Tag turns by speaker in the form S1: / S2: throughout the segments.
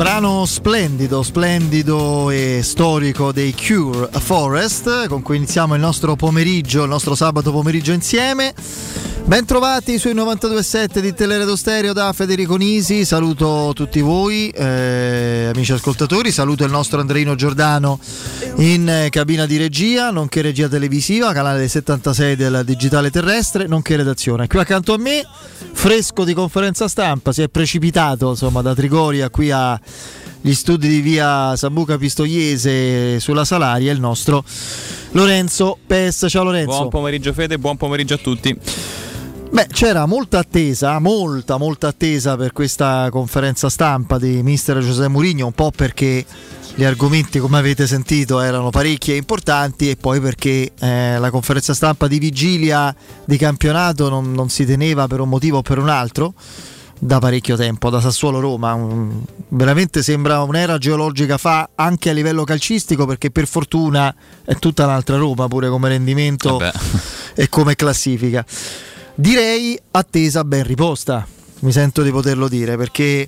S1: Brano splendido e storico dei Cure Forest, con cui iniziamo il nostro sabato pomeriggio insieme. Ben trovati sui 92.7 di Teleradio Stereo da Federico Nisi. Saluto tutti voi amici ascoltatori, saluto il nostro Andreino Giordano in cabina di regia, nonché regia televisiva, canale 76 del digitale terrestre, nonché redazione. Qui accanto a me, fresco di conferenza stampa, si è precipitato insomma da Trigoria qui agli studi di via Sambuca Pistoiese sulla Salaria, il nostro Lorenzo Pes. Ciao Lorenzo.
S2: Buon pomeriggio Fede, buon pomeriggio a tutti.
S1: Beh, c'era molta attesa per questa conferenza stampa di mister José Mourinho, un po' perché gli argomenti, come avete sentito, erano parecchi e importanti, e poi perché la conferenza stampa di vigilia di campionato non si teneva per un motivo o per un altro da parecchio tempo, da Sassuolo-Roma. Veramente sembra un'era geologica fa, anche a livello calcistico, perché per fortuna è tutta un'altra Roma pure come rendimento e come classifica. Direi attesa ben riposta, mi sento di poterlo dire, perché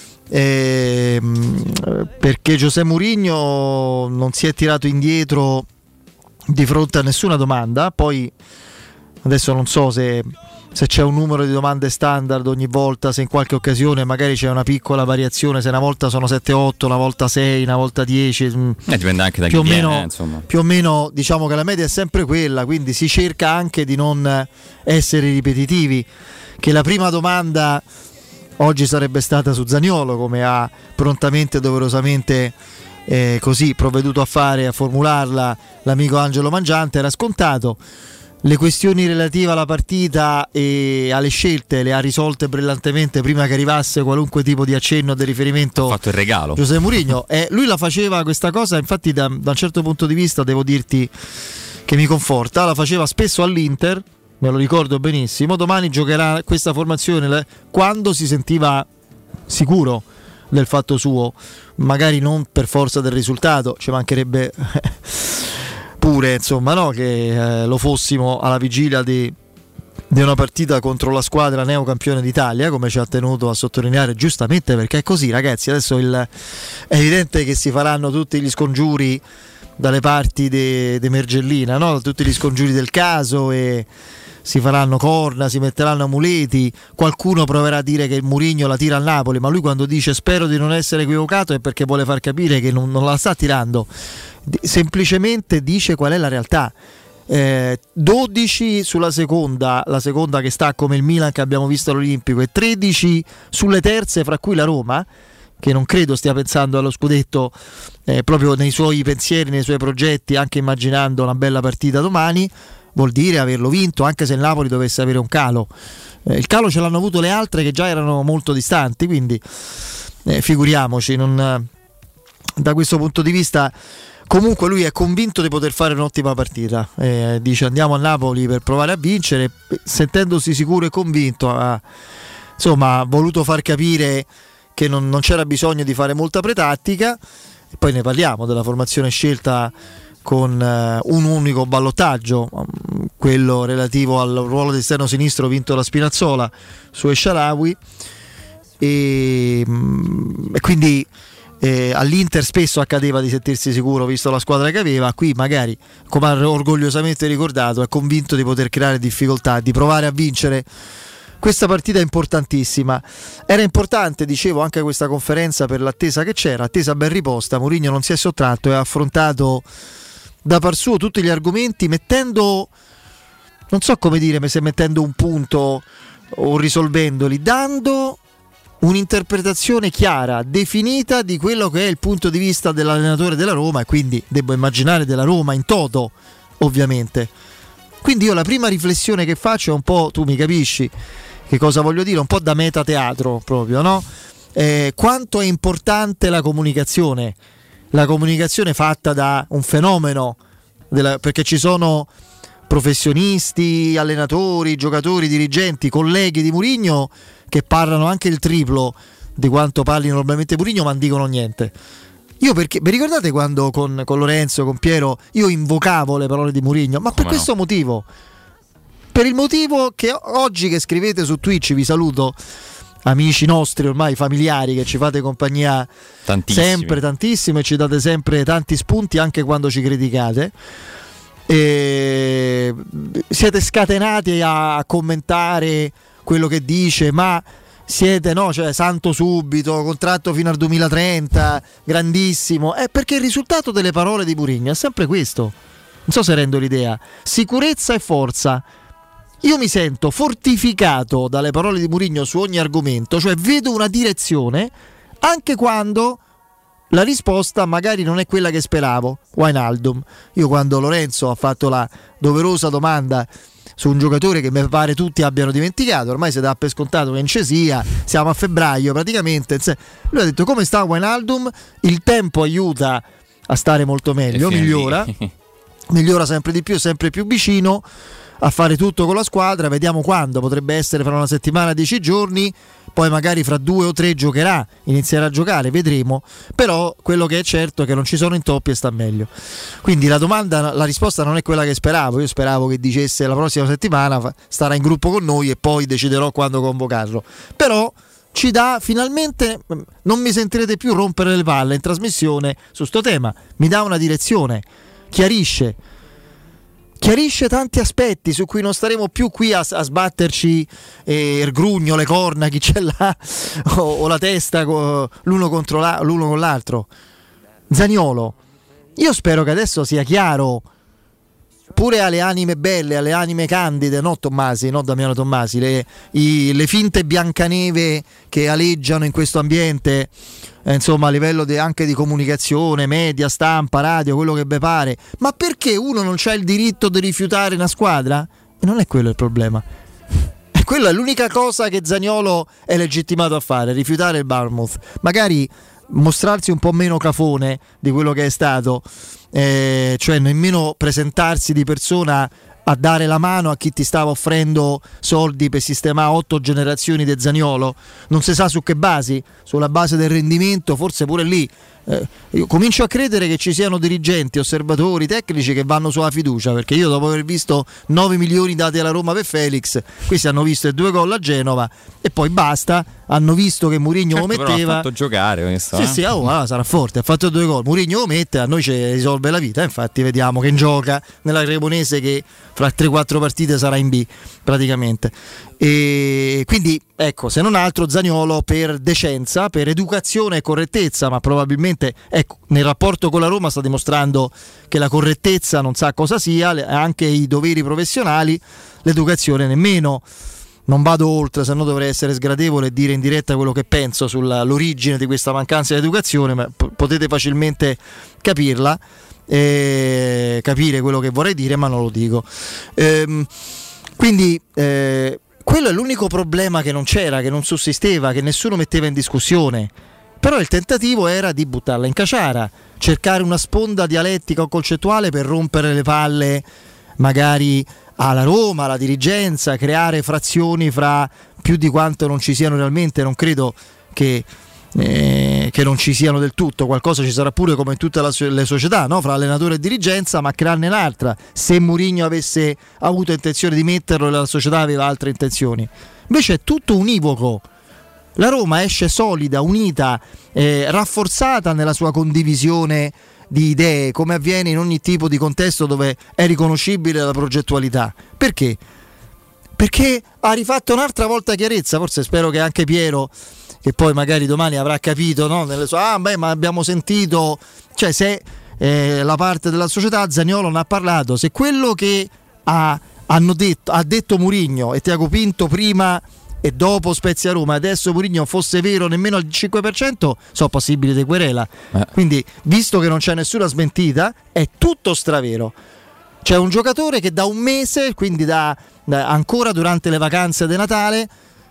S1: José Mourinho non si è tirato indietro di fronte a nessuna domanda. Poi adesso non so se c'è un numero di domande standard ogni volta, se in qualche occasione magari c'è una piccola variazione, se una volta sono 7-8, una volta 6, una volta 10,
S2: dipende anche da
S1: più
S2: chi
S1: o
S2: viene,
S1: meno,
S2: insomma.
S1: Più o meno diciamo che la media è sempre quella, quindi si cerca anche di non essere ripetitivi. Che la prima domanda oggi sarebbe stata su Zaniolo, come ha prontamente e doverosamente così provveduto a fare, a formularla l'amico Angelo Mangiante, era scontato. Le questioni relative alla partita e alle scelte le ha risolte brillantemente prima che arrivasse qualunque tipo di accenno di riferimento.
S2: Ha fatto il regalo
S1: José Mourinho, e lui la faceva questa cosa, infatti da un certo punto di vista devo dirti che mi conforta, la faceva spesso all'Inter, me lo ricordo benissimo. Domani giocherà questa formazione quando si sentiva sicuro del fatto suo, magari non per forza del risultato, ci mancherebbe pure insomma, no, che lo fossimo alla vigilia di una partita contro la squadra neocampione d'Italia, come ci ha tenuto a sottolineare giustamente, perché è così ragazzi. Adesso è evidente che si faranno tutti gli scongiuri dalle parti di Mergellina, no? Tutti gli scongiuri del caso, e si faranno corna, si metteranno amuleti. Qualcuno proverà a dire che il Mourinho la tira al Napoli, ma lui quando dice spero di non essere equivocato è perché vuole far capire che non la sta tirando, semplicemente dice qual è la realtà. 12 sulla seconda, la seconda che sta come il Milan che abbiamo visto all'Olimpico, e 13 sulle terze, fra cui la Roma, che non credo stia pensando allo scudetto proprio nei suoi pensieri, nei suoi progetti, anche immaginando una bella partita domani. Vuol dire averlo vinto, anche se il Napoli dovesse avere un calo. Il calo ce l'hanno avuto le altre che già erano molto distanti, quindi figuriamoci. Da questo punto di vista comunque lui è convinto di poter fare un'ottima partita, dice andiamo a Napoli per provare a vincere, sentendosi sicuro e convinto ha voluto far capire che non c'era bisogno di fare molta pretattica. E poi ne parliamo della formazione scelta con un unico ballottaggio, quello relativo al ruolo di esterno sinistro vinto da Spinazzola su El Shaarawy, e quindi all'Inter spesso accadeva di sentirsi sicuro visto la squadra che aveva. Qui magari, come ha orgogliosamente ricordato, è convinto di poter creare difficoltà, di provare a vincere questa partita importantissima. Era importante, dicevo, anche questa conferenza per l'attesa che c'era, attesa ben riposta. Mourinho non si è sottratto e ha affrontato da par suo tutti gli argomenti, mettendo, non so come dire, se mettendo un punto o risolvendoli, dando un'interpretazione chiara, definita di quello che è il punto di vista dell'allenatore della Roma, e quindi devo immaginare della Roma in toto, ovviamente. Quindi io la prima riflessione che faccio è un po', tu mi capisci che cosa voglio dire, un po' da metateatro proprio, no? Quanto è importante la comunicazione fatta da un fenomeno, perché ci sono professionisti, allenatori, giocatori, dirigenti, colleghi di Mourinho che parlano anche il triplo di quanto parli normalmente Mourinho, ma non dicono niente. Io perché vi ricordate quando con Lorenzo, con Piero, io invocavo le parole di Mourinho? Ma per questo motivo, per il motivo che oggi che scrivete su Twitch, vi saluto, amici nostri ormai familiari che ci fate compagnia sempre tantissimo e ci date sempre tanti spunti anche quando ci criticate. E siete scatenati a commentare quello che dice, ma siete cioè santo subito, contratto fino al 2030, grandissimo, perché il risultato delle parole di Mourinho è sempre questo. Non so se rendo l'idea: sicurezza e forza. Io mi sento fortificato dalle parole di Mourinho su ogni argomento, cioè vedo una direzione anche quando la risposta magari non è quella che speravo. Wijnaldum, io quando Lorenzo ha fatto la doverosa domanda su un giocatore che mi pare tutti abbiano dimenticato, ormai si dà per scontato che non ci sia, siamo a febbraio praticamente, lui ha detto: come sta Wijnaldum? Il tempo aiuta a stare molto meglio, migliora sempre di più, sempre più vicino a fare tutto con la squadra. Vediamo quando, potrebbe essere fra una settimana, 10 giorni, poi magari fra 2 o 3 giocherà, inizierà a giocare, vedremo. Però quello che è certo è che non ci sono intoppi e sta meglio. Quindi la risposta non è quella che speravo. Io speravo che dicesse la prossima settimana starà in gruppo con noi e poi deciderò quando convocarlo. Però ci dà finalmente, non mi sentirete più rompere le palle in trasmissione su sto tema, mi dà una direzione, chiarisce tanti aspetti su cui non staremo più qui a sbatterci il grugno, le corna, chi ce l'ha o la testa l'uno con l'altro. Zaniolo, io spero che adesso sia chiaro pure alle anime belle, alle anime candide, no Damiano Tommasi, le finte Biancaneve che aleggiano in questo ambiente, insomma a livello anche di comunicazione, media, stampa, radio, quello che vi pare. Ma perché uno non c'ha il diritto di rifiutare una squadra? E non è quello il problema. E quella è l'unica cosa che Zaniolo è legittimato a fare, rifiutare il Bournemouth. Magari mostrarsi un po' meno cafone di quello che è stato, cioè nemmeno presentarsi di persona a dare la mano a chi ti stava offrendo soldi per sistemare 8 generazioni di Zaniolo, non si sa su che basi, sulla base del rendimento, forse pure lì. Io comincio a credere che ci siano dirigenti, osservatori, tecnici che vanno sulla fiducia, perché io dopo aver visto 9 milioni dati alla Roma per Felix, questi hanno visto i 2 gol a Genova e poi basta, hanno visto che Mourinho lo metteva, però
S2: ha fatto giocare questo,
S1: sì, sarà forte, ha fatto 2 gol, Mourinho lo mette, a noi ci risolve la vita, infatti vediamo che gioca nella Cremonese che fra 3-4 partite sarà in B praticamente. E quindi ecco, se non altro Zaniolo per decenza, per educazione e correttezza, ma probabilmente nel rapporto con la Roma sta dimostrando che la correttezza non sa cosa sia, anche i doveri professionali, l'educazione nemmeno. Non vado oltre, se no dovrei essere sgradevole e dire in diretta quello che penso sull'origine di questa mancanza di educazione, ma potete facilmente capirla, capire quello che vorrei dire, ma non lo dico. Quindi quello è l'unico problema che non c'era, che non sussisteva, che nessuno metteva in discussione. Però il tentativo era di buttarla in caciara, cercare una sponda dialettica o concettuale per rompere le palle magari alla Roma, alla dirigenza, creare frazioni fra più di quanto non ci siano realmente. Non credo che non ci siano del tutto, qualcosa ci sarà pure come in tutte le società, no? Fra allenatore e dirigenza, ma crearne un'altra se Mourinho avesse avuto intenzione di metterlo e la società aveva altre intenzioni. Invece è tutto univoco. La Roma esce solida, unita, rafforzata nella sua condivisione di idee, come avviene in ogni tipo di contesto dove è riconoscibile la progettualità. Perché? Perché ha rifatto un'altra volta chiarezza. Forse spero che anche Piero, che poi magari domani avrà capito, no? Ma abbiamo sentito, cioè se la parte della società, Zaniolo non ha parlato, se quello che ha detto Mourinho e Tiago Pinto prima e dopo Spezia Roma, adesso Mourinho fosse vero nemmeno al 5%, sono passibili di querela. Quindi, visto che non c'è nessuna smentita, è tutto stravero. C'è un giocatore che da un mese, quindi ancora durante le vacanze di Natale,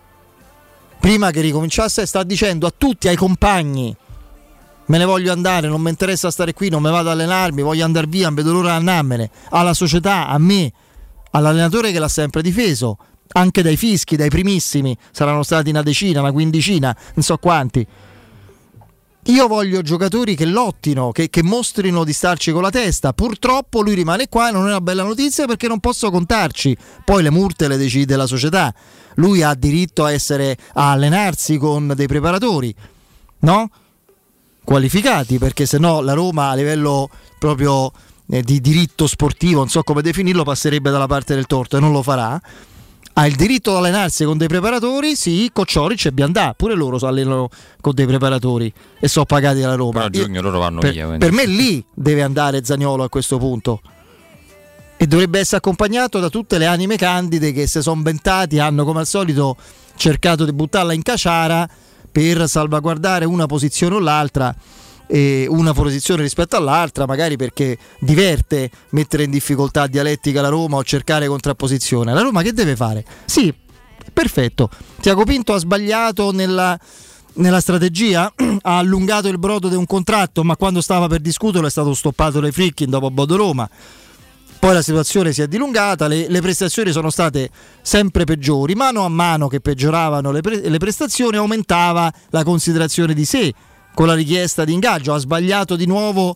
S1: prima che ricominciasse, sta dicendo a tutti, ai compagni: me ne voglio andare, non mi interessa stare qui, non mi vado ad allenarmi, voglio andare via, non vedo l'ora di andarmene. Alla società, a me, all'allenatore che l'ha sempre difeso, anche dai fischi, dai primissimi, saranno stati una decina, una quindicina, non so quanti. io voglio giocatori che lottino, che mostrino di starci con la testa. Purtroppo lui rimane qua e non è una bella notizia perché non posso contarci. Poi le multe le decide la società. Lui ha diritto a allenarsi con dei preparatori, no? Qualificati, perché sennò la Roma a livello proprio di diritto sportivo, non so come definirlo, passerebbe dalla parte del torto e non lo farà. Ha il diritto di allenarsi con dei preparatori, sì, Kocioric e Biandà, pure loro si allenano con dei preparatori e sono pagati dalla Roma.
S2: Però a giugno loro vanno via.
S1: Per me lì deve andare Zaniolo a questo punto. E dovrebbe essere accompagnato da tutte le anime candide che si sono ventati, hanno come al solito cercato di buttarla in caciara per salvaguardare una posizione o l'altra, e una posizione rispetto all'altra, magari perché diverte mettere in difficoltà dialettica la Roma o cercare contrapposizione. La Roma che deve fare? Sì, perfetto. Tiago Pinto ha sbagliato nella strategia, ha allungato il brodo di un contratto, ma quando stava per discuterlo è stato stoppato dai Friedkin dopo Bodo Roma. Poi la situazione si è dilungata, le prestazioni sono state sempre peggiori, mano a mano che peggioravano le prestazioni aumentava la considerazione di sé con la richiesta di ingaggio. Ha sbagliato di nuovo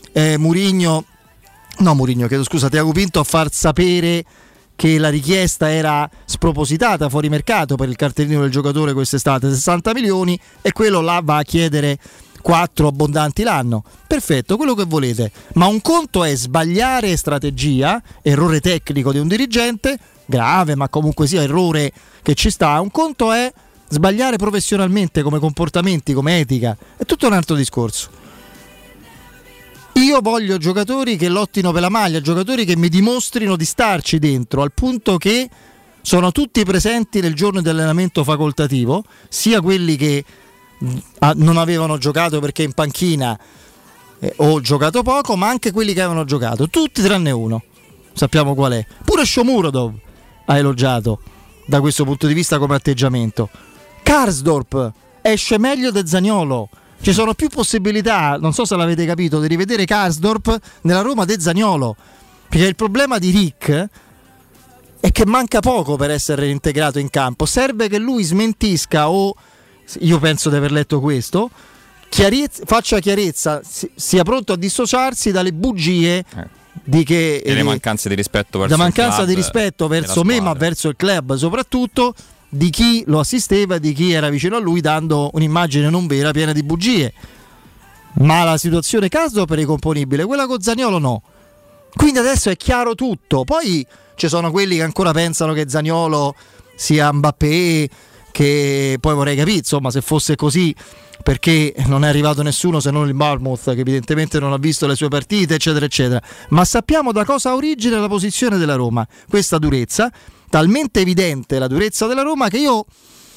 S1: Tiago Pinto a far sapere che la richiesta era spropositata, fuori mercato per il cartellino del giocatore quest'estate, 60 milioni, e quello là va a chiedere 4 abbondanti l'anno. Perfetto, quello che volete, ma un conto è sbagliare strategia, errore tecnico di un dirigente, grave ma comunque sia errore che ci sta, un conto è sbagliare professionalmente come comportamenti, come etica, è tutto un altro discorso. Io voglio giocatori che lottino per la maglia, giocatori che mi dimostrino di starci dentro, al punto che sono tutti presenti nel giorno di allenamento facoltativo, sia quelli che non avevano giocato perché in panchina o giocato poco, ma anche quelli che avevano giocato, tutti tranne uno, sappiamo qual è. Pure Shomurodov ha elogiato da questo punto di vista come atteggiamento. Karsdorp esce meglio di Zaniolo, ci sono più possibilità, non so se l'avete capito, di rivedere Karsdorp nella Roma di Zaniolo, perché il problema di Rick è che manca poco per essere reintegrato in campo. Serve che lui smentisca, o io penso di aver letto questo, faccia chiarezza, sia pronto a dissociarsi dalle bugie e
S2: le mancanze di rispetto verso
S1: di rispetto verso me, ma verso il club, soprattutto di chi lo assisteva, di chi era vicino a lui, dando un'immagine non vera, piena di bugie. Ma la situazione Karsdorp è ricomponibile, quella con Zaniolo no. Quindi adesso è chiaro tutto. Poi ci sono quelli che ancora pensano che Zaniolo sia Mbappé, che poi vorrei capire, insomma, se fosse così, perché non è arrivato nessuno se non il Bournemouth, che evidentemente non ha visto le sue partite, eccetera eccetera. Ma sappiamo da cosa ha origine la posizione della Roma, questa durezza, talmente evidente la durezza della Roma, che io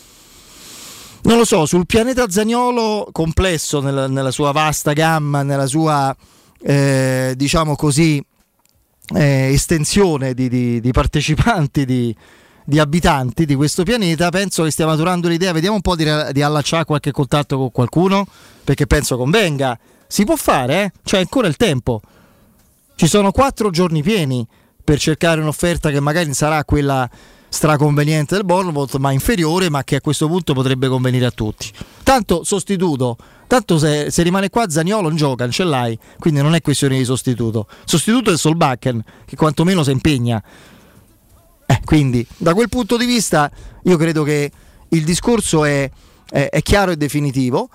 S1: non lo so, sul pianeta Zaniolo complesso, nella sua vasta gamma, nella sua diciamo così estensione di partecipanti, di abitanti di questo pianeta, penso che stia maturando l'idea. Vediamo un po' di allacciare qualche contatto con qualcuno, perché penso convenga. Si può fare, c'è ancora il tempo, ci sono 4 giorni pieni per cercare un'offerta che magari sarà quella straconveniente del Bournemouth, ma inferiore, ma che a questo punto potrebbe convenire a tutti. Tanto sostituto, se rimane qua Zaniolo non gioca, non ce l'hai, quindi non è questione di sostituto è Solbakken, che quantomeno si impegna. Quindi da quel punto di vista io credo che il discorso è chiaro e definitivo.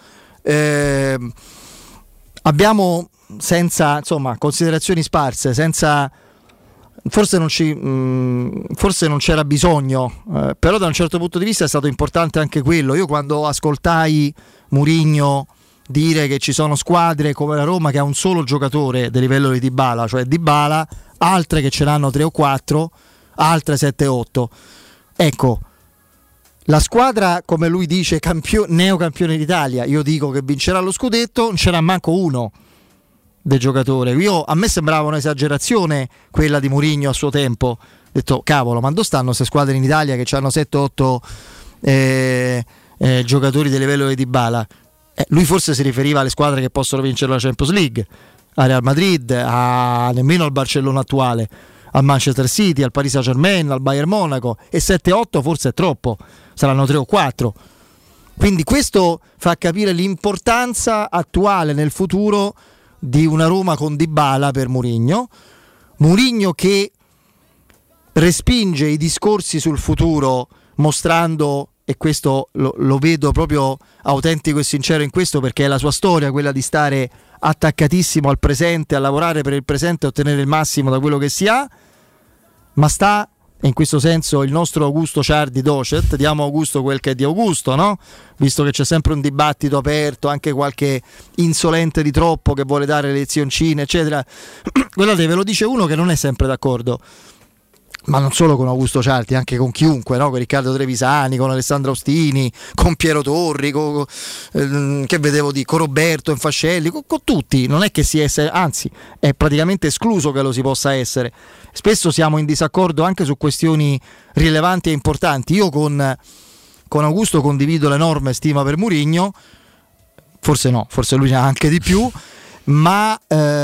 S1: Abbiamo, senza considerazioni sparse, forse non c'era bisogno, però da un certo punto di vista è stato importante anche quello. Io quando ascoltai Mourinho dire che ci sono squadre come la Roma che ha un solo giocatore del livello di Dybala, cioè Dybala, altre che ce l'hanno 3 o 4, altre 7 o 8, ecco, la squadra, come lui dice, neocampione d'Italia, io dico che vincerà lo scudetto, non c'era manco uno del giocatore. A me sembrava un'esagerazione quella di Mourinho a suo tempo. Ho detto, cavolo, ma dove stanno queste squadre in Italia che hanno 7-8 giocatori del livello di Dybala? Lui forse si riferiva alle squadre che possono vincere la Champions League, al Real Madrid, nemmeno al Barcellona attuale, al Manchester City, al Paris Saint-Germain, al Bayern Monaco, e 7-8 forse è troppo, saranno 3 o 4. Quindi questo fa capire l'importanza attuale nel futuro di una Roma con Dybala per Mourinho che respinge i discorsi sul futuro mostrando, e questo lo vedo proprio autentico e sincero in questo, perché è la sua storia quella di stare attaccatissimo al presente, a lavorare per il presente e ottenere il massimo da quello che si ha, ma sta, e in questo senso il nostro Augusto Ciardi docet, diamo a Augusto quel che è di Augusto, no? Visto che c'è sempre un dibattito aperto, anche qualche insolente di troppo che vuole dare lezioncine eccetera. Guardate, ve lo dice uno che non è sempre d'accordo, ma non solo con Augusto Ciardi, anche con chiunque, no? Con Riccardo Trevisani, con Alessandro Ostini, con Piero Torri, che vedevo con Roberto Infascelli, con tutti. Non è che si è, anzi è praticamente escluso che lo si possa essere. Spesso siamo in disaccordo anche su questioni rilevanti e importanti. Io con Augusto condivido l'enorme stima per Mourinho, forse lui ne ha anche di più, ma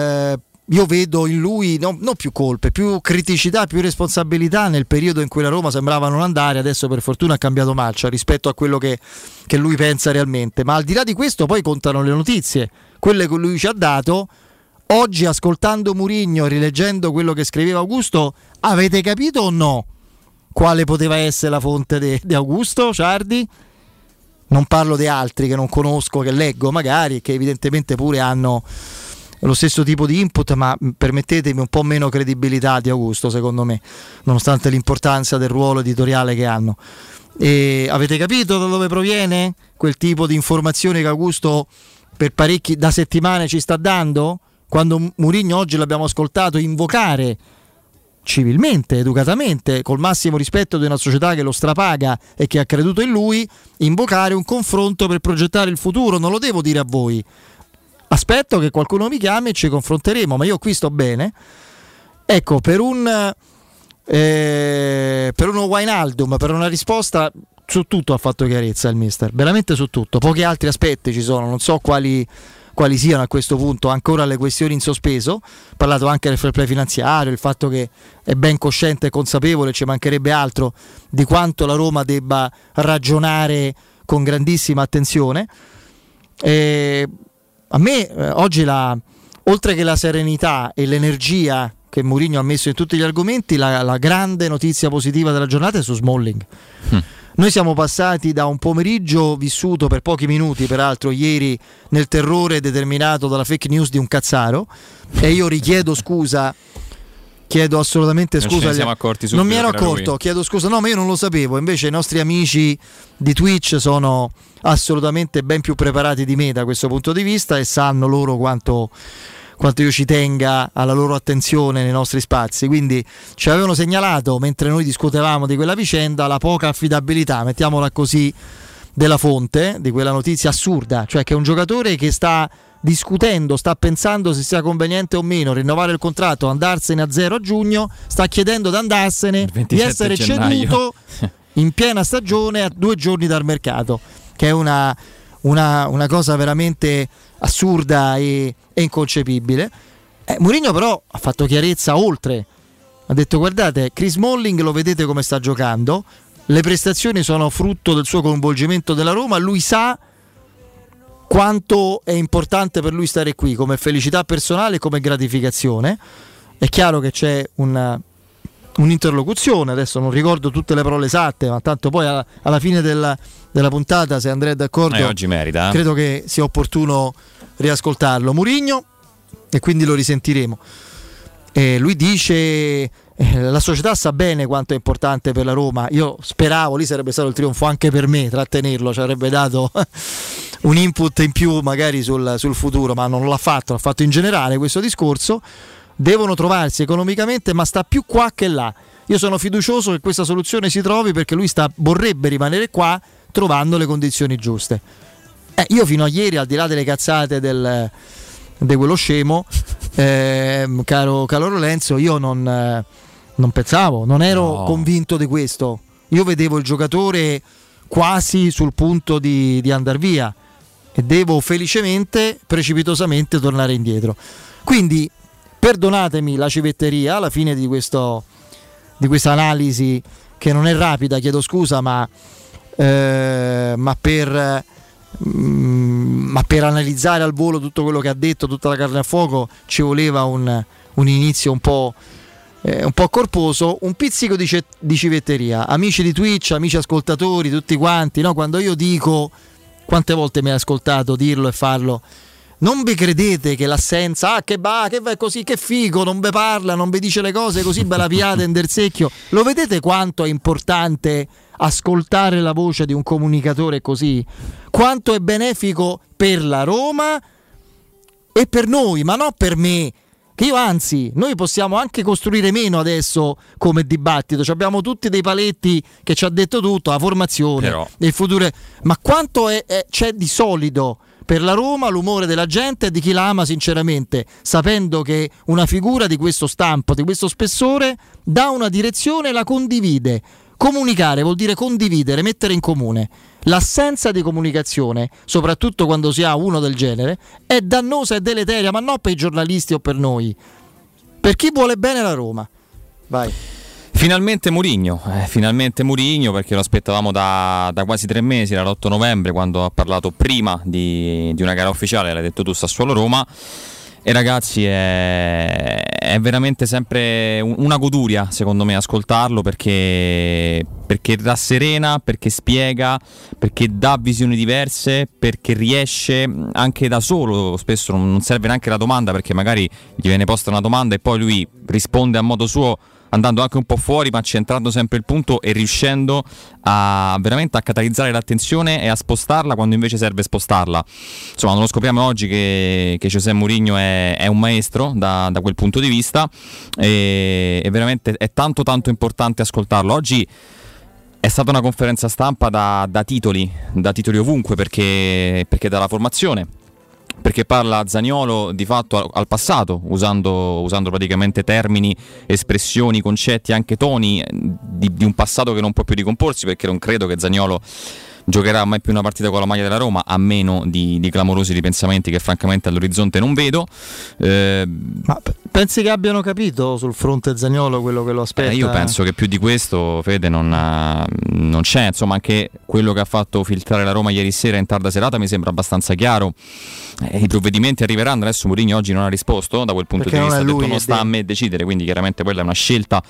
S1: io vedo in lui non più colpe, più criticità, più responsabilità nel periodo in cui la Roma sembrava non andare. Adesso per fortuna ha cambiato marcia rispetto a quello che lui pensa realmente, ma al di là di questo poi contano le notizie, quelle che lui ci ha dato. Oggi, ascoltando Mourinho e rileggendo quello che scriveva Augusto, avete capito o no quale poteva essere la fonte di Augusto Ciardi? Non parlo di altri che non conosco, che leggo magari, che evidentemente pure hanno lo stesso tipo di input, ma permettetemi un po' meno credibilità di Augusto, secondo me, nonostante l'importanza del ruolo editoriale che hanno. E avete capito da dove proviene quel tipo di informazioni che Augusto per parecchi da settimane ci sta dando? Quando Mourinho oggi l'abbiamo ascoltato invocare civilmente, educatamente, col massimo rispetto di una società che lo strapaga e che ha creduto in lui, invocare un confronto per progettare il futuro. Non lo devo dire a voi, aspetto che qualcuno mi chiami e ci confronteremo, ma io qui sto bene. Ecco, per uno Wijnaldum, per una risposta su tutto ha fatto chiarezza il mister, veramente su tutto. Pochi altri aspetti ci sono, non so quali siano a questo punto, ancora le questioni in sospeso. Ho parlato anche del fair play finanziario, il fatto che è ben cosciente e consapevole, ci mancherebbe altro, di quanto la Roma debba ragionare con grandissima attenzione. A me oggi oltre che la serenità e l'energia che Mourinho ha messo in tutti gli argomenti, la grande notizia positiva della giornata è su Smalling. Noi siamo passati da un pomeriggio vissuto per pochi minuti, peraltro ieri, nel terrore determinato dalla fake news di un cazzaro, e io richiedo scusa, chiedo assolutamente scusa.
S2: Non ce ne siamo accorti subito,
S1: non mi ero accorto, chiedo scusa, no, ma io non lo sapevo. Invece i nostri amici di Twitch sono assolutamente ben più preparati di me da questo punto di vista e sanno loro quanto io ci tenga alla loro attenzione nei nostri spazi. Quindi ci avevano segnalato, mentre noi discutevamo di quella vicenda, la poca affidabilità, mettiamola così, della fonte di quella notizia assurda, cioè che un giocatore che sta discutendo, sta pensando se sia conveniente o meno rinnovare il contratto, andarsene a 0 a giugno, sta chiedendo di andarsene, di essere ceduto in piena stagione a 2 giorni dal mercato, che è una cosa veramente assurda e inconcepibile. Mourinho però ha fatto chiarezza oltre, ha detto: guardate, Chris Smalling lo vedete come sta giocando, le prestazioni sono frutto del suo coinvolgimento della Roma, lui sa quanto è importante per lui stare qui come felicità personale e come gratificazione. È chiaro che c'è un'interlocuzione, adesso non ricordo tutte le parole esatte, ma tanto poi alla fine della puntata, se Andrea è d'accordo,
S2: oggi merita,
S1: credo che sia opportuno riascoltarlo Mourinho, e quindi lo risentiremo. Lui dice la società sa bene quanto è importante per la Roma. Io speravo, lì sarebbe stato il trionfo anche per me trattenerlo, ci avrebbe dato un input in più magari sul futuro, ma non l'ha fatto in generale questo discorso. Devono trovarsi economicamente, ma sta più qua che là. Io sono fiducioso che questa soluzione si trovi, perché lui vorrebbe rimanere qua trovando le condizioni giuste. Io fino a ieri, al di là delle cazzate di quello scemo, caro Lorenzo, io non pensavo, non ero convinto di questo. Io vedevo il giocatore quasi sul punto di andar via e devo felicemente, precipitosamente tornare indietro. Quindi perdonatemi la civetteria alla fine di questa analisi, che non è rapida, chiedo scusa, ma ma per analizzare al volo tutto quello che ha detto, tutta la carne a fuoco, ci voleva un inizio un po' corposo, un pizzico di civetteria. Amici di Twitch, amici ascoltatori, tutti quanti, no? Quando io dico, quante volte mi hai ascoltato dirlo e farlo, non vi credete che l'assenza, che va così, che figo, non ve parla, non vi dice le cose così, ve la piate in del secchio. Lo vedete quanto è importante ascoltare la voce di un comunicatore così? Quanto è benefico per la Roma e per noi, ma non per me. Che io anzi, noi possiamo anche costruire meno adesso come dibattito, abbiamo tutti dei paletti che ci ha detto tutto, la formazione, il futuro, ma quanto c'è di solido per la Roma l'umore della gente e di chi la ama sinceramente, sapendo che una figura di questo stampo, di questo spessore, dà una direzione e la condivide. Comunicare vuol dire condividere, mettere in comune. L'assenza di comunicazione, soprattutto quando si ha uno del genere, è dannosa e deleteria, ma non per i giornalisti o per noi, per chi vuole bene la Roma. Vai.
S2: Finalmente Mourinho, perché lo aspettavamo da quasi 3 mesi, era l'8 novembre quando ha parlato prima di una gara ufficiale, l'hai detto tu, Sassuolo-Roma. E ragazzi, è veramente sempre una goduria secondo me ascoltarlo, perché rasserena, perché spiega, perché dà visioni diverse, perché riesce anche da solo, spesso non serve neanche la domanda, perché magari gli viene posta una domanda e poi lui risponde a modo suo, andando anche un po' fuori ma centrando sempre il punto e riuscendo veramente a catalizzare l'attenzione e a spostarla quando invece serve spostarla. Insomma, non lo scopriamo oggi che José Mourinho è un maestro da quel punto di vista, e veramente è tanto importante ascoltarlo. Oggi è stata una conferenza stampa da titoli ovunque, perché dalla formazione, perché parla Zaniolo di fatto al passato, usando praticamente termini, espressioni, concetti, anche toni di un passato che non può più ricomporsi, perché non credo che Zaniolo giocherà mai più una partita con la maglia della Roma, a meno di clamorosi ripensamenti che francamente all'orizzonte non vedo.
S1: Ma pensi che abbiano capito sul fronte Zaniolo quello che lo aspetta?
S2: Io penso che più di questo, Fede, non c'è. Insomma, anche quello che ha fatto filtrare la Roma ieri sera in tarda serata mi sembra abbastanza chiaro. I provvedimenti arriveranno. Adesso Mourinho oggi non ha risposto da quel punto di vista, ha detto non sta a me decidere, quindi chiaramente quella è una scelta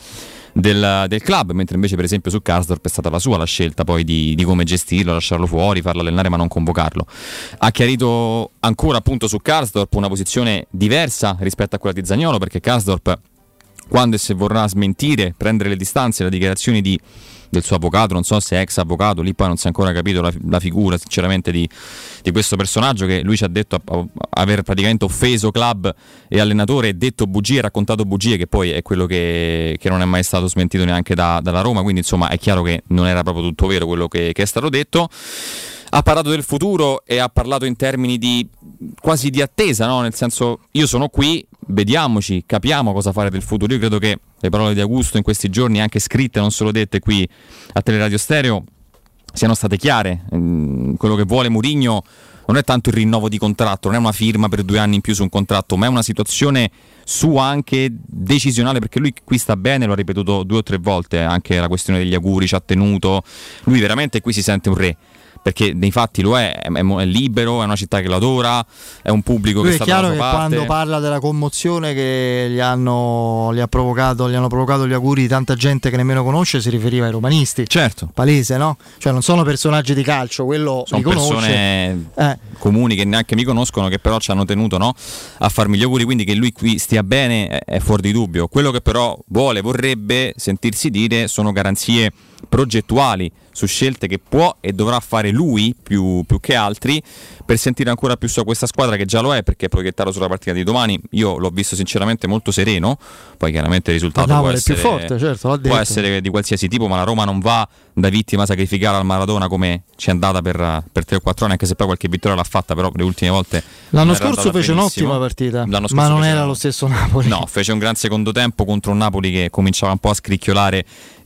S2: del club, mentre invece per esempio su Karsdorp è stata la sua la scelta poi di come gestirlo, lasciarlo fuori, farlo allenare ma non convocarlo. Ha chiarito ancora appunto su Karsdorp una posizione diversa rispetto a quella di Zaniolo, perché Karsdorp, quando e se vorrà smentire, prendere le distanze da dichiarazioni del suo avvocato, non so se è ex avvocato, lì poi non si è ancora capito la figura sinceramente di questo personaggio, che lui ci ha detto aver praticamente offeso club e allenatore, detto bugie, raccontato bugie, che poi è quello che non è mai stato smentito neanche dalla Roma, quindi insomma è chiaro che non era proprio tutto vero quello che è stato detto. Ha parlato del futuro e ha parlato in termini quasi di attesa, no? Nel senso, io sono qui, vediamoci, capiamo cosa fare del futuro. Io credo che le parole di Augusto in questi giorni, anche scritte, non solo dette qui a Teleradio Stereo, siano state chiare. Quello che vuole Mourinho non è tanto il rinnovo di contratto, non è una firma per 2 anni in più su un contratto, ma è una situazione sua anche decisionale, perché lui qui sta bene, lo ha ripetuto 2 o 3 volte, anche la questione degli auguri ci ha tenuto. Lui veramente qui si sente un re, perché nei fatti lo è libero, è una città che lo adora, è un pubblico che sta dalla sua parte. È chiaro che
S1: quando parla della commozione che gli hanno provocato gli auguri di tanta gente che nemmeno conosce, si riferiva ai romanisti.
S2: Certo.
S1: Palese, no? Cioè non sono personaggi di calcio, quello
S2: sono
S1: li conosce.
S2: Persone comuni che neanche mi conoscono, che però ci hanno tenuto, no, a farmi gli auguri, quindi che lui qui stia bene è fuori di dubbio. Quello che però vorrebbe sentirsi dire sono garanzie progettuali su scelte che può e dovrà fare lui più che altri, per sentire ancora più su questa squadra, che già lo è, perché proiettato sulla partita di domani io l'ho visto sinceramente molto sereno. Poi chiaramente il risultato può essere
S1: più forte, certo, l'ha detto.
S2: Può essere di qualsiasi tipo, ma la Roma non va da vittima sacrificare al Maradona come ci è andata per 3 o 4 anni, anche se poi qualche vittoria l'ha fatta, però le ultime volte
S1: l'anno scorso fece un'ottima partita, ma non era lo stesso Napoli.
S2: No, fece un gran secondo tempo contro un Napoli che cominciava un po' a scricchiolare,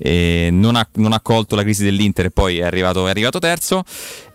S2: e non ha colto la crisi dell'Inter e poi è arrivato terzo.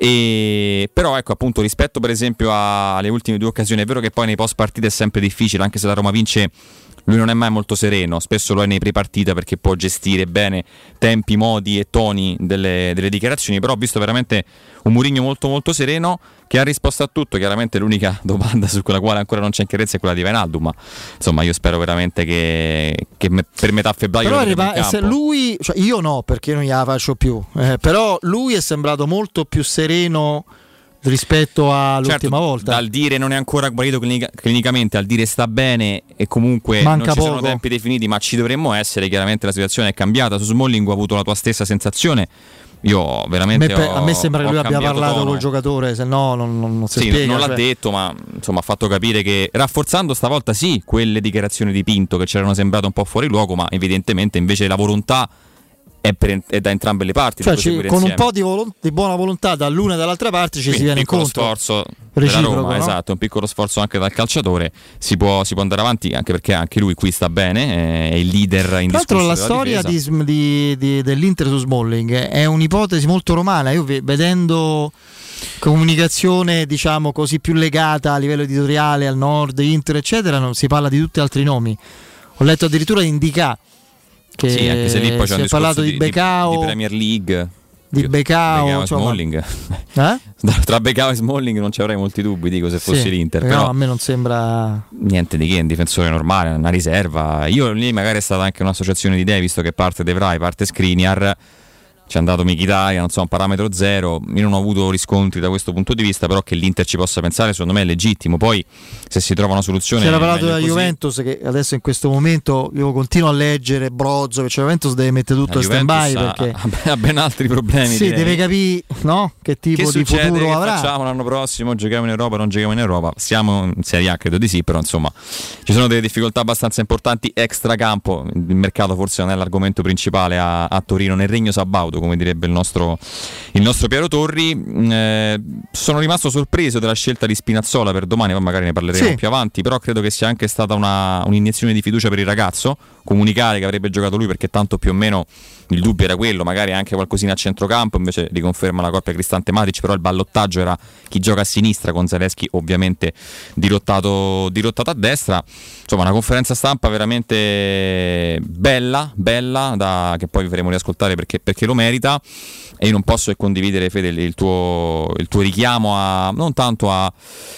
S2: Però ecco, appunto, rispetto per esempio alle ultime 2 occasioni, è vero che poi nei post partite è sempre difficile, anche se la Roma vince lui non è mai molto sereno, spesso lo è nei pre-partita perché può gestire bene tempi, modi e toni delle dichiarazioni, però ho visto veramente un Mourinho molto molto sereno che ha risposto a tutto. Chiaramente l'unica domanda su quella quale ancora non c'è chiarezza è quella di Wijnaldum, ma insomma io spero veramente che per metà febbraio
S1: però
S2: lo vedremo in campo.
S1: Lui, cioè io no, perché non gliela faccio più, però lui è sembrato molto più sereno rispetto all'ultima volta.
S2: Dal dire non è ancora guarito clinicamente, al dire sta bene e comunque
S1: manca
S2: non ci
S1: poco.
S2: sono tempi definiti, ma ci dovremmo essere, chiaramente la situazione è cambiata. Su Smalling ho avuto la tua stessa sensazione. Io veramente
S1: a me sembra che lui abbia parlato
S2: tono
S1: col giocatore, se no non si
S2: sì,
S1: spiega.
S2: non l'ha detto, ma insomma ha fatto capire che, rafforzando stavolta sì quelle dichiarazioni di Pinto che c'erano sembrate un po' fuori luogo, ma evidentemente invece la volontà è da entrambe le parti,
S1: cioè con
S2: insieme.
S1: un po' di buona volontà dall'una e dall'altra parte ci si viene incontro.
S2: Un piccolo sforzo
S1: reciproco,
S2: della Roma,
S1: no?
S2: esatto, un piccolo sforzo anche dal calciatore, si può andare avanti, anche perché anche lui qui sta bene, è il leader indiscusso.
S1: Tra l'altro la storia dell'Inter su Smalling è un'ipotesi molto romana. Io vedendo comunicazione diciamo così più legata a livello editoriale al nord, Inter eccetera, non si parla di tutti altri nomi. Ho letto addirittura Indica che
S2: sì, anche se lì poi c'è un
S1: parlato di Becao,
S2: di Premier League,
S1: di Becao
S2: e Smalling. Tra Becao e Smalling non ci avrei molti dubbi, dico, se fossi l'Inter, però
S1: a me non sembra
S2: niente di che, un difensore normale, una riserva. Io lì magari è stata anche un'associazione di idee, visto che parte De Vrij, parte Skriniar, c'è andato Mkhitaryan, non so, un parametro zero. Io non ho avuto riscontri da questo punto di vista, però che l'Inter ci possa pensare secondo me è legittimo. Poi se si trova una soluzione,
S1: si era parlato della Juventus, che adesso in questo momento io continuo a leggere Brozovic, la Juventus deve mettere tutto a stand-by perché
S2: ha ben altri problemi.
S1: Sì, deve capire, no? Che tipo di futuro avrà.
S2: Che facciamo l'anno prossimo? Giochiamo in Europa, non giochiamo in Europa? Siamo in Serie A, credo di sì, però insomma ci sono delle difficoltà abbastanza importanti extracampo. Il mercato forse non è l'argomento principale a Torino, nel Regno Sabaudo, come direbbe il nostro Piero Torri. Sono rimasto sorpreso della scelta di Spinazzola per domani, poi magari ne parleremo più avanti, però credo che sia anche stata un'iniezione di fiducia per il ragazzo, comunicare che avrebbe giocato lui, perché tanto più o meno il dubbio era quello, magari anche qualcosina a centrocampo, invece riconferma la coppia Cristante-Matic, però il ballottaggio era chi gioca a sinistra, con Zalewski ovviamente dirottato a destra. Insomma, una conferenza stampa veramente bella, che poi vi faremo riascoltare perché lo merita. E io non posso che condividere, Fede, il tuo richiamo non tanto a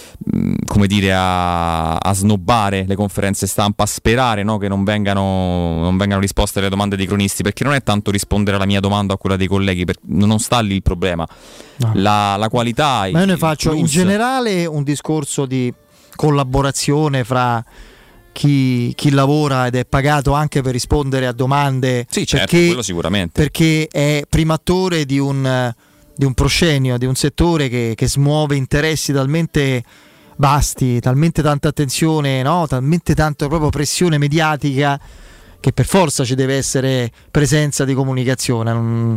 S2: snobbare le conferenze stampa, a sperare, no, che non vengano risposte alle domande dei cronisti, perché non è tanto rispondere alla mia domanda o a quella dei colleghi, non sta lì il problema, no. La qualità.
S1: Ma io ne faccio in generale un discorso di collaborazione fra chi lavora ed è pagato anche per rispondere a domande,
S2: sì, certo, quello sicuramente,
S1: perché è primo attore di un proscenio, di un settore che smuove interessi talmente vasti, talmente tanta attenzione, no? Talmente tanta proprio pressione mediatica, che per forza ci deve essere presenza di comunicazione.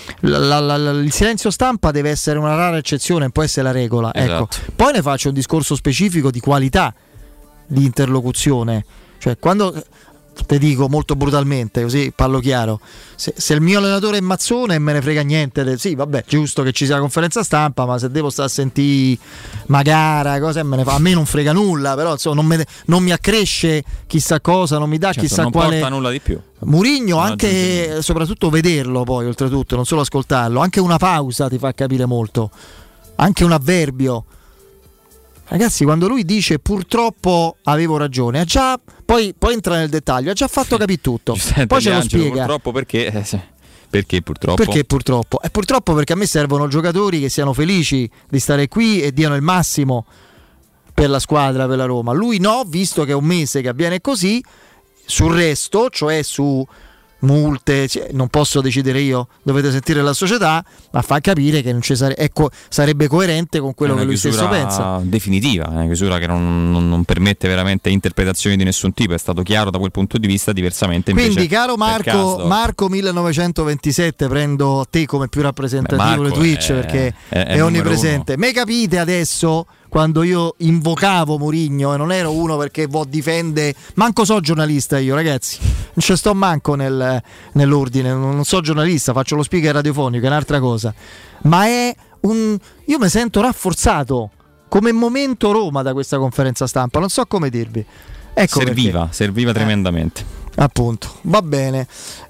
S1: Il silenzio stampa deve essere una rara eccezione, non può essere la regola.
S2: Esatto.
S1: Ecco. Poi ne faccio un discorso specifico di qualità di interlocuzione, cioè quando te dico molto brutalmente, così parlo chiaro, se il mio allenatore è mazzone e me ne frega niente, sì vabbè, giusto che ci sia la conferenza stampa, ma se devo stare a sentire Magara, cosa me ne fa, a me non frega nulla, però insomma, non mi accresce chissà cosa, non mi dà chissà
S2: non
S1: quale,
S2: porta nulla di più.
S1: Mourinho anche, soprattutto vederlo poi, oltretutto non solo ascoltarlo, anche una pausa ti fa capire molto, anche un avverbio. Ragazzi, quando lui dice purtroppo avevo ragione, ha già poi entra nel dettaglio, ha già fatto capire tutto. Poi ce lo spiega.
S2: Purtroppo perché purtroppo?
S1: Perché purtroppo? E purtroppo perché a me servono giocatori che siano felici di stare qui e diano il massimo per la squadra, per la Roma. Lui no, visto che è un mese che avviene così, sul resto, cioè su multe, non posso decidere io, dovete sentire la società, ma fa capire che non ci sarebbe coerente con quello che lui stesso pensa.
S2: Definitiva, una chiusura che non permette veramente interpretazioni di nessun tipo, è stato chiaro da quel punto di vista, diversamente invece.
S1: Quindi caro Marco 1927, prendo te come più rappresentativo di Twitch perché è onnipresente. Me capite adesso quando io invocavo Mourinho e non ero uno perché difende, manco so giornalista io, ragazzi, non ci sto manco nell'ordine, non so giornalista, faccio lo speaker radiofonico, è un'altra cosa, ma io mi sento rafforzato come momento Roma da questa conferenza stampa, non so come dirvi, Ecco,
S2: serviva tremendamente.
S1: Appunto, va bene.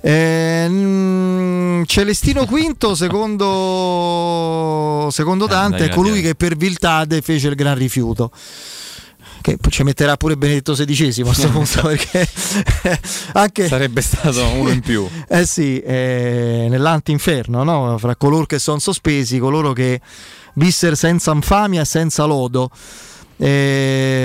S1: Celestino V, secondo Dante, è colui che per viltade fece il gran rifiuto. Che ci metterà pure Benedetto XVI a questo punto, perché anche
S2: sarebbe stato uno in più.
S1: Sì, nell'antinferno, no? Fra coloro che sono sospesi, coloro che vissero senza infamia e senza lodo. Cioè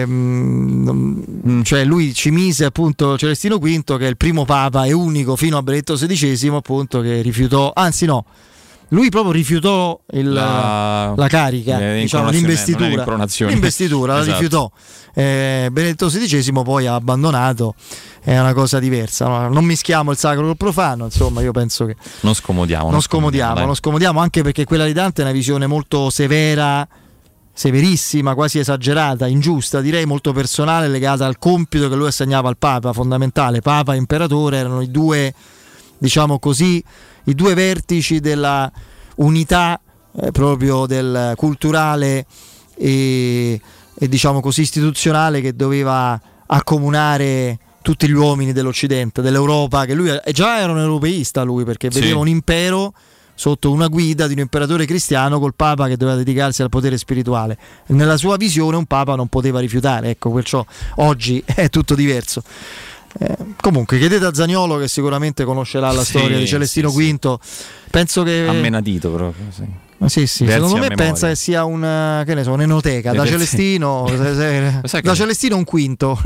S1: lui ci mise appunto Celestino V, che è il primo papa e unico fino a Benedetto XVI, appunto, che rifiutò, anzi no, lui proprio rifiutò la carica, diciamo, l'investitura
S2: esatto.
S1: La rifiutò. Benedetto XVI poi ha abbandonato, è una cosa diversa, no? Non mischiamo il sacro col profano, insomma, io penso che non scomodiamo, anche perché quella di Dante è una visione molto severa, severissima, quasi esagerata, ingiusta, direi, molto personale, legata al compito che lui assegnava al Papa, fondamentale. Papa e imperatore erano i due, diciamo così, i due vertici della unità proprio del culturale e diciamo così istituzionale, che doveva accomunare tutti gli uomini dell'Occidente, dell'Europa, che lui già era un europeista, lui, perché vedeva un impero sotto una guida di un imperatore cristiano col Papa che doveva dedicarsi al potere spirituale. Nella sua visione un Papa non poteva rifiutare, ecco, perciò oggi è tutto diverso. Comunque chiedete a Zaniolo, che sicuramente conoscerà la storia di Celestino V. Penso che
S2: ammenadito proprio,
S1: secondo me pensa che sia un'enoteca da Celestino da Celestino un quinto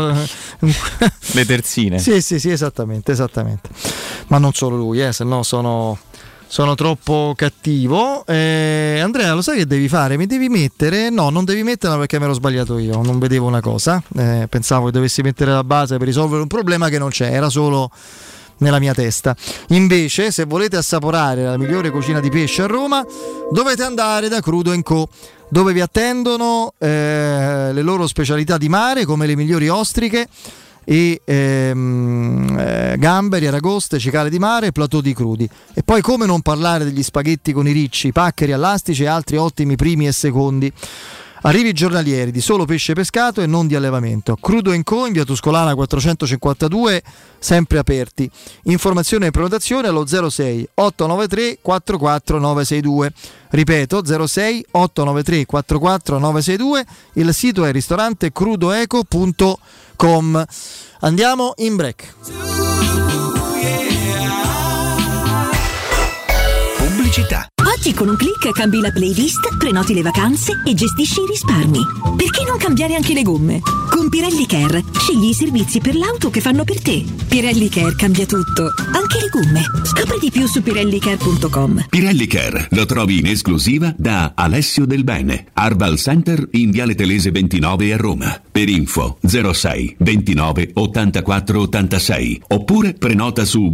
S2: le terzine.
S1: Sì, esattamente, ma non solo lui, se no sono troppo cattivo. Andrea, lo sai che devi fare? Mi devi mettere? No, non devi metterla, perché me l'ho sbagliato io, non vedevo una cosa, pensavo che dovessi mettere la base per risolvere un problema che non c'è, era solo nella mia testa. Invece, se volete assaporare la migliore cucina di pesce a Roma, dovete andare da Crudo & Co, dove vi attendono le loro specialità di mare, come le migliori ostriche e gamberi, aragoste, cicale di mare e plateau di crudi. E poi come non parlare degli spaghetti con i ricci, paccheri, allastici e altri ottimi primi e secondi. Arrivi giornalieri di solo pesce pescato e non di allevamento. Crudo & Co in via Tuscolana 452, sempre aperti. Informazione e prenotazione allo 06 893 44 962. Ripeto, 06 893 44 962. Il sito è ristorante crudoeco.com. Andiamo in break.
S3: Pubblicità. Oggi con un click cambi la playlist, prenoti le vacanze e gestisci i risparmi. Perché non cambiare anche le gomme? Con Pirelli Care scegli i servizi per l'auto che fanno per te. Pirelli Care cambia tutto, anche le gomme. Scopri di più su pirellicare.com.
S4: Pirelli Care lo trovi in esclusiva da Alessio Del Bene, Arbal Center in Viale Telese 29 a Roma. Per info 06 29 84 86 oppure prenota su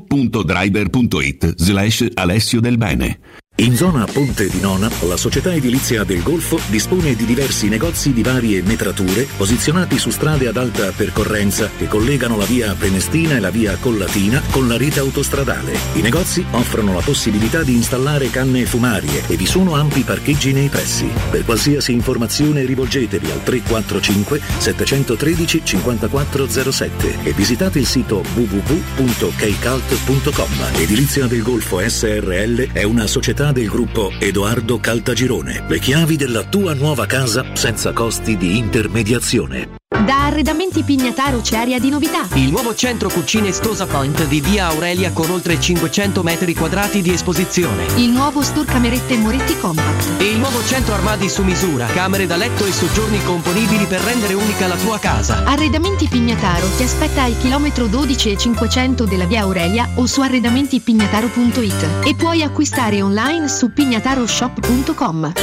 S4: www.driver.it/Alessio Del Bene.
S5: In zona Ponte di Nona, la società edilizia del Golfo dispone di diversi negozi di varie metrature posizionati su strade ad alta percorrenza che collegano la via Prenestina e la via Collatina con la rete autostradale. I negozi offrono la possibilità di installare canne fumarie e vi sono ampi parcheggi nei pressi. Per qualsiasi informazione rivolgetevi al 345 713 5407 e visitate il sito www.keicalt.com. Edilizia del Golfo SRL è una società del gruppo Edoardo Caltagirone. Le chiavi della tua nuova casa senza costi di intermediazione.
S6: Da Arredamenti Pignataro c'è aria di novità.
S7: Il nuovo centro cucine Stosa Point di via Aurelia con oltre 500 metri quadrati di esposizione.
S6: Il nuovo store camerette Moretti Compact.
S7: E il nuovo centro armadi su misura, camere da letto e soggiorni componibili per rendere unica la tua casa.
S6: Arredamenti Pignataro ti aspetta al chilometro 12 e 500 della via Aurelia o su arredamentipignataro.it e puoi acquistare online su pignataroshop.com.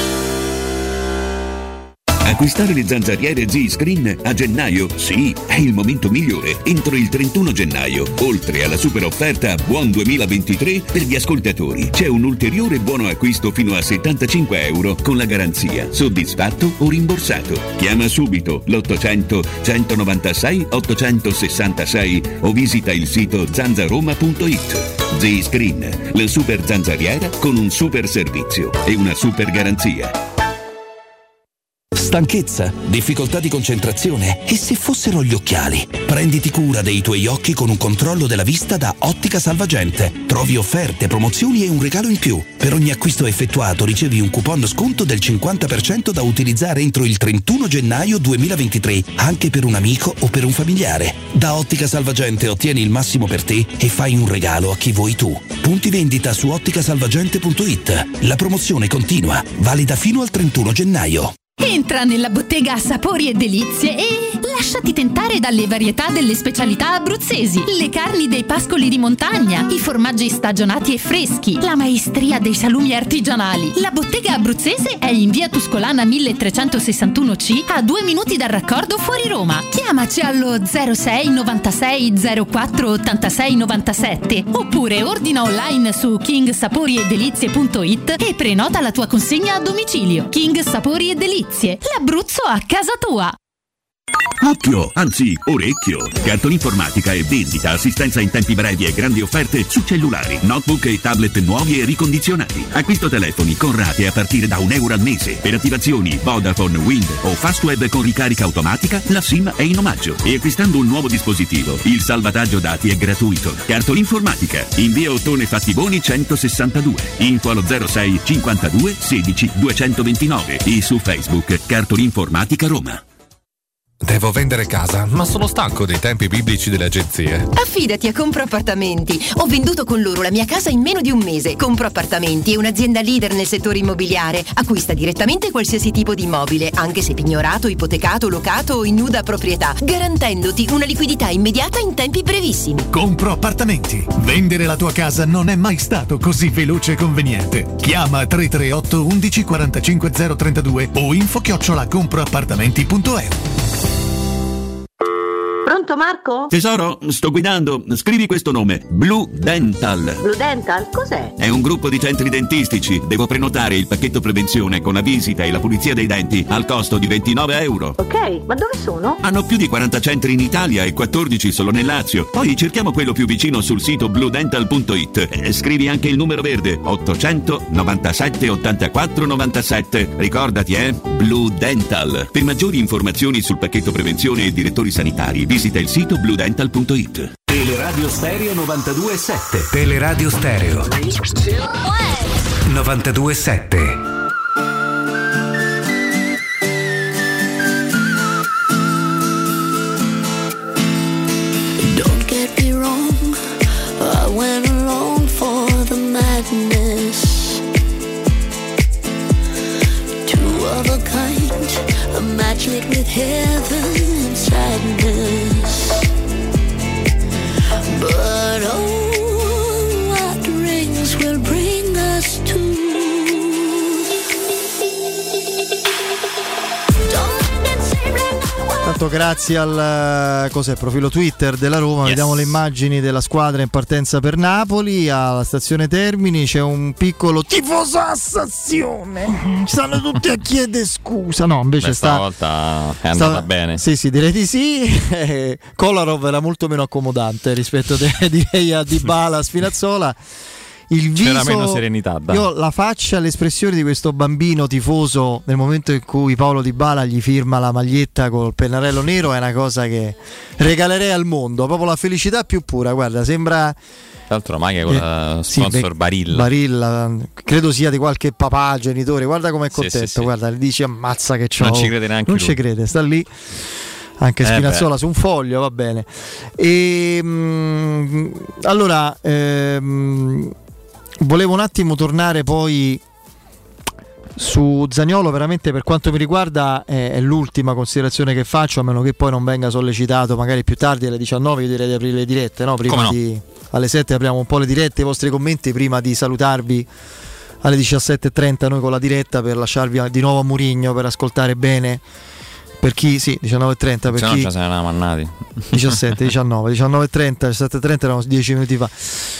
S4: Acquistare le zanzariere Z-Screen a gennaio? Sì, è il momento migliore. Entro il 31 gennaio, oltre alla super offerta Buon 2023 per gli ascoltatori, c'è un ulteriore buono acquisto fino a €75 con la garanzia soddisfatto o rimborsato. Chiama subito l'800 196 866 o visita il sito zanzaroma.it. Z-Screen, la super zanzariera con un super servizio e una super garanzia.
S8: stanchezza, difficoltà di concentrazione? E se fossero gli occhiali? Prenditi cura dei tuoi occhi con un controllo della vista da Ottica Salvagente. Trovi offerte, promozioni e un regalo in più. Per ogni acquisto effettuato ricevi un coupon sconto del 50% da utilizzare entro il 31 gennaio 2023, anche per un amico o per un familiare. Da Ottica Salvagente ottieni il massimo per te e fai un regalo a chi vuoi tu. Punti vendita su otticasalvagente.it. La promozione continua, valida fino al 31 gennaio.
S9: Entra nella bottega Sapori e Delizie e lasciati tentare dalle varietà delle specialità abruzzesi, le carni dei pascoli di montagna, i formaggi stagionati e freschi, la maestria dei salumi artigianali. La bottega abruzzese è in via Tuscolana 1361C, a 2 minuti dal raccordo fuori Roma. Chiamaci allo 06 96 04 86 97 oppure ordina online su kingsaporiedelizie.it e prenota la tua consegna a domicilio. King Sapori e Delizie, l'Abruzzo a casa tua.
S4: Occhio, anzi orecchio. Cartolinformatica e vendita, assistenza in tempi brevi e grandi offerte su cellulari, notebook e tablet nuovi e ricondizionati. Acquisto telefoni con rate a partire da €1 al mese. Per attivazioni Vodafone, Wind o Fastweb con ricarica automatica, la SIM è in omaggio. E acquistando un nuovo dispositivo, il salvataggio dati è gratuito. Cartolinformatica, in via Ottone Fattiboni 162. Info allo 06 52 16 229 e su Facebook Cartolinformatica Roma.
S10: Devo vendere casa, ma sono stanco dei tempi biblici delle agenzie.
S11: Affidati a Compro Appartamenti. Ho venduto con loro la mia casa in meno di un mese. Compro Appartamenti è un'azienda leader nel settore immobiliare. Acquista direttamente qualsiasi tipo di immobile, anche se pignorato, ipotecato, locato o in nuda proprietà, garantendoti una liquidità immediata in tempi brevissimi.
S12: Compro Appartamenti. Vendere la tua casa non è mai stato così veloce e conveniente. Chiama 338 11 45 032 o info@comproappartamenti.eu.
S13: Pronto Marco?
S4: Tesoro, sto guidando. Scrivi questo nome: Blue Dental.
S13: Blue Dental? Cos'è?
S4: È un gruppo di centri dentistici. Devo prenotare il pacchetto prevenzione con la visita e la pulizia dei denti al costo di €29.
S13: Ok, ma dove sono?
S4: Hanno più di 40 centri in Italia e 14 solo nel Lazio. Poi cerchiamo quello più vicino sul sito bluedental.it. Scrivi anche il numero verde: 800 97 84 97. Ricordati, Blue Dental. Per maggiori informazioni sul pacchetto prevenzione e direttori sanitari, visita il sito bluedental.it.
S5: Teleradio Stereo 92.7. Teleradio Stereo 92.7.
S14: Don't get me wrong, I went along for the madness. Two of a kind, a match made with heaven and sadness. But oh, what rings will bring us to.
S1: Tanto grazie al profilo Twitter della Roma, vediamo le immagini della squadra in partenza per Napoli. Alla stazione Termini c'è un piccolo tifosassazione. Ci stanno tutti a chiedere scusa. No, invece
S2: stavolta è andata bene.
S1: Sì, direi di sì. Kolarov era molto meno accomodante rispetto direi a Dybala, Spinazzola. Il viso,
S2: c'era meno serenità.
S1: Io la faccia, l'espressione di questo bambino tifoso nel momento in cui Paolo Dybala gli firma la maglietta col pennarello nero è una cosa che regalerei al mondo, proprio la felicità più pura. Guarda, sembra.
S2: Tra l'altro la maglia con la sponsor
S1: Barilla, credo sia di qualche papà, genitore. Guarda com'è contento, sì. Guarda, gli dici ammazza che c'ho.
S2: Non ci crede neanche
S1: lui.
S2: Non
S1: ci crede, sta lì. Anche Spinazzola su un foglio, va bene. Allora volevo un attimo tornare poi su Zaniolo. Veramente, per quanto mi riguarda, è l'ultima considerazione che faccio, a meno che poi non venga sollecitato magari più tardi alle 19. Io direi di aprire le dirette, no? Alle 7 apriamo un po' le dirette, i vostri commenti prima di salutarvi alle 17.30 noi con la diretta, per lasciarvi di nuovo a Murigno per ascoltare bene. Per chi 19.30, per chi
S2: già se ne eravamo mannati.
S1: 19.30, 17.30 erano 10 minuti fa.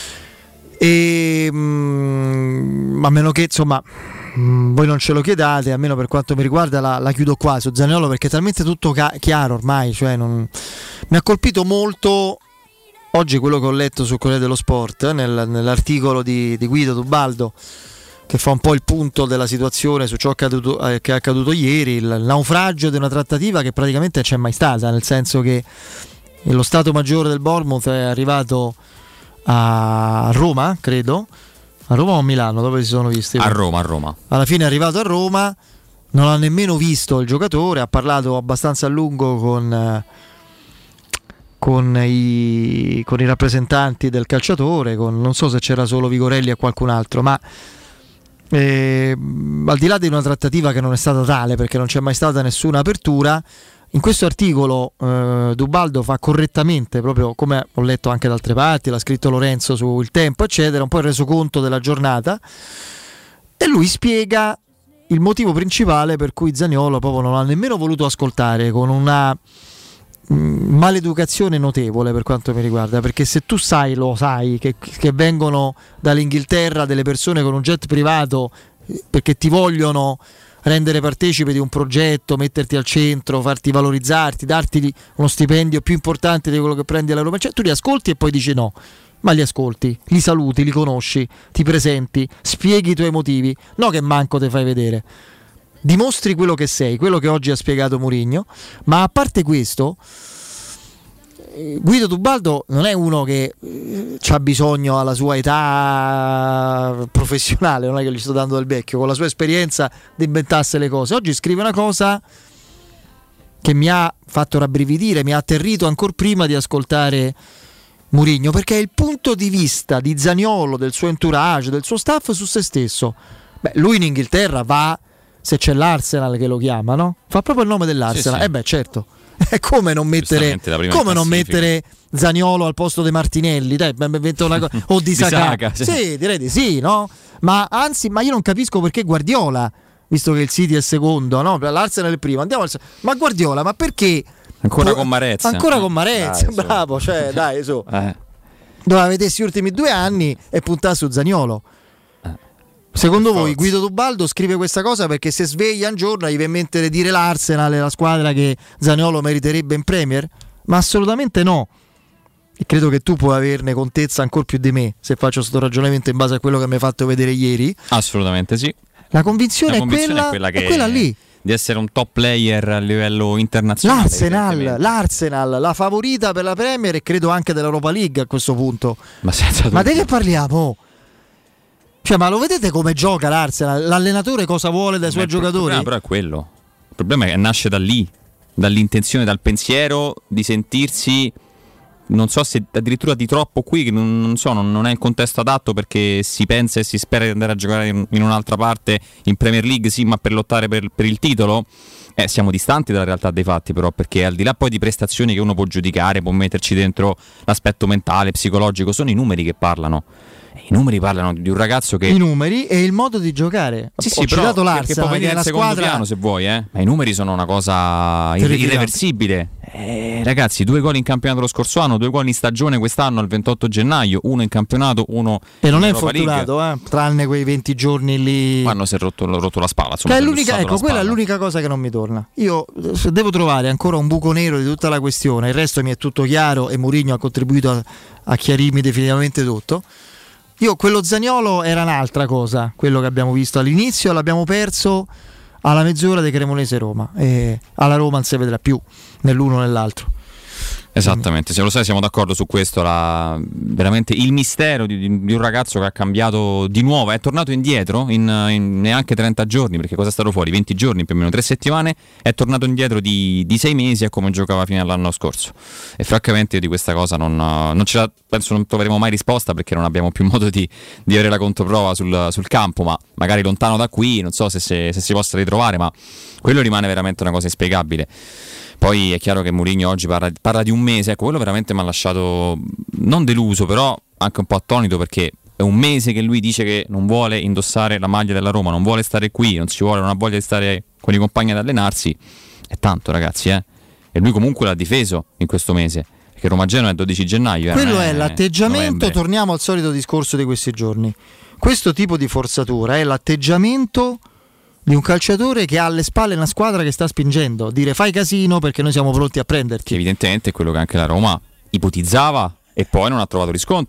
S1: A meno che insomma voi non ce lo chiedate, almeno per quanto mi riguarda la chiudo qua su Zaniolo, perché è talmente tutto chiaro ormai, cioè mi ha colpito molto oggi quello che ho letto sul Corriere dello Sport, nell'articolo di Guido Tubaldo, che fa un po' il punto della situazione su ciò che è accaduto ieri, il naufragio di una trattativa che praticamente non c'è mai stata, nel senso che lo Stato Maggiore del Bournemouth è arrivato a Roma, credo, a Roma o a Milano, dove si sono visti?
S2: A Roma. Alla
S1: fine è arrivato a Roma, non ha nemmeno visto il giocatore, ha parlato abbastanza a lungo con i rappresentanti del calciatore, non so se c'era solo Vigorelli e qualcun altro, ma al di là di una trattativa che non è stata tale perché non c'è mai stata nessuna apertura, in questo articolo Dubaldo fa correttamente, proprio come ho letto anche da altre parti, l'ha scritto Lorenzo su Il Tempo eccetera, un po' il resoconto della giornata, e lui spiega il motivo principale per cui Zaniolo proprio non ha nemmeno voluto ascoltare, con una maleducazione notevole per quanto mi riguarda, perché se tu lo sai che vengono dall'Inghilterra delle persone con un jet privato perché ti vogliono rendere partecipe di un progetto, metterti al centro, farti valorizzarti, darti uno stipendio più importante di quello che prendi alla Roma, cioè tu li ascolti e poi dici no, ma li ascolti, li saluti, li conosci, ti presenti, spieghi i tuoi motivi, no che manco te fai vedere, dimostri quello che sei, quello che oggi ha spiegato Mourinho. Ma a parte questo, Guido Dubaldo non è uno che c'ha bisogno alla sua età professionale, non è che gli sto dando del vecchio, con la sua esperienza di inventarsi le cose. Oggi scrive una cosa che mi ha fatto rabbrividire, mi ha atterrito ancora prima di ascoltare Mourinho, perché è il punto di vista di Zaniolo, del suo entourage, del suo staff su se stesso. Beh, lui in Inghilterra va, se c'è l'Arsenal che lo chiama, no? Fa proprio il nome dell'Arsenal.
S2: Sì.
S1: Beh, certo. È come non mettere Zaniolo al posto di Martinelli, dai, una cosa, o di Saka. Sì, direi di sì, no? Ma anzi, io non capisco perché Guardiola, visto che il City è secondo, no? L'Arsenal è il primo, andiamo ma Guardiola, ma perché
S2: ancora con Marezza?
S1: Dai, bravo, cioè, dai, su. Doveva vedersi gli ultimi 2 anni e puntare su Zaniolo. Secondo voi Guido Dubaldo scrive questa cosa perché se sveglia un giorno gli viene in mente di dire l'Arsenal è la squadra che Zaniolo meriterebbe in Premier? Ma assolutamente no. E credo che tu puoi averne contezza ancora più di me se faccio questo ragionamento in base a quello che mi hai fatto vedere ieri.
S2: Assolutamente sì.
S1: La convinzione è quella lì.
S2: Di essere un top player a livello internazionale.
S1: L'Arsenal, la favorita per la Premier e credo anche dell'Europa League a questo punto.
S2: Ma
S1: di che parliamo? Cioè, ma lo vedete come gioca l'Arsenal? L'allenatore cosa vuole dai suoi giocatori?
S2: Però è quello. Il problema è che nasce da lì, dall'intenzione, dal pensiero di sentirsi, non so se addirittura di troppo qui, che non è il contesto adatto, perché si pensa e si spera di andare a giocare in un'altra parte, in Premier League, sì, ma per lottare per il titolo. Siamo distanti dalla realtà dei fatti, però, perché al di là poi di prestazioni che uno può giudicare, può metterci dentro l'aspetto mentale, psicologico, sono i numeri che parlano. I numeri parlano di un ragazzo che...
S1: I numeri e il modo di giocare.
S2: Sì, ho citato l'Arsenal, che può venire in secondo piano se vuoi, ma i numeri sono una cosa irreversibile. Ragazzi, 2 gol in campionato lo scorso anno, 2 gol in stagione quest'anno, il 28 gennaio, 1 in campionato, 1
S1: e non è infortunato, tranne quei 20 giorni lì.
S2: Quando si è rotto la spalla, insomma,
S1: che è l'unica, quella è l'unica cosa che non mi torna. Io devo trovare ancora un buco nero di tutta la questione, il resto mi è tutto chiaro e Mourinho ha contribuito a chiarirmi definitivamente tutto. Quello Zaniolo era un'altra cosa, quello che abbiamo visto all'inizio, l'abbiamo perso alla mezz'ora di Cremonese-Roma e alla Roma non si vedrà più né l'uno né l'altro.
S2: Esattamente, se lo sai siamo d'accordo su questo, veramente il mistero di un ragazzo che ha cambiato di nuovo, è tornato indietro in neanche 30 giorni, perché cosa è stato fuori? 20 giorni, più o meno 3 settimane, è tornato indietro di 6 mesi a come giocava fino all'anno scorso, e francamente io di questa cosa penso non troveremo mai risposta, perché non abbiamo più modo di avere la controprova sul campo, ma magari lontano da qui non so se si possa ritrovare, ma quello rimane veramente una cosa inspiegabile. Poi è chiaro che Mourinho oggi parla di un mese, quello veramente mi ha lasciato non deluso, però anche un po' attonito, perché è un mese che lui dice che non vuole indossare la maglia della Roma, non vuole stare qui, non ha voglia di stare con i compagni ad allenarsi. È tanto, ragazzi, e lui comunque l'ha difeso in questo mese, perché Roma-Genoa è 12 gennaio.
S1: Quello è l'atteggiamento, novembre. Torniamo al solito discorso di questi giorni. Questo tipo di forzatura è l'atteggiamento di un calciatore che ha alle spalle una squadra che sta spingendo, dire fai casino perché noi siamo pronti a prenderti.
S2: Che evidentemente è quello che anche la Roma ipotizzava e poi non ha trovato riscontro, però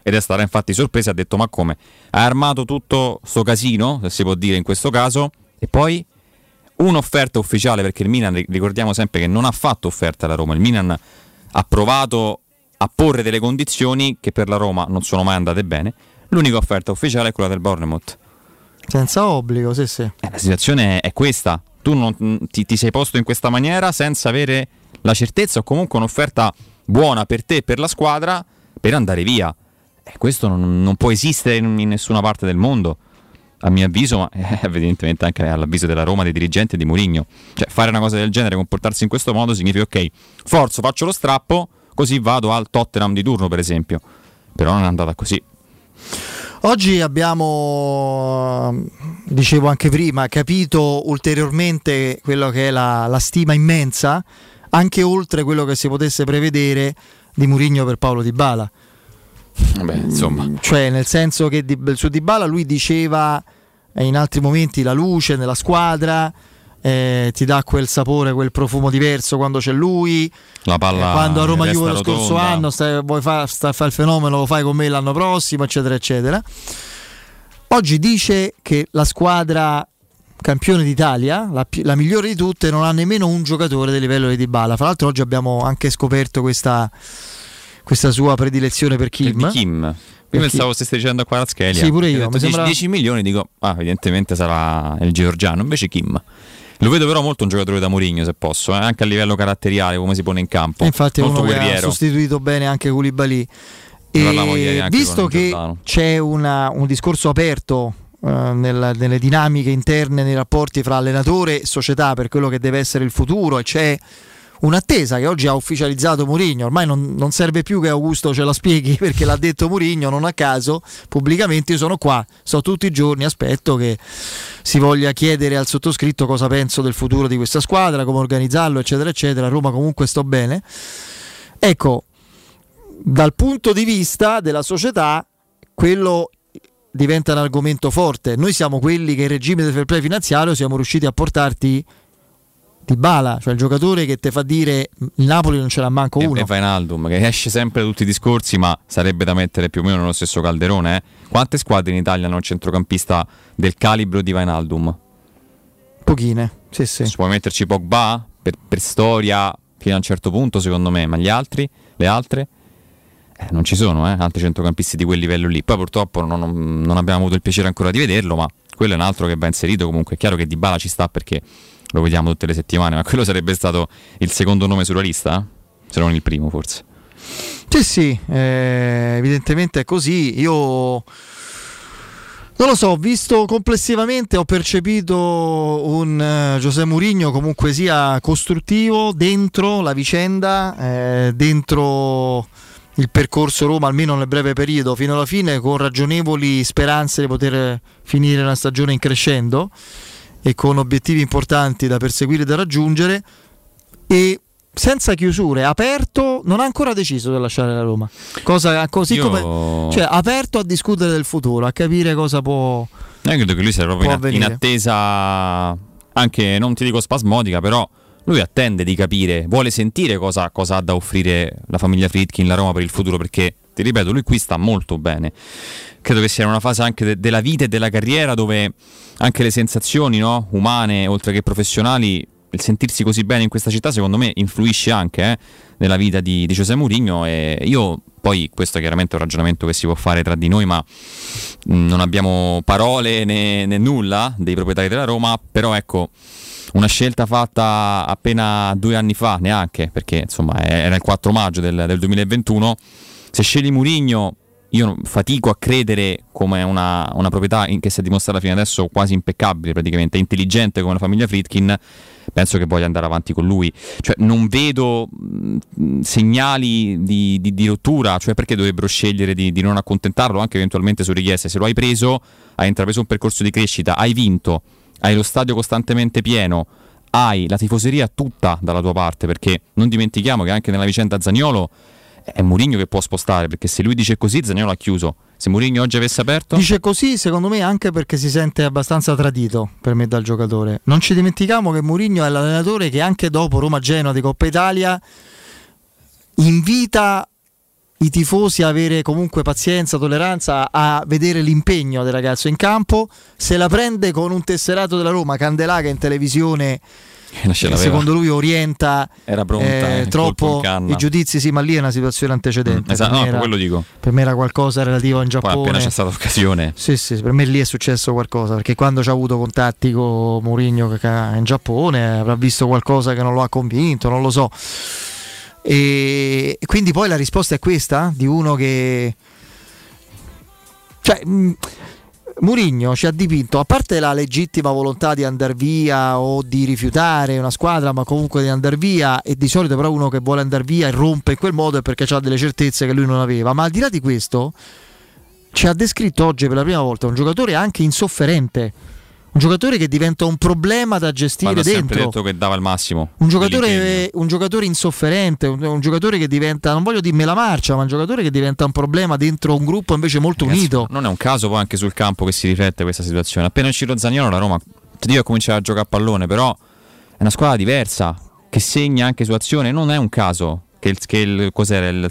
S2: ed è stata infatti sorpresa, ha detto: ma come? Ha armato tutto sto casino, se si può dire in questo caso, e poi un'offerta ufficiale, perché il Milan, ricordiamo sempre che non ha fatto offerta alla Roma, il Milan ha provato a porre delle condizioni che per la Roma non sono mai andate bene. L'unica offerta ufficiale è quella del Bournemouth.
S1: Senza obbligo, sì.
S2: La situazione è questa. Tu non, ti sei posto in questa maniera senza avere la certezza o comunque un'offerta buona per te e per la squadra per andare via. Questo non può esistere in nessuna parte del mondo, a mio avviso, ma evidentemente anche all'avviso della Roma, dei dirigenti e di Mourinho. Cioè, fare una cosa del genere, comportarsi in questo modo significa: ok, forzo, faccio lo strappo, così vado al Tottenham di turno, per esempio. Però non è andata così.
S1: Oggi abbiamo, dicevo anche prima, capito ulteriormente quello che è la stima immensa, anche oltre quello che si potesse prevedere, di Mourinho per Paulo Dybala.
S2: Beh, insomma,
S1: cioè, nel senso che su Dybala lui diceva in altri momenti la luce nella squadra, ti dà quel sapore, quel profumo diverso quando c'è lui.
S2: La palla,
S1: quando a Roma Juve lo scorso anno vuoi fare il fenomeno, lo fai con me l'anno prossimo, eccetera eccetera. Oggi dice che la squadra campione d'Italia, la migliore di tutte, non ha nemmeno un giocatore del livello di Dybala. Fra l'altro oggi abbiamo anche scoperto questa sua predilezione per Kim.
S2: Io pensavo stesse dicendo a Kvaratskhelia.
S1: Sì, pure io.
S2: Mi sembra 10 milioni, dico, evidentemente sarà il georgiano, invece Kim. Lo vedo però molto un giocatore da Mourinho, se posso, anche a livello caratteriale, come si pone in campo.
S1: Infatti è
S2: molto
S1: uno
S2: guerriero.
S1: Che ha sostituito bene anche Koulibaly. E visto che c'è un discorso aperto nelle dinamiche interne, nei rapporti fra allenatore e società per quello che deve essere il futuro, e c'è un'attesa che oggi ha ufficializzato Mourinho, ormai non serve più che Augusto ce la spieghi, perché l'ha detto Mourinho, non a caso, pubblicamente: io sono qua, sto tutti i giorni, aspetto che si voglia chiedere al sottoscritto cosa penso del futuro di questa squadra, come organizzarlo, eccetera eccetera. A Roma comunque sto bene. Ecco, dal punto di vista della società quello diventa un argomento forte. Noi siamo quelli che in regime di fair play finanziario siamo riusciti a portarti Dybala, cioè il giocatore che ti fa dire il Napoli non ce l'ha manco uno.
S2: E Wijnaldum, che esce sempre da tutti i discorsi, ma sarebbe da mettere più o meno nello stesso calderone. Quante squadre in Italia hanno un centrocampista del calibro di Wijnaldum?
S1: Pochine, sì.
S2: Puoi metterci Pogba per storia fino a un certo punto, secondo me, ma le altre non ci sono, altri centrocampisti di quel livello lì. Poi purtroppo non abbiamo avuto il piacere ancora di vederlo, ma quello è un altro che va inserito. Comunque è chiaro che Dybala ci sta, perché lo vediamo tutte le settimane, ma quello sarebbe stato il secondo nome sulla lista? Se non il primo, forse.
S1: Sì, evidentemente è così. Io non lo so, visto complessivamente ho percepito un José Mourinho comunque sia costruttivo dentro la vicenda, dentro il percorso Roma, almeno nel breve periodo, fino alla fine, con ragionevoli speranze di poter finire una stagione in crescendo e con obiettivi importanti da perseguire e da raggiungere, e senza chiusure, aperto, non ha ancora deciso di lasciare la Roma, cosa così come, cioè, aperto a discutere del futuro, a capire cosa può.
S2: Credo che lui sia proprio in attesa, anche non ti dico spasmodica, però lui attende di capire, vuole sentire cosa ha da offrire la famiglia Friedkin, la Roma, per il futuro, perché ti ripeto, lui qui sta molto bene. Credo che sia in una fase anche della vita e della carriera dove anche le sensazioni, no, umane oltre che professionali, il sentirsi così bene in questa città, secondo me influisce anche nella vita di José Mourinho. E io poi, questo chiaramente è un ragionamento che si può fare tra di noi, ma non abbiamo parole né nulla dei proprietari della Roma, però ecco, una scelta fatta appena 2 anni fa, neanche, perché insomma era il 4 maggio del 2021, se scegli Mourinho io fatico a credere come una proprietà che si è dimostrata fino adesso quasi impeccabile, praticamente intelligente come la famiglia Friedkin, penso che voglia andare avanti con lui. Cioè non vedo segnali di rottura, cioè perché dovrebbero scegliere di non accontentarlo anche eventualmente su richiesta. Se lo hai preso, hai intrapreso un percorso di crescita, hai vinto, hai lo stadio costantemente pieno, hai la tifoseria tutta dalla tua parte, perché non dimentichiamo che anche nella vicenda Zaniolo è Mourinho che può spostare, perché se lui dice così Zaniolo ha chiuso. Se Mourinho oggi avesse aperto,
S1: dice così, secondo me anche perché si sente abbastanza tradito per me dal giocatore. Non ci dimentichiamo che Mourinho è l'allenatore che anche dopo Roma-Genoa di Coppa Italia invita i tifosi a avere comunque pazienza, tolleranza a vedere l'impegno del ragazzo in campo. Se la prende con un tesserato della Roma, Candelà, che in televisione secondo lui orienta
S2: era pronta,
S1: troppo i giudizi, sì, ma lì è una situazione antecedente.
S2: Esatto, no, quello dico.
S1: Per me era qualcosa relativo in Giappone.
S2: Poi appena c'è stata occasione.
S1: Sì, per me lì è successo qualcosa, perché quando c'ha avuto contatti con Mourinho in Giappone avrà visto qualcosa che non lo ha convinto, non lo so. E quindi poi la risposta è questa, di uno che Mourinho ci ha dipinto, a parte la legittima volontà di andare via o di rifiutare una squadra, ma comunque di andare via, e di solito però uno che vuole andare via e rompe in quel modo è perché ha delle certezze che lui non aveva. Ma al di là di questo ci ha descritto oggi per la prima volta un giocatore anche insofferente, un giocatore che diventa un problema da gestire dentro.
S2: Ma ha sempre detto che dava il massimo.
S1: Un giocatore insofferente, un giocatore che diventa, non voglio dirmi la marcia, ma un giocatore che diventa un problema dentro un gruppo invece molto unito.
S2: Non è un caso poi anche sul campo che si riflette questa situazione. Appena uscito Zaniolo, la Roma, ti dico, cominciava a giocare a pallone, però è una squadra diversa che segna anche su azione. Non è un caso che cos'era il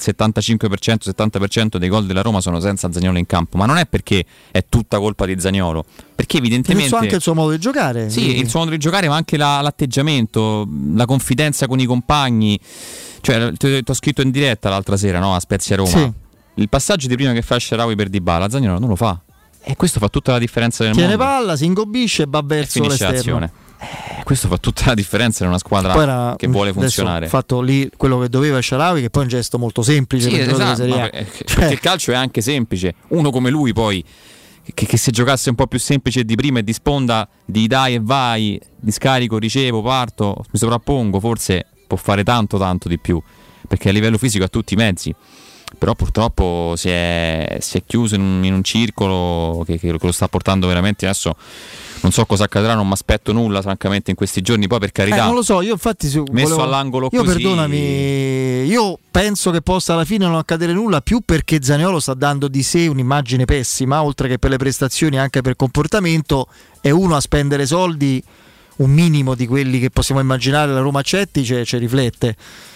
S2: 75%-70% dei gol della Roma sono senza Zaniolo in campo, ma non è perché è tutta colpa di Zaniolo, perché evidentemente
S1: anche il suo modo di giocare.
S2: Sì, il suo modo di giocare, ma anche l'atteggiamento, la confidenza con i compagni. Cioè, ti ho scritto in diretta l'altra sera, no, a Spezia Roma. Sì. Il passaggio di prima che fa Shaarawy per Dybala, Zaniolo non lo fa. E questo fa tutta la differenza del mondo.
S1: Tiene palla, si ingobisce e va verso l'esterno. L'azione.
S2: Questo fa tutta la differenza in una squadra che vuole funzionare.
S1: Fatto lì quello che doveva Shaarawy, che poi è un gesto molto semplice.
S2: Sì, esatto, perché il calcio è anche semplice. Uno come lui poi, che se giocasse un po' più semplice di prima e di sponda, di dai e vai, di scarico, ricevo, parto, mi sovrappongo, forse può fare tanto di più, perché a livello fisico ha tutti i mezzi. Però purtroppo si è chiuso in un circolo che lo sta portando veramente. Adesso non so cosa accadrà, non mi aspetto nulla francamente in questi giorni, poi per carità
S1: non lo so, io infatti
S2: all'angolo
S1: io
S2: così,
S1: perdonami, io penso che possa alla fine non accadere nulla, più perché Zaniolo sta dando di sé un'immagine pessima, oltre che per le prestazioni anche per comportamento. È uno a spendere soldi, un minimo di quelli che possiamo immaginare la Roma accetti, ci riflette.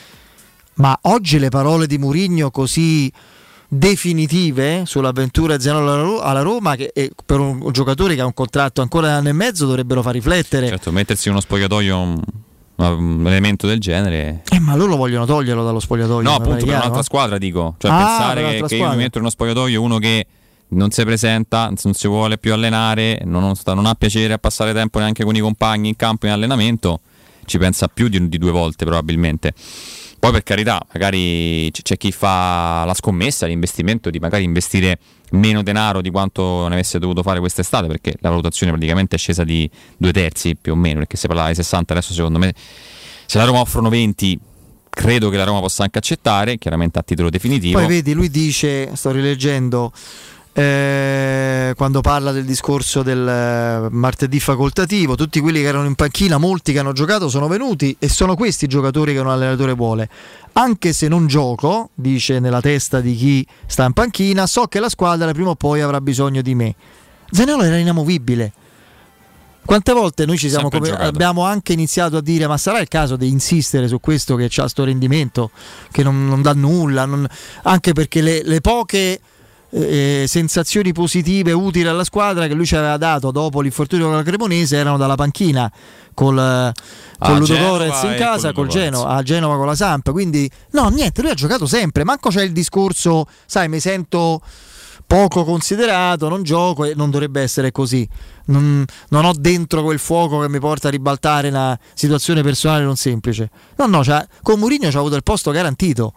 S1: Ma oggi le parole di Mourinho così definitive sull'avventura Zaniolo alla Roma, che per un giocatore che ha un contratto ancora di un anno e mezzo, dovrebbero far riflettere.
S2: Certo, mettersi in uno spogliatoio un elemento del genere.
S1: Ma loro vogliono toglierlo dallo spogliatoio.
S2: No, appunto, per un'altra squadra dico. Cioè pensare che io mi metto in uno spogliatoio uno che non si presenta, non si vuole più allenare, non ha piacere a passare tempo neanche con i compagni in campo in allenamento, ci pensa più di 2 volte probabilmente. Poi per carità, magari c'è chi fa la scommessa, l'investimento di magari investire meno denaro di quanto ne avesse dovuto fare quest'estate, perché la valutazione praticamente è scesa di 2/3 più o meno, perché si parlava di 60, adesso secondo me se la Roma offrono 20 credo che la Roma possa anche accettare, chiaramente a titolo definitivo.
S1: Poi vedi, lui dice, sto rileggendo, quando parla del discorso del martedì facoltativo, tutti quelli che erano in panchina, molti che hanno giocato sono venuti, e sono questi i giocatori che un allenatore vuole. Anche se non gioco, dice nella testa di chi sta in panchina, so che la squadra prima o poi avrà bisogno di me. Zaniolo era inamovibile. Quante volte noi abbiamo anche iniziato a dire: ma sarà il caso di insistere su questo che c'ha sto rendimento che non dà nulla, anche perché le poche sensazioni positive utili alla squadra che lui ci aveva dato dopo l'infortunio con la Cremonese erano dalla panchina con Ludogorets in casa, col Genova, a Genova con la Samp. Quindi no, niente, lui ha giocato sempre. Manco c'è il discorso, sai, mi sento poco considerato, non gioco, e non dovrebbe essere così. Non ho dentro quel fuoco che mi porta a ribaltare una situazione personale non semplice. No, con Mourinho c'ha avuto il posto garantito.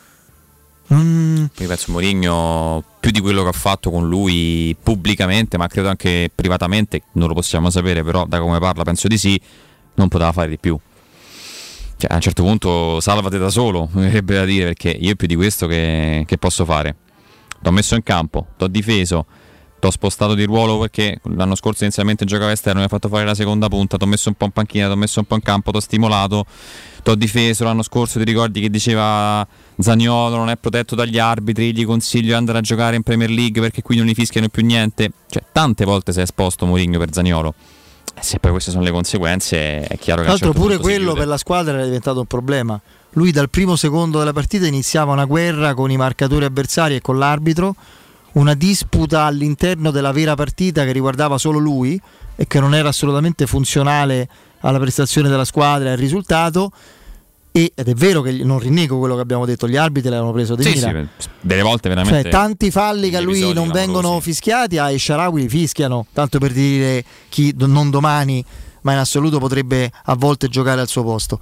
S2: Io penso Mourinho, più di quello che ha fatto con lui pubblicamente, ma credo anche privatamente, non lo possiamo sapere, però da come parla penso di sì, non poteva fare di più. Cioè, a un certo punto salvate da solo, mi verrebbe da dire, perché io più di questo che posso fare? T'ho messo in campo, t'ho difeso, t'ho spostato di ruolo perché l'anno scorso inizialmente giocava esterno, mi ha fatto fare la seconda punta, t'ho messo un po' in panchina, t'ho messo un po' in campo, t'ho stimolato, t'ho difeso. L'anno scorso ti ricordi che diceva Zaniolo non è protetto dagli arbitri, gli consiglio di andare a giocare in Premier League perché qui non gli fischiano più niente. Cioè, tante volte si è esposto Mourinho per Zaniolo, e se poi queste sono le conseguenze è chiaro che
S1: tra l'altro pure quello per la squadra era diventato un problema. lui dal primo secondo della partita iniziava una guerra con i marcatori avversari e con l'arbitro, una disputa all'interno della vera partita che riguardava solo lui e che non era assolutamente funzionale alla prestazione della squadra e al risultato. Ed è vero che non rinnego quello che abbiamo detto, gli arbitri l'hanno preso di mira.
S2: Sì, delle volte veramente,
S1: cioè, tanti falli che a lui non vengono fischiati, a Esharawi li fischiano, tanto per dire chi non domani ma in assoluto potrebbe a volte giocare al suo posto.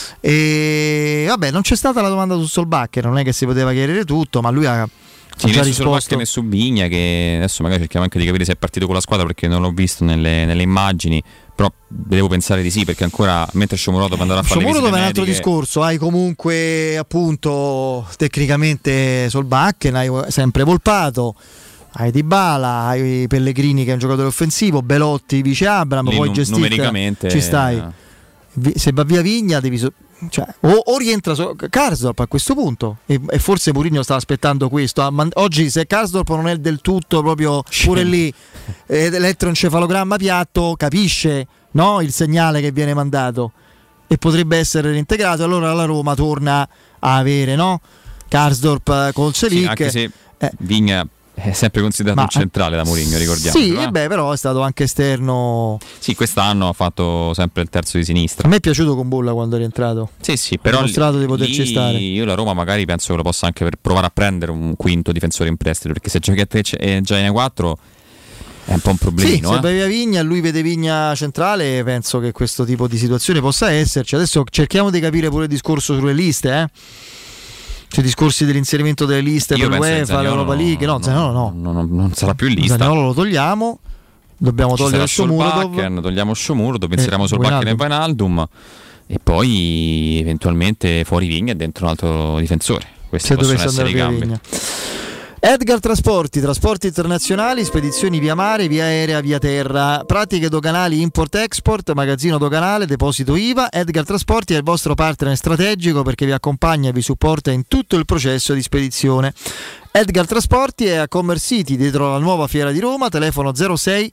S1: E vabbè, non c'è stata la domanda su Solbakken, non è che si poteva chiarire tutto, ma lui ha già risposto.
S2: Né su Vigna, che adesso magari cerchiamo anche di capire se è partito con la squadra, perché non l'ho visto nelle immagini, però devo pensare di sì, perché ancora mentre Shomurodov andrà a fare le visite mediche.
S1: È un altro discorso, hai comunque appunto tecnicamente Solbakken, hai sempre Volpato, hai Dybala, hai Pellegrini che è un giocatore offensivo, Belotti vice Abraham, poi gestire
S2: numericamente
S1: ci stai. Se va via Vigna devi o rientra Karsdorp a questo punto, e forse Mourinho sta aspettando questo. Oggi se Karsdorp non è del tutto proprio pure lì elettroencefalogramma piatto, capisce, no, il segnale che viene mandato e potrebbe essere reintegrato, allora la Roma torna a avere, no, Karsdorp con Selic,
S2: anche se Vigna è sempre considerato un centrale da Mourinho, ricordiamo.
S1: Sì, però è stato anche esterno.
S2: Sì, quest'anno ha fatto sempre il terzo di sinistra.
S1: A me è piaciuto con Bulla quando è rientrato.
S2: Sì, però ha
S1: dimostrato di poterci stare.
S2: Io la Roma magari penso che lo possa anche per provare a prendere un quinto difensore in prestito, perché se giochi a 3 e già in 4 è un po' un problemino.
S1: Sì, se vai via Vigna, lui vede Vigna centrale, penso che questo tipo di situazione possa esserci. Adesso cerchiamo di capire pure il discorso sulle liste, C'è discorsi dell'inserimento delle liste per l'UEFA, l'Europa League.
S2: Non sarà più in lista.
S1: Zaniolo lo togliamo, dobbiamo togliere
S2: Shomurodov, togliamo Shomurodov, inseriamo Solbakken e Wijnaldum, e poi eventualmente fuori Vigna e dentro un altro difensore. Questi possono essere i cambi.
S1: Edgar Trasporti internazionali, spedizioni via mare, via aerea, via terra, pratiche doganali import-export, magazzino doganale, deposito IVA. Edgar Trasporti è il vostro partner strategico perché vi accompagna e vi supporta in tutto il processo di spedizione. Edgar Trasporti è a Commerce City, dietro la nuova fiera di Roma, telefono 06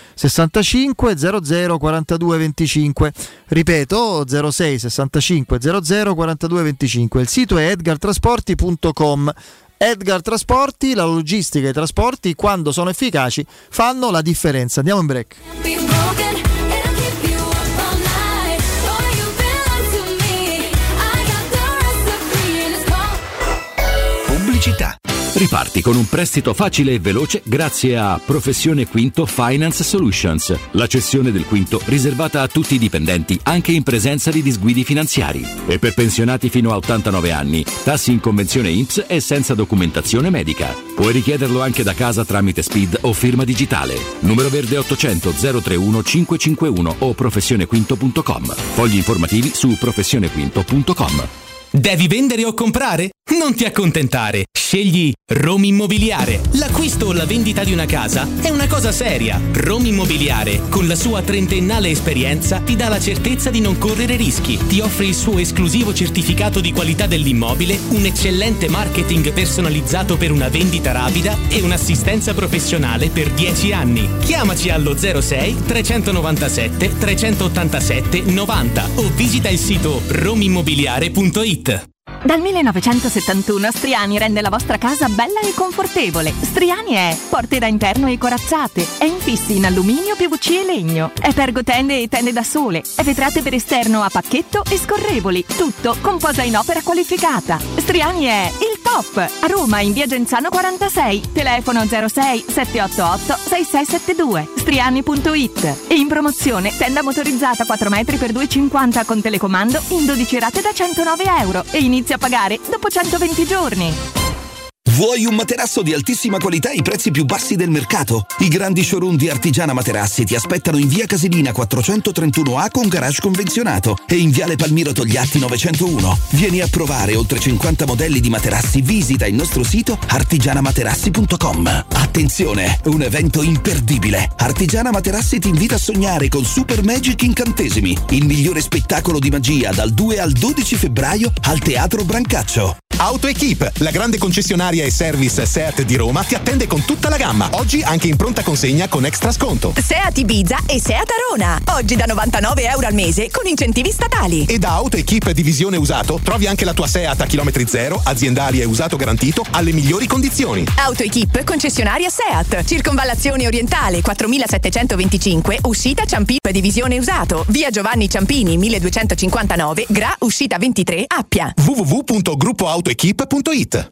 S1: 65 00 42 25, ripeto 06 65 00 42 25. Il sito è edgartrasporti.com. Edgar Trasporti, la logistica e i trasporti, quando sono efficaci, fanno la differenza. Andiamo in break.
S8: Pubblicità. Riparti con un prestito facile e veloce grazie a Professione Quinto Finance Solutions, la cessione del quinto riservata a tutti i dipendenti anche in presenza di disguidi finanziari, e per pensionati fino a 89 anni, tassi in convenzione INPS e senza documentazione medica. Puoi richiederlo anche da casa tramite SPID o firma digitale. Numero verde 800 031 551 o professionequinto.com. Fogli informativi su professionequinto.com.
S15: Devi vendere o comprare? Non ti accontentare. Scegli Roma Immobiliare. L'acquisto o la vendita di una casa è una cosa seria. Roma Immobiliare, con la sua 30ennale esperienza, ti dà la certezza di non correre rischi. Ti offre il suo esclusivo certificato di qualità dell'immobile, un eccellente marketing personalizzato per una vendita rapida e un'assistenza professionale per 10 anni. Chiamaci allo 06 397 387 90 o visita il sito romimmobiliare.it.
S16: Dal 1971 Striani rende la vostra casa bella e confortevole. Striani è porte da interno e corazzate, è infissi in alluminio, PVC e legno, è pergotende e tende da sole, è vetrate per esterno a pacchetto e scorrevoli, tutto con posa in opera qualificata. Striani è il top! A Roma in via Genzano 46, telefono 06 788 6672, striani.it. E in promozione tenda motorizzata 4 metri per 2,50 con telecomando in 12 rate da €109 e inizia a pagare dopo 120 giorni.
S8: Vuoi un materasso di altissima qualità ai prezzi più bassi del mercato? I grandi showroom di Artigiana Materassi ti aspettano in via Casilina 431A con garage convenzionato e in viale Palmiro Togliatti 901. Vieni a provare oltre 50 modelli di materassi, visita il nostro sito artigianamaterassi.com. Attenzione, un evento imperdibile. Artigiana Materassi ti invita a sognare con Super Magic Incantesimi, il migliore spettacolo di magia dal 2 al 12 febbraio al Teatro Brancaccio.
S17: AutoEquip, la grande concessionaria e service Seat di Roma, ti attende con tutta la gamma. Oggi anche in pronta consegna con extra sconto.
S18: Seat Ibiza e Seat Arona. Oggi da €99 al mese con incentivi statali.
S17: E da AutoEquip Divisione Usato trovi anche la tua Seat a chilometri zero, aziendali e usato garantito alle migliori condizioni.
S18: AutoEquip concessionaria Seat. Circonvallazione orientale 4725, uscita Ciampino Divisione Usato. Via Giovanni Ciampini 1259, Gra uscita 23, Appia.
S17: www.gruppoautoequip.it.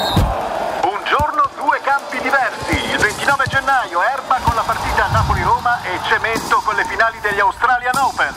S19: Un giorno, due campi diversi. Il 29 gennaio Erba con la partita Napoli-Roma e Cemento con le finali degli Australian Open.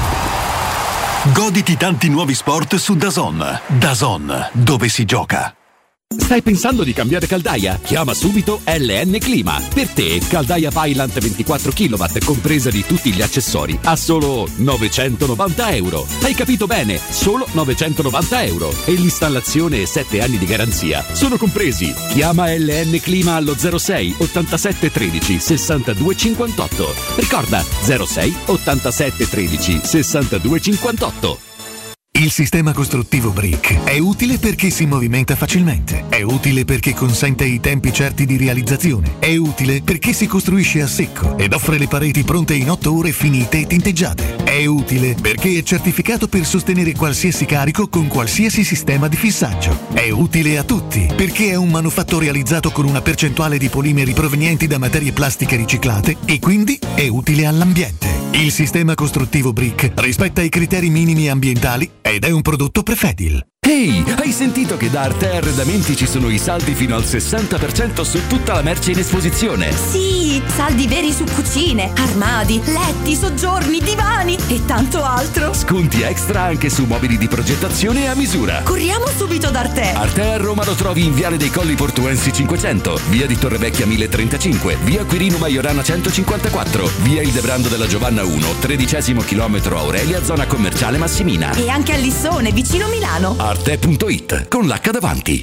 S20: Goditi tanti nuovi sport su DAZN. DAZN, dove si gioca.
S21: Stai pensando di cambiare caldaia? Chiama subito LN Clima. Per te, caldaia Pylant 24 kW, compresa di tutti gli accessori, a solo €990. Hai capito bene, solo €990. E l'installazione e 7 anni di garanzia sono compresi. Chiama LN Clima allo 06 87 13 62 58. Ricorda, 06 87 13 62 58.
S12: Il sistema costruttivo Brick è utile perché si movimenta facilmente, è utile perché consente i tempi certi di realizzazione, è utile perché si costruisce a secco ed offre le pareti pronte in 8 ore finite e tinteggiate, è utile perché è certificato per sostenere qualsiasi carico con qualsiasi sistema di fissaggio, è utile a tutti perché è un manufatto realizzato con una percentuale di polimeri provenienti da materie plastiche riciclate e quindi è utile all'ambiente. Il sistema costruttivo Brick rispetta i criteri minimi ambientali ed è un prodotto Prefedil.
S21: Ehi, hai sentito che da Arte Arredamenti ci sono i saldi fino al 60% su tutta la merce in esposizione?
S22: Sì, saldi veri su cucine, armadi, letti, soggiorni, divani e tanto altro.
S21: Sconti extra anche su mobili di progettazione a misura.
S22: Corriamo subito da Arte.
S21: Arte a Roma lo trovi in Viale dei Colli Portuensi 500, via di Torrevecchia 1035, via Quirino Maiorana 154, via Il Debrando della Giovanna 1, 13° chilometro Aurelia, zona commerciale Massimina.
S22: E anche a Lissone, vicino Milano.
S21: Arte.it con l'H davanti.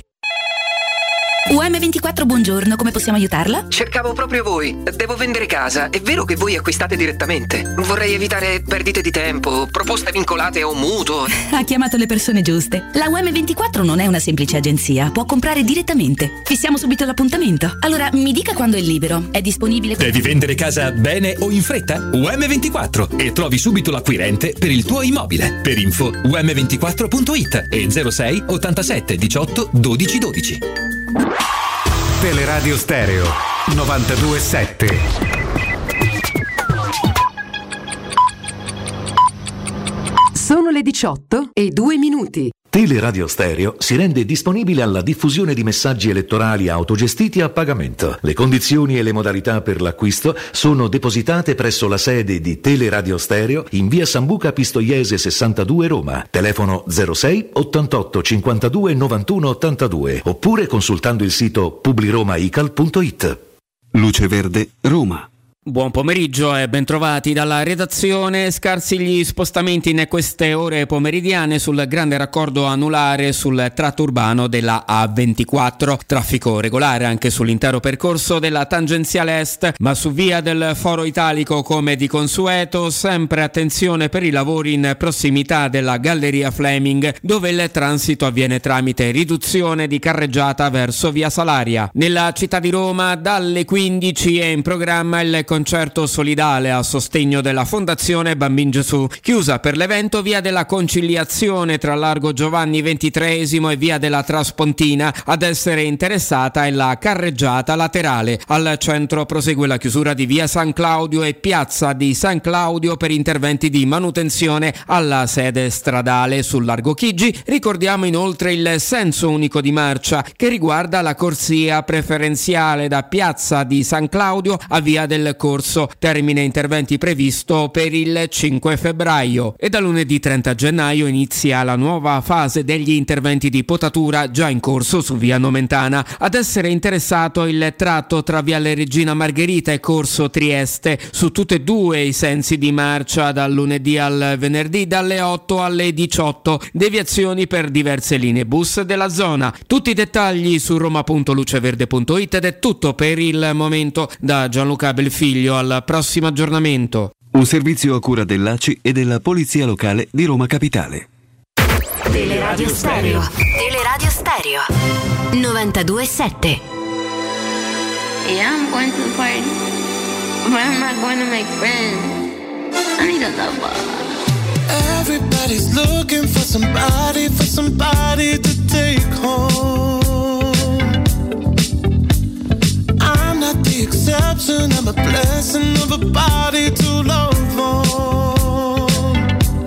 S23: UM24, buongiorno, come possiamo aiutarla?
S24: Cercavo proprio voi. Devo vendere casa. È vero che voi acquistate direttamente? Vorrei evitare perdite di tempo, proposte vincolate a un mutuo.
S23: Ha chiamato le persone giuste. La UM24 non è una semplice agenzia, può comprare direttamente. Fissiamo subito l'appuntamento. Allora, mi dica quando è libero. È disponibile?
S15: Devi vendere casa bene o in fretta? UM24 e trovi subito l'acquirente per il tuo immobile. Per info um24.it e 06 87 18 12 12.
S25: Teleradio Stereo 92.7.
S26: Sono le 18:02.
S5: Teleradio Stereo si rende disponibile alla diffusione di messaggi elettorali autogestiti a pagamento. Le condizioni e le modalità per l'acquisto sono depositate presso la sede di Teleradio Stereo in via Sambuca Pistoiese 62 Roma. Telefono 06 88 52 91 82 oppure consultando il sito publiromaical.it.
S27: Luce Verde, Roma.
S28: Buon pomeriggio e bentrovati dalla redazione. Scarsi gli spostamenti in queste ore pomeridiane sul grande raccordo anulare sul tratto urbano della A24. Traffico regolare anche sull'intero percorso della tangenziale est, ma su via del Foro Italico come di consueto. Sempre attenzione per i lavori in prossimità della Galleria Fleming, dove il transito avviene tramite riduzione di carreggiata verso via Salaria. Nella città di Roma dalle 15 è in programma il concerto solidale a sostegno della Fondazione Bambin Gesù. Chiusa per l'evento via della Conciliazione tra Largo Giovanni XXIII e via della Traspontina. Ad essere interessata è la carreggiata laterale. Al centro prosegue la chiusura di via San Claudio e piazza di San Claudio per interventi di manutenzione alla sede stradale. Sul Largo Chigi ricordiamo inoltre il senso unico di marcia che riguarda la corsia preferenziale da piazza di San Claudio a via del Corso, termine interventi previsto per il 5 febbraio. E da lunedì 30 gennaio inizia la nuova fase degli interventi di potatura già in corso su via Nomentana. Ad essere interessato il tratto tra viale Regina Margherita e Corso Trieste, su tutti e due i sensi di marcia dal lunedì al venerdì dalle 8 alle 18, deviazioni per diverse linee bus della zona. Tutti i dettagli su roma.luceverde.it ed è tutto per il momento. Da Gianluca Belfiglio al prossimo aggiornamento.
S27: Un servizio a cura dell'ACI e della Polizia Locale di Roma Capitale.
S26: Teleradio Stereo.
S22: Teleradio Stereo 92.7.
S3: Yeah, I'm going to the party, but I'm not going to make friends. I need a lover.
S4: Everybody's looking for somebody to take home. I'm not the exception, I'm a blessing of a body to love on.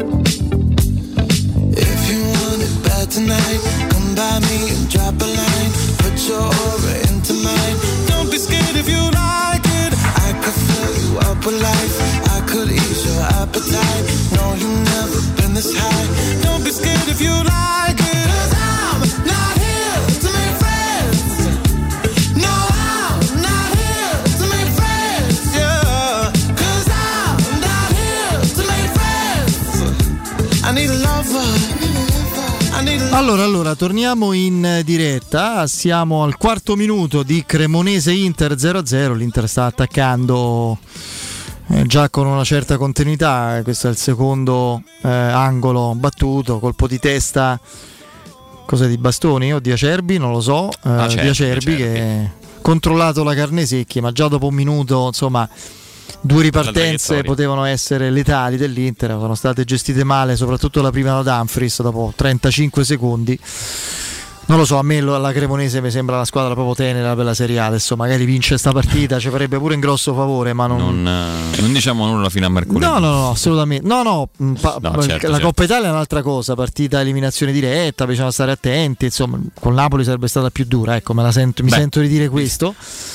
S4: If you want it bad tonight, come by me and drop a line. Put your aura into mine. Don't be scared if you like it. I could fill you up with life. I could ease your appetite. No, you've never been this high. Don't be scared if you like it. 'Cause I'm not here to make friends. No, I'm not here to make friends. Yeah. 'Cause I'm not here to make friends. I need a lover.
S1: Allora, torniamo in diretta, siamo al quarto minuto di Cremonese-Inter 0-0, l'Inter sta attaccando già con una certa continuità, questo è il secondo angolo battuto, colpo di testa, cos'è, di Bastoni o di Acerbi, non lo so, di Acerbi che ha controllato la Carnesecchi, ma già dopo un minuto, insomma, due ripartenze potevano essere letali dell'Inter, sono state gestite male, soprattutto la prima da Dumfries dopo 35 secondi. Non lo so, a me la Cremonese mi sembra la squadra proprio tenera per la Serie A, adesso magari vince sta partita, ci farebbe pure in grosso favore, ma non
S2: diciamo nulla fino a mercoledì.
S1: No, assolutamente.
S2: Certo.
S1: La Coppa Italia è un'altra cosa, partita eliminazione diretta, bisogna stare attenti, insomma, con Napoli sarebbe stata più dura, ecco, mi sento di dire questo.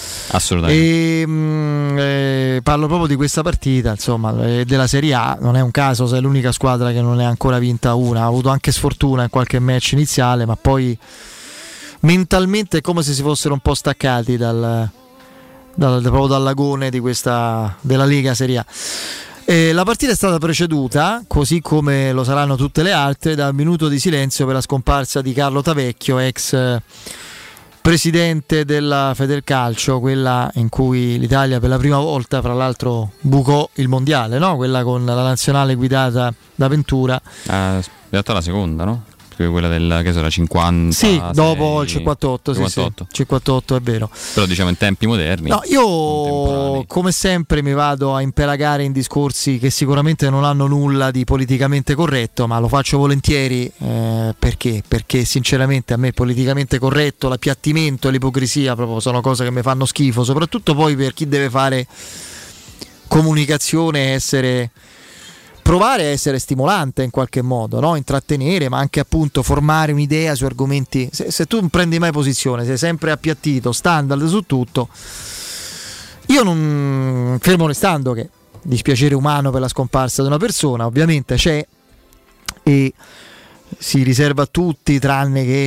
S2: Assolutamente.
S1: E parlo proprio di questa partita, insomma, della Serie A. Non è un caso se è l'unica squadra che non è ancora vinta una, ha avuto anche sfortuna in qualche match iniziale, ma poi mentalmente è come se si fossero un po' staccati proprio dal lagone della Lega Serie A. La partita è stata preceduta, così come lo saranno tutte le altre, dal minuto di silenzio per la scomparsa di Carlo Tavecchio, ex presidente della Federcalcio, quella in cui l'Italia per la prima volta, fra l'altro, bucò il mondiale, no? Quella con la nazionale guidata da Ventura.
S2: In realtà la seconda, no? Quella del che sarà 50.
S1: Sì, dopo il 58, 58. Sì. 58 è vero.
S2: Però diciamo in tempi moderni.
S1: No, io come sempre mi vado a impelagare in discorsi che sicuramente non hanno nulla di politicamente corretto, ma lo faccio volentieri perché sinceramente a me politicamente corretto, l'appiattimento e l'ipocrisia proprio sono cose che mi fanno schifo, soprattutto poi per chi deve fare comunicazione, provare a essere stimolante in qualche modo, no? Intrattenere, ma anche appunto formare un'idea su argomenti. Se tu non prendi mai posizione, sei sempre appiattito, standard su tutto, io non, fermo restando che dispiacere umano per la scomparsa di una persona ovviamente c'è e si riserva a tutti, tranne che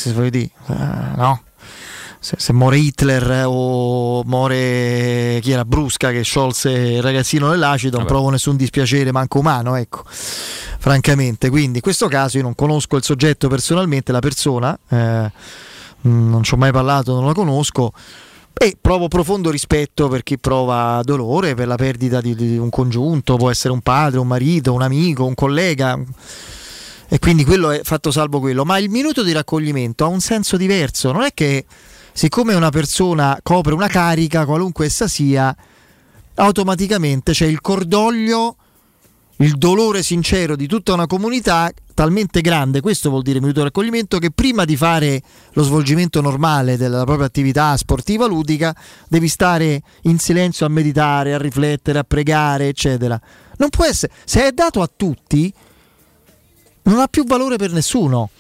S1: se muore Hitler o muore chi era Brusca che sciolse il ragazzino nell'acido, non provo nessun dispiacere manco umano, ecco, francamente. Quindi in questo caso io non conosco il soggetto personalmente, la persona, non ci ho mai parlato, non la conosco, e provo profondo rispetto per chi prova dolore per la perdita di un congiunto, può essere un padre, un marito, un amico, un collega, e quindi quello è fatto salvo quello. Ma il minuto di raccoglimento ha un senso diverso, non è che siccome una persona copre una carica, qualunque essa sia, automaticamente c'è il cordoglio, il dolore sincero di tutta una comunità talmente grande, questo vuol dire minuto di raccoglimento, che prima di fare lo svolgimento normale della propria attività sportiva ludica devi stare in silenzio a meditare, a riflettere, a pregare, eccetera. Non può essere, se è dato a tutti non ha più valore per nessuno.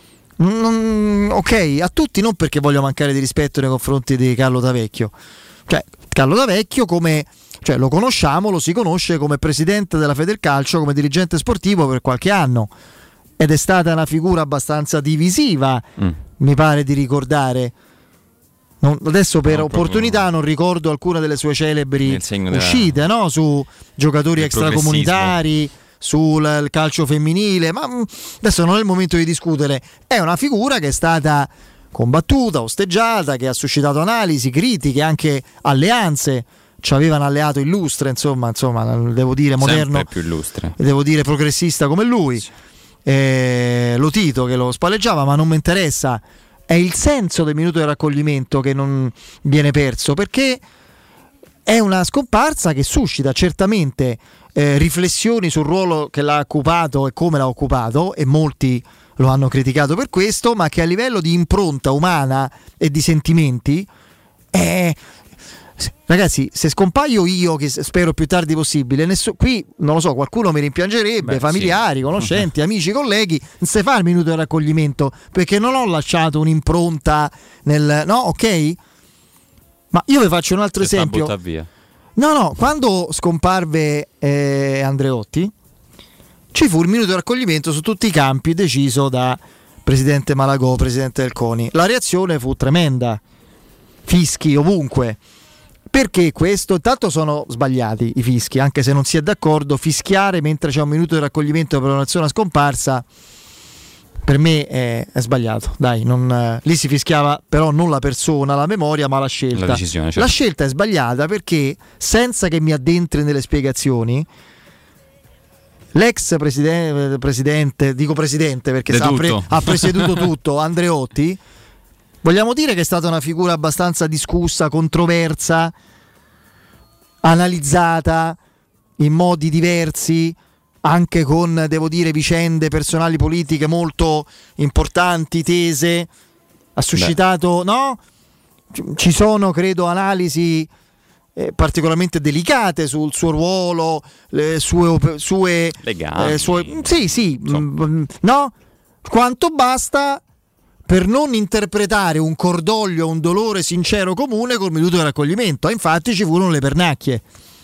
S1: Ok, a tutti, non perché voglio mancare di rispetto nei confronti di Carlo Tavecchio, cioè Carlo Tavecchio lo conosciamo, lo si conosce come presidente della Federcalcio, come dirigente sportivo per qualche anno, ed è stata una figura abbastanza divisiva, mi pare di ricordare. Adesso per opportunità non ricordo alcuna delle sue celebri uscite, no? Su giocatori extracomunitari, sul calcio femminile, ma adesso non è il momento di discutere. È una figura che è stata combattuta, osteggiata, che ha suscitato analisi, critiche, anche alleanze. Ci aveva un alleato illustre, insomma, devo dire moderno,
S2: sempre più illustre,
S1: devo dire progressista come lui. Lotito che lo spalleggiava, ma non mi interessa. È il senso del minuto di raccoglimento che non viene perso, perché è una scomparsa che suscita certamente riflessioni sul ruolo che l'ha occupato e come l'ha occupato, e molti lo hanno criticato per questo, ma che a livello di impronta umana e di sentimenti ragazzi, se scompaio io, che spero più tardi possibile, qui non lo so, qualcuno mi rimpiangerebbe, familiari, conoscenti, amici, colleghi, non si fa il minuto di raccoglimento perché non ho lasciato un'impronta no, ok? Ma io vi faccio un altro esempio.
S2: Via.
S1: No, quando scomparve Andreotti ci fu il minuto di raccoglimento su tutti i campi deciso da presidente Malagò, presidente del CONI. La reazione fu tremenda, fischi ovunque. Perché questo? Intanto sono sbagliati i fischi, anche se non si è d'accordo. Fischiare mentre c'è un minuto di raccoglimento per una persona scomparsa per me è sbagliato. Dai, lì si fischiava però non la persona, la memoria, ma la scelta.
S2: La decisione, certo.
S1: La scelta è sbagliata perché, senza che mi addentri nelle spiegazioni, l'ex presidente, dico presidente perché ha presieduto tutto, Andreotti, vogliamo dire che è stata una figura abbastanza discussa, controversa, analizzata in modi diversi, anche con, devo dire, vicende personali politiche molto importanti, tese, ha suscitato, no? Ci sono, credo, analisi particolarmente delicate sul suo ruolo, le sue
S2: legami.
S1: Sì, no? Quanto basta per non interpretare un cordoglio, un dolore sincero comune col minuto di raccoglimento. Infatti ci furono le pernacchie.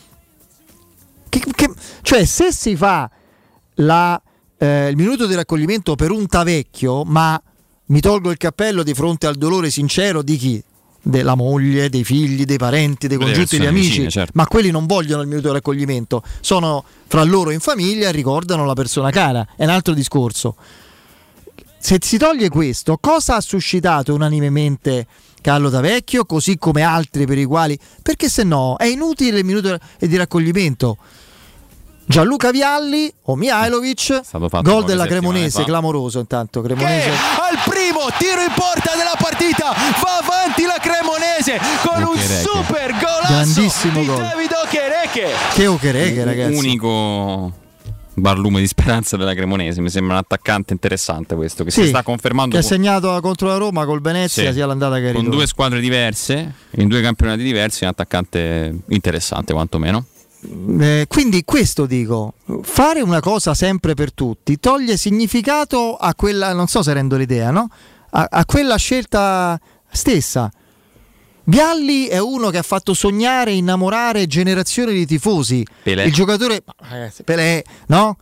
S1: Cioè, se si fa il minuto di raccoglimento per un tavecchio, ma mi tolgo il cappello di fronte al dolore sincero di chi? Della moglie, dei figli, dei parenti, dei congiunti, degli amici, vicine, certo. Ma quelli non vogliono il minuto di raccoglimento, sono fra loro in famiglia e ricordano la persona cara, è un altro discorso. Se si toglie questo, cosa ha suscitato unanimemente Carlo Tavecchio, così come altri per i quali, perché se no è inutile il minuto di raccoglimento. Gianluca Vialli o Mihajlovic, gol della Cremonese, clamoroso intanto Cremonese.
S6: Al primo tiro in porta della partita va avanti la Cremonese con un super golasso
S1: grandissimo
S6: di
S1: gol.
S6: David Okereke.
S1: Che Okereke, ragazzi,
S2: unico barlume di speranza della Cremonese. Mi sembra un attaccante interessante questo, che si sta confermando,
S1: che ha segnato contro la Roma col Venezia, sia l'andata che il ritorno,
S2: con due squadre diverse in due campionati diversi. Un attaccante interessante quantomeno.
S1: Quindi questo dico, fare una cosa sempre per tutti toglie significato a quella, non so se rendo l'idea, no? A quella scelta stessa. Vialli è uno che ha fatto sognare e innamorare generazioni di tifosi.
S2: Pelé.
S1: Il giocatore Pelé, no?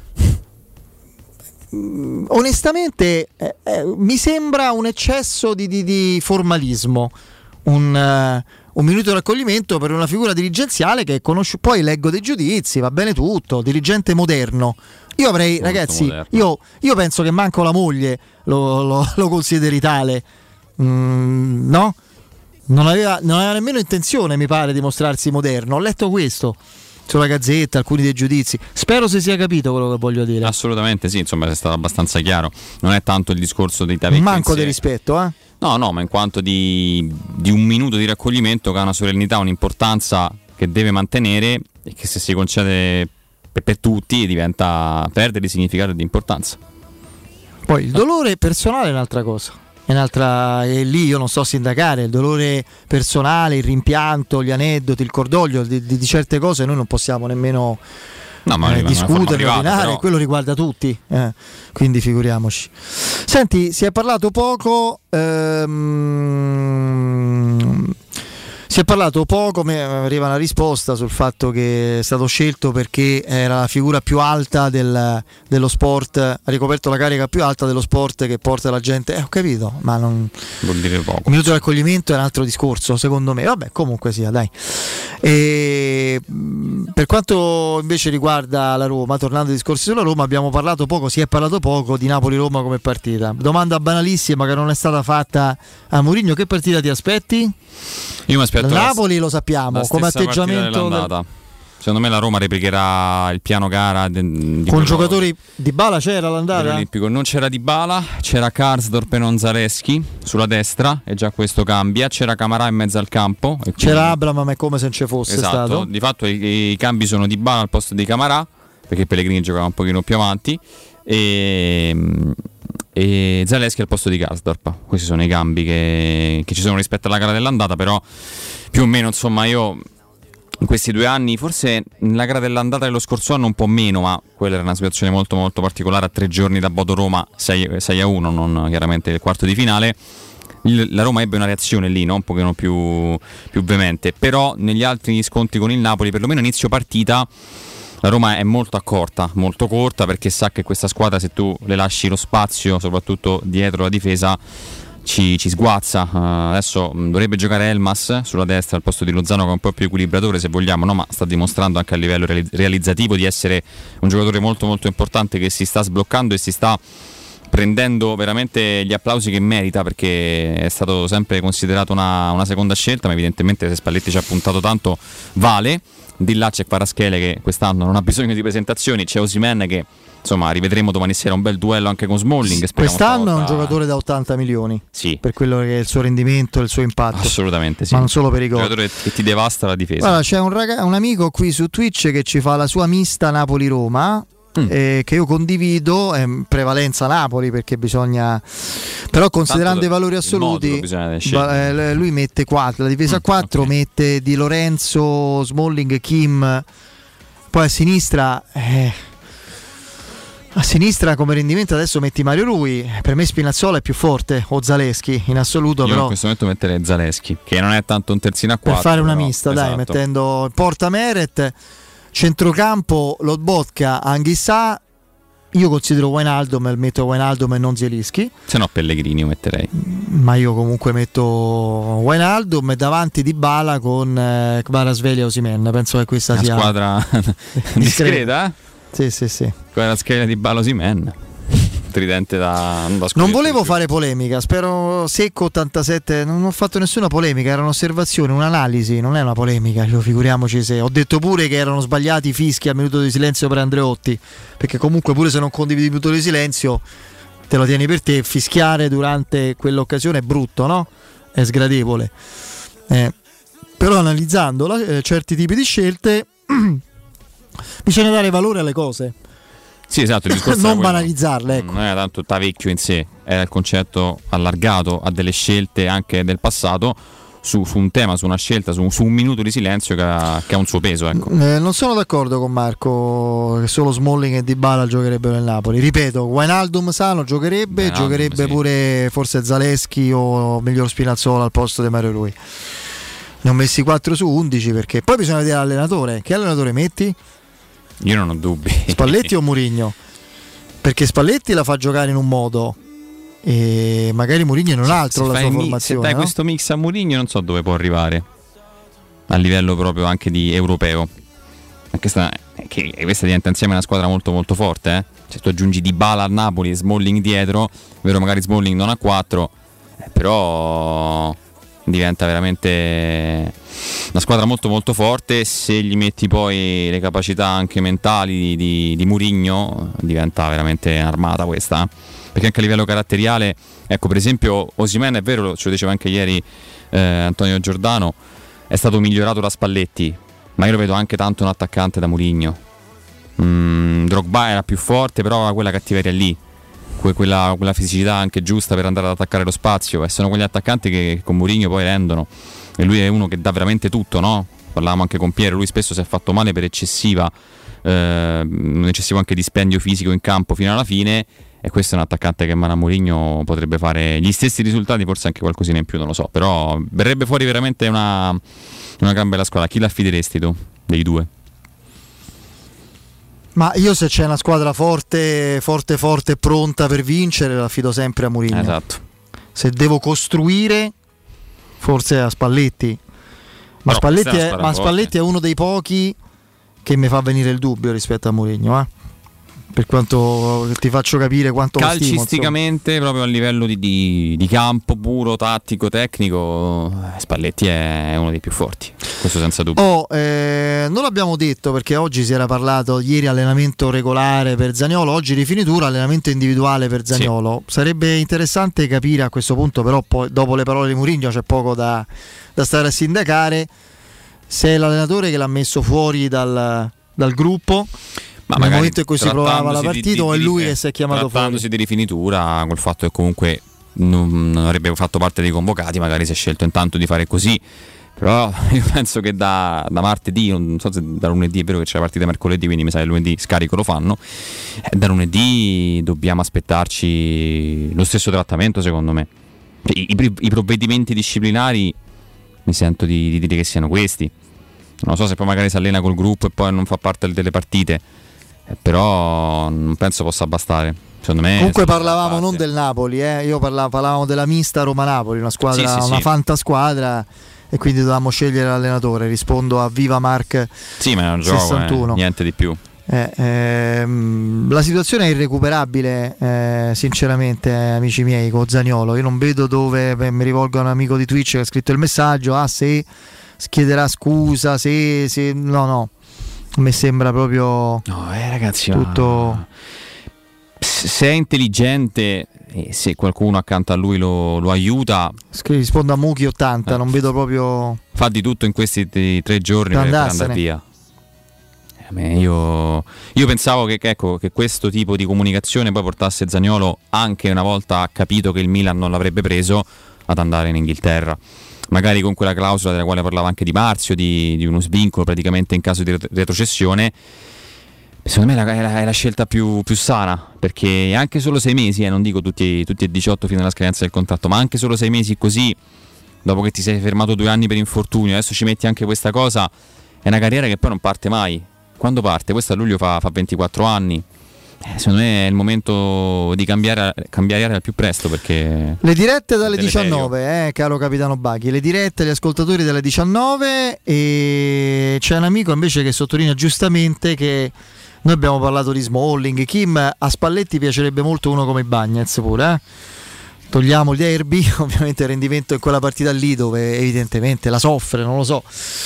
S1: Onestamente mi sembra un eccesso di formalismo, un minuto di raccoglimento per una figura dirigenziale che conosco. Poi leggo dei giudizi, va bene tutto, dirigente moderno. Io avrei, molto ragazzi, io penso che manco la moglie lo consideri tale, no? Non aveva nemmeno intenzione, mi pare, di mostrarsi moderno. Ho letto questo sulla Gazzetta, alcuni dei giudizi. Spero si sia capito quello che voglio dire.
S2: Assolutamente sì, insomma è stato abbastanza chiaro. Non è tanto il discorso dei Tavecchi,
S1: manco di rispetto,
S2: No, ma in quanto di un minuto di raccoglimento che ha una solennità, un'importanza che deve mantenere, e che se si concede per tutti perde di significato e di importanza. Poi
S1: il dolore personale è un'altra cosa. E lì io non so sindacare, il dolore personale, il rimpianto, gli aneddoti, il cordoglio di certe cose noi non possiamo nemmeno discutere, ordinare, quello riguarda tutti, quindi figuriamoci. Senti, si è parlato poco, mi arriva una risposta sul fatto che è stato scelto perché era la figura più alta dello sport, ha ricoperto la carica più alta dello sport che porta la gente. Ho capito, ma non
S2: vuol dire poco.
S1: Il minuto di raccoglimento è un altro discorso, secondo me. Vabbè, comunque sia, dai. E per quanto invece riguarda la Roma, tornando ai discorsi sulla Roma, si è parlato poco di Napoli-Roma come partita. Domanda banalissima che non è stata fatta a Mourinho: che partita ti aspetti?
S2: Io mi aspetto
S1: Napoli, lo sappiamo, come atteggiamento
S2: Secondo me la Roma replicherà il piano gara
S1: con giocatori. Dybala c'era all'andata?
S2: Olimpico. Non c'era Dybala, c'era Karsdorp e non Zalewski sulla destra, e già questo cambia. C'era Camarà in mezzo al campo.
S1: C'era Abraham, ma è come se non ci fosse stato.
S2: Di fatto i cambi sono Dybala al posto di Camarà, perché Pellegrini giocava un pochino più avanti, e Zalewski al posto di Karsdorp. Questi sono i cambi che ci sono rispetto alla gara dell'andata, però più o meno, insomma, io in questi 2 anni, forse nella gara dell'andata dello scorso anno un po' meno, ma quella era una situazione molto molto particolare, a 3 giorni da Bodo Roma, 6-1, non chiaramente il quarto di finale. La Roma ebbe una reazione lì, no? Un pochino più veemente, però negli altri scontri con il Napoli, perlomeno inizio partita, la Roma è molto accorta, molto corta, perché sa che questa squadra, se tu le lasci lo spazio, soprattutto dietro la difesa, ci sguazza. Adesso dovrebbe giocare Elmas sulla destra al posto di Lozano, che è un po' più equilibratore, se vogliamo, no? Ma sta dimostrando anche a livello realizzativo di essere un giocatore molto molto importante, che si sta sbloccando e si sta prendendo veramente gli applausi che merita, perché è stato sempre considerato una seconda scelta, ma evidentemente se Spalletti ci ha puntato tanto vale. Di là c'è Kvaratskhelia, che quest'anno non ha bisogno di presentazioni, c'è Osimhen, che insomma rivedremo domani sera, un bel duello anche con Smalling.
S1: Quest'anno è un giocatore da 80 milioni,
S2: sì,
S1: per quello che è il suo rendimento, il suo impatto.
S2: Assolutamente sì,
S1: ma non solo per i gol.
S2: Un giocatore che ti devasta la difesa.
S1: Allora, c'è un amico qui su Twitch che ci fa la sua mista Napoli-Roma, che io condivido, prevalenza Napoli, perché bisogna, però considerando i valori assoluti, lui mette 4, la difesa 4, okay. Mette Di Lorenzo, Smalling, Kim, poi a sinistra come rendimento adesso metti Mario Rui. Per me Spinazzola è più forte, o Zalewski in assoluto.
S2: Io
S1: però
S2: in questo momento metterei Zalewski, che non è tanto un terzino a 4
S1: per fare una mista,
S2: esatto.
S1: Dai, mettendo Porta Meret, centrocampo Lobotka, Anghissà. Io considero Wijnaldum, metto Wijnaldum e non Zielinski.
S2: Se no Pellegrini io metterei,
S1: ma io comunque metto Wijnaldum, e davanti Dybala con Kvaratskhelia e Osimhen. Penso che questa
S2: una
S1: sia
S2: una squadra discreta.
S1: Sì.
S2: Kvaratskhelia, Dybala, Osimhen, tridente da
S1: non volevo fare polemica, spero Secco 87, non ho fatto nessuna polemica, era un'osservazione, un'analisi, non è una polemica. Figuriamoci se ho detto pure che erano sbagliati i fischi al minuto di silenzio per Andreotti, perché comunque pure se non condividi il minuto di silenzio te lo tieni per te. Fischiare durante quell'occasione è brutto, no? È sgradevole, però analizzando certi tipi di scelte bisogna dare valore alle cose.
S2: Sì, esatto, il discorso
S1: non banalizzarle, ecco.
S2: Non era tanto Tavecchio in sé, era il concetto allargato a delle scelte anche del passato, su un tema, su una scelta, su un minuto di silenzio che ha un suo peso, ecco. Non
S1: sono d'accordo con Marco che solo Smalling e Dybala giocherebbero nel Napoli. Ripeto, Wijnaldum sano giocherebbe sì. Pure forse Zalewski o miglior Spinazzola al posto di Mario Rui. Ne ho messi 4 su 11, perché poi bisogna vedere l'allenatore. Che allenatore metti?
S2: Io non ho dubbi.
S1: Spalletti o Mourinho? Perché Spalletti la fa giocare in un modo e magari Mourinho in un altro, la sua formazione. Se
S2: dai questo mix a Mourinho non so dove può arrivare a livello proprio anche di europeo. Questa diventa insieme una squadra molto molto forte, Se tu aggiungi Dybala al Napoli e Smalling dietro, vero, magari Smalling non a 4, però diventa veramente una squadra molto molto forte. Se gli metti poi le capacità anche mentali di Mourinho, diventa veramente un'armata questa, perché anche a livello caratteriale, ecco, per esempio Osimhen, è vero, ce lo diceva anche ieri Antonio Giordano, è stato migliorato da Spalletti, ma io lo vedo anche tanto un attaccante da Mourinho. Drogba era più forte, però aveva quella cattiveria lì, quella fisicità anche giusta per andare ad attaccare lo spazio, e sono quegli attaccanti che con Mourinho poi rendono, e lui è uno che dà veramente tutto, no? Parlavamo anche con Piero, lui spesso si è fatto male per un eccessivo anche dispendio fisico in campo fino alla fine, e questo è un attaccante che in mano a Mourinho potrebbe fare gli stessi risultati, forse anche qualcosina in più, non lo so, però verrebbe fuori veramente una gran bella squadra. Chi la affideresti tu dei due?
S1: Ma io, se c'è una squadra forte pronta per vincere, la affido sempre a Mourinho.
S2: Esatto.
S1: Se devo costruire, forse a Spalletti. Ma Spalletti è uno dei pochi che mi fa venire il dubbio rispetto a Mourinho, per quanto ti faccio capire quanto
S2: calcisticamente
S1: stimo,
S2: proprio a livello di campo puro, tattico, tecnico, Spalletti è uno dei più forti, questo senza dubbio.
S1: Non l'abbiamo detto perché oggi si era parlato ieri allenamento regolare per Zaniolo, oggi rifinitura allenamento individuale per Zaniolo. Sì. Sarebbe interessante capire a questo punto, però poi dopo le parole di Mourinho c'è poco da stare a sindacare, se è l'allenatore che l'ha messo fuori dal gruppo, ma nel momento in cui si provava la partita, o è lui che si è chiamato fuori?
S2: Trattandosi di rifinitura, col fatto che comunque non avrebbe fatto parte dei convocati, magari si è scelto intanto di fare così. Però io penso che da martedì, non so se da lunedì, è vero che c'è la partita mercoledì, quindi mi sa che lunedì scarico lo fanno, da lunedì dobbiamo aspettarci lo stesso trattamento, secondo me. I provvedimenti disciplinari mi sento di dire che siano questi. Non so se poi magari si allena col gruppo e poi non fa parte delle partite, però non penso possa bastare. Secondo me
S1: comunque parlavamo non del Napoli, io parlavamo della mista Roma-Napoli, una squadra, una fantasquadra, e quindi dovevamo scegliere l'allenatore. Rispondo a Viva Mark.
S2: Sì, ma è un gioco, 61. Niente di più.
S1: La situazione è irrecuperabile, sinceramente, amici miei, con Zaniolo. Io non vedo dove, mi rivolgo a un amico di Twitch che ha scritto il messaggio, se chiederà scusa, se no, mi sembra proprio
S2: ragazzi,
S1: tutto.
S2: Se è intelligente e se qualcuno accanto a lui lo aiuta,
S1: rispondo a Muki 80, non vedo proprio.
S2: Fa di tutto in questi 3 giorni per andare via. Io pensavo che questo tipo di comunicazione poi portasse Zaniolo, anche una volta ha capito che il Milan non l'avrebbe preso, ad andare in Inghilterra, magari con quella clausola della quale parlava anche Di Marzio, di uno svincolo praticamente in caso di retrocessione. Secondo me è la scelta più sana, perché anche solo 6 mesi, non dico tutti e 18 fino alla scadenza del contratto, ma anche solo 6 mesi così, dopo che ti sei fermato 2 anni per infortunio, adesso ci metti anche questa cosa, è una carriera che poi non parte mai. Quando parte? Questo a luglio fa 24 anni. Secondo me è il momento di cambiare aria al più presto, perché
S1: le dirette dalle 19, caro capitano Baghi, le dirette agli ascoltatori dalle 19, e c'è un amico invece che sottolinea giustamente che noi abbiamo parlato di Smalling, Kim, a Spalletti piacerebbe molto uno come Bagnez pure, togliamo il derby, ovviamente il rendimento in quella partita lì dove evidentemente la soffre, non lo so,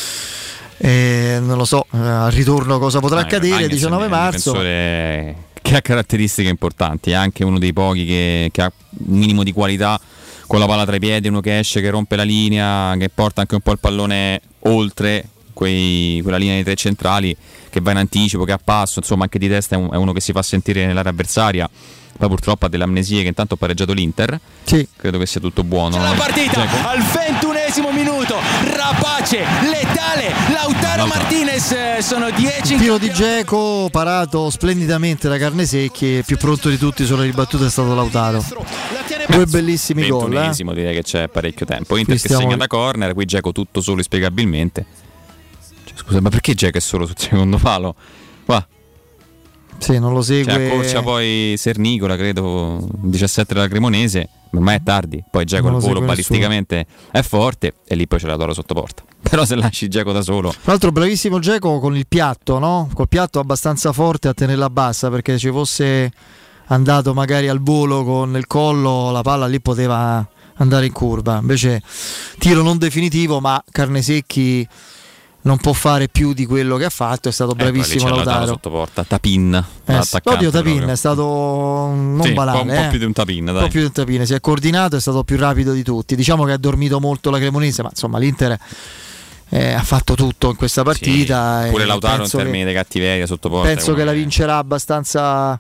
S1: al ritorno cosa potrà accadere, 19 marzo.
S2: Che ha caratteristiche importanti, è anche uno dei pochi che ha un minimo di qualità con la palla tra i piedi, uno che esce, che rompe la linea, che porta anche un po' il pallone oltre quella linea dei 3 centrali, che va in anticipo, che ha passo, insomma anche di testa è uno che si fa sentire nell'area avversaria. Poi purtroppo ha delle amnesie, che intanto ha pareggiato l'Inter.
S1: Sì.
S2: Credo che sia tutto buono.
S6: La partita al 21esimo minuto, rapace, letale, Lautaro Martinez, sono 10.
S1: Il tiro di Dzeko parato splendidamente da Carnesecchi, più pronto di tutti sulla ribattuta è stato Lautaro. 2 bellissimi gol.
S2: 21esimo, direi che c'è parecchio tempo. Inter che segna da corner, qui Dzeko tutto solo inspiegabilmente. Scusa, ma perché Dzeko è solo sul secondo palo? Qua.
S1: Sì, non lo segue.
S2: Accorcia poi Sernicola, credo 17 della Cremonese, ormai è tardi. Poi Dzeko al volo balisticamente è forte, e lì poi c'è la Toro sotto porta. Però se lasci Dzeko da solo.
S1: Tra l'altro bravissimo Dzeko con il piatto, no? Col piatto abbastanza forte a tenerla bassa, perché ci fosse andato magari al volo con il collo, la palla lì poteva andare in curva. Invece tiro non definitivo, ma Carnesecchi non può fare più di quello che ha fatto, è stato bravissimo Lautaro
S2: sotto porta. Tapin,
S1: oddio, Tapin è stato non banale,
S2: un po' più di un Tapin, dai.
S1: Un po' più di un Tapin, si è coordinato, è stato più rapido di tutti. Diciamo che ha dormito molto la Cremonese, ma insomma l'Inter ha fatto tutto in questa partita.
S2: Pure Lautaro in termini di cattiveria sotto porta,
S1: penso che la vincerà abbastanza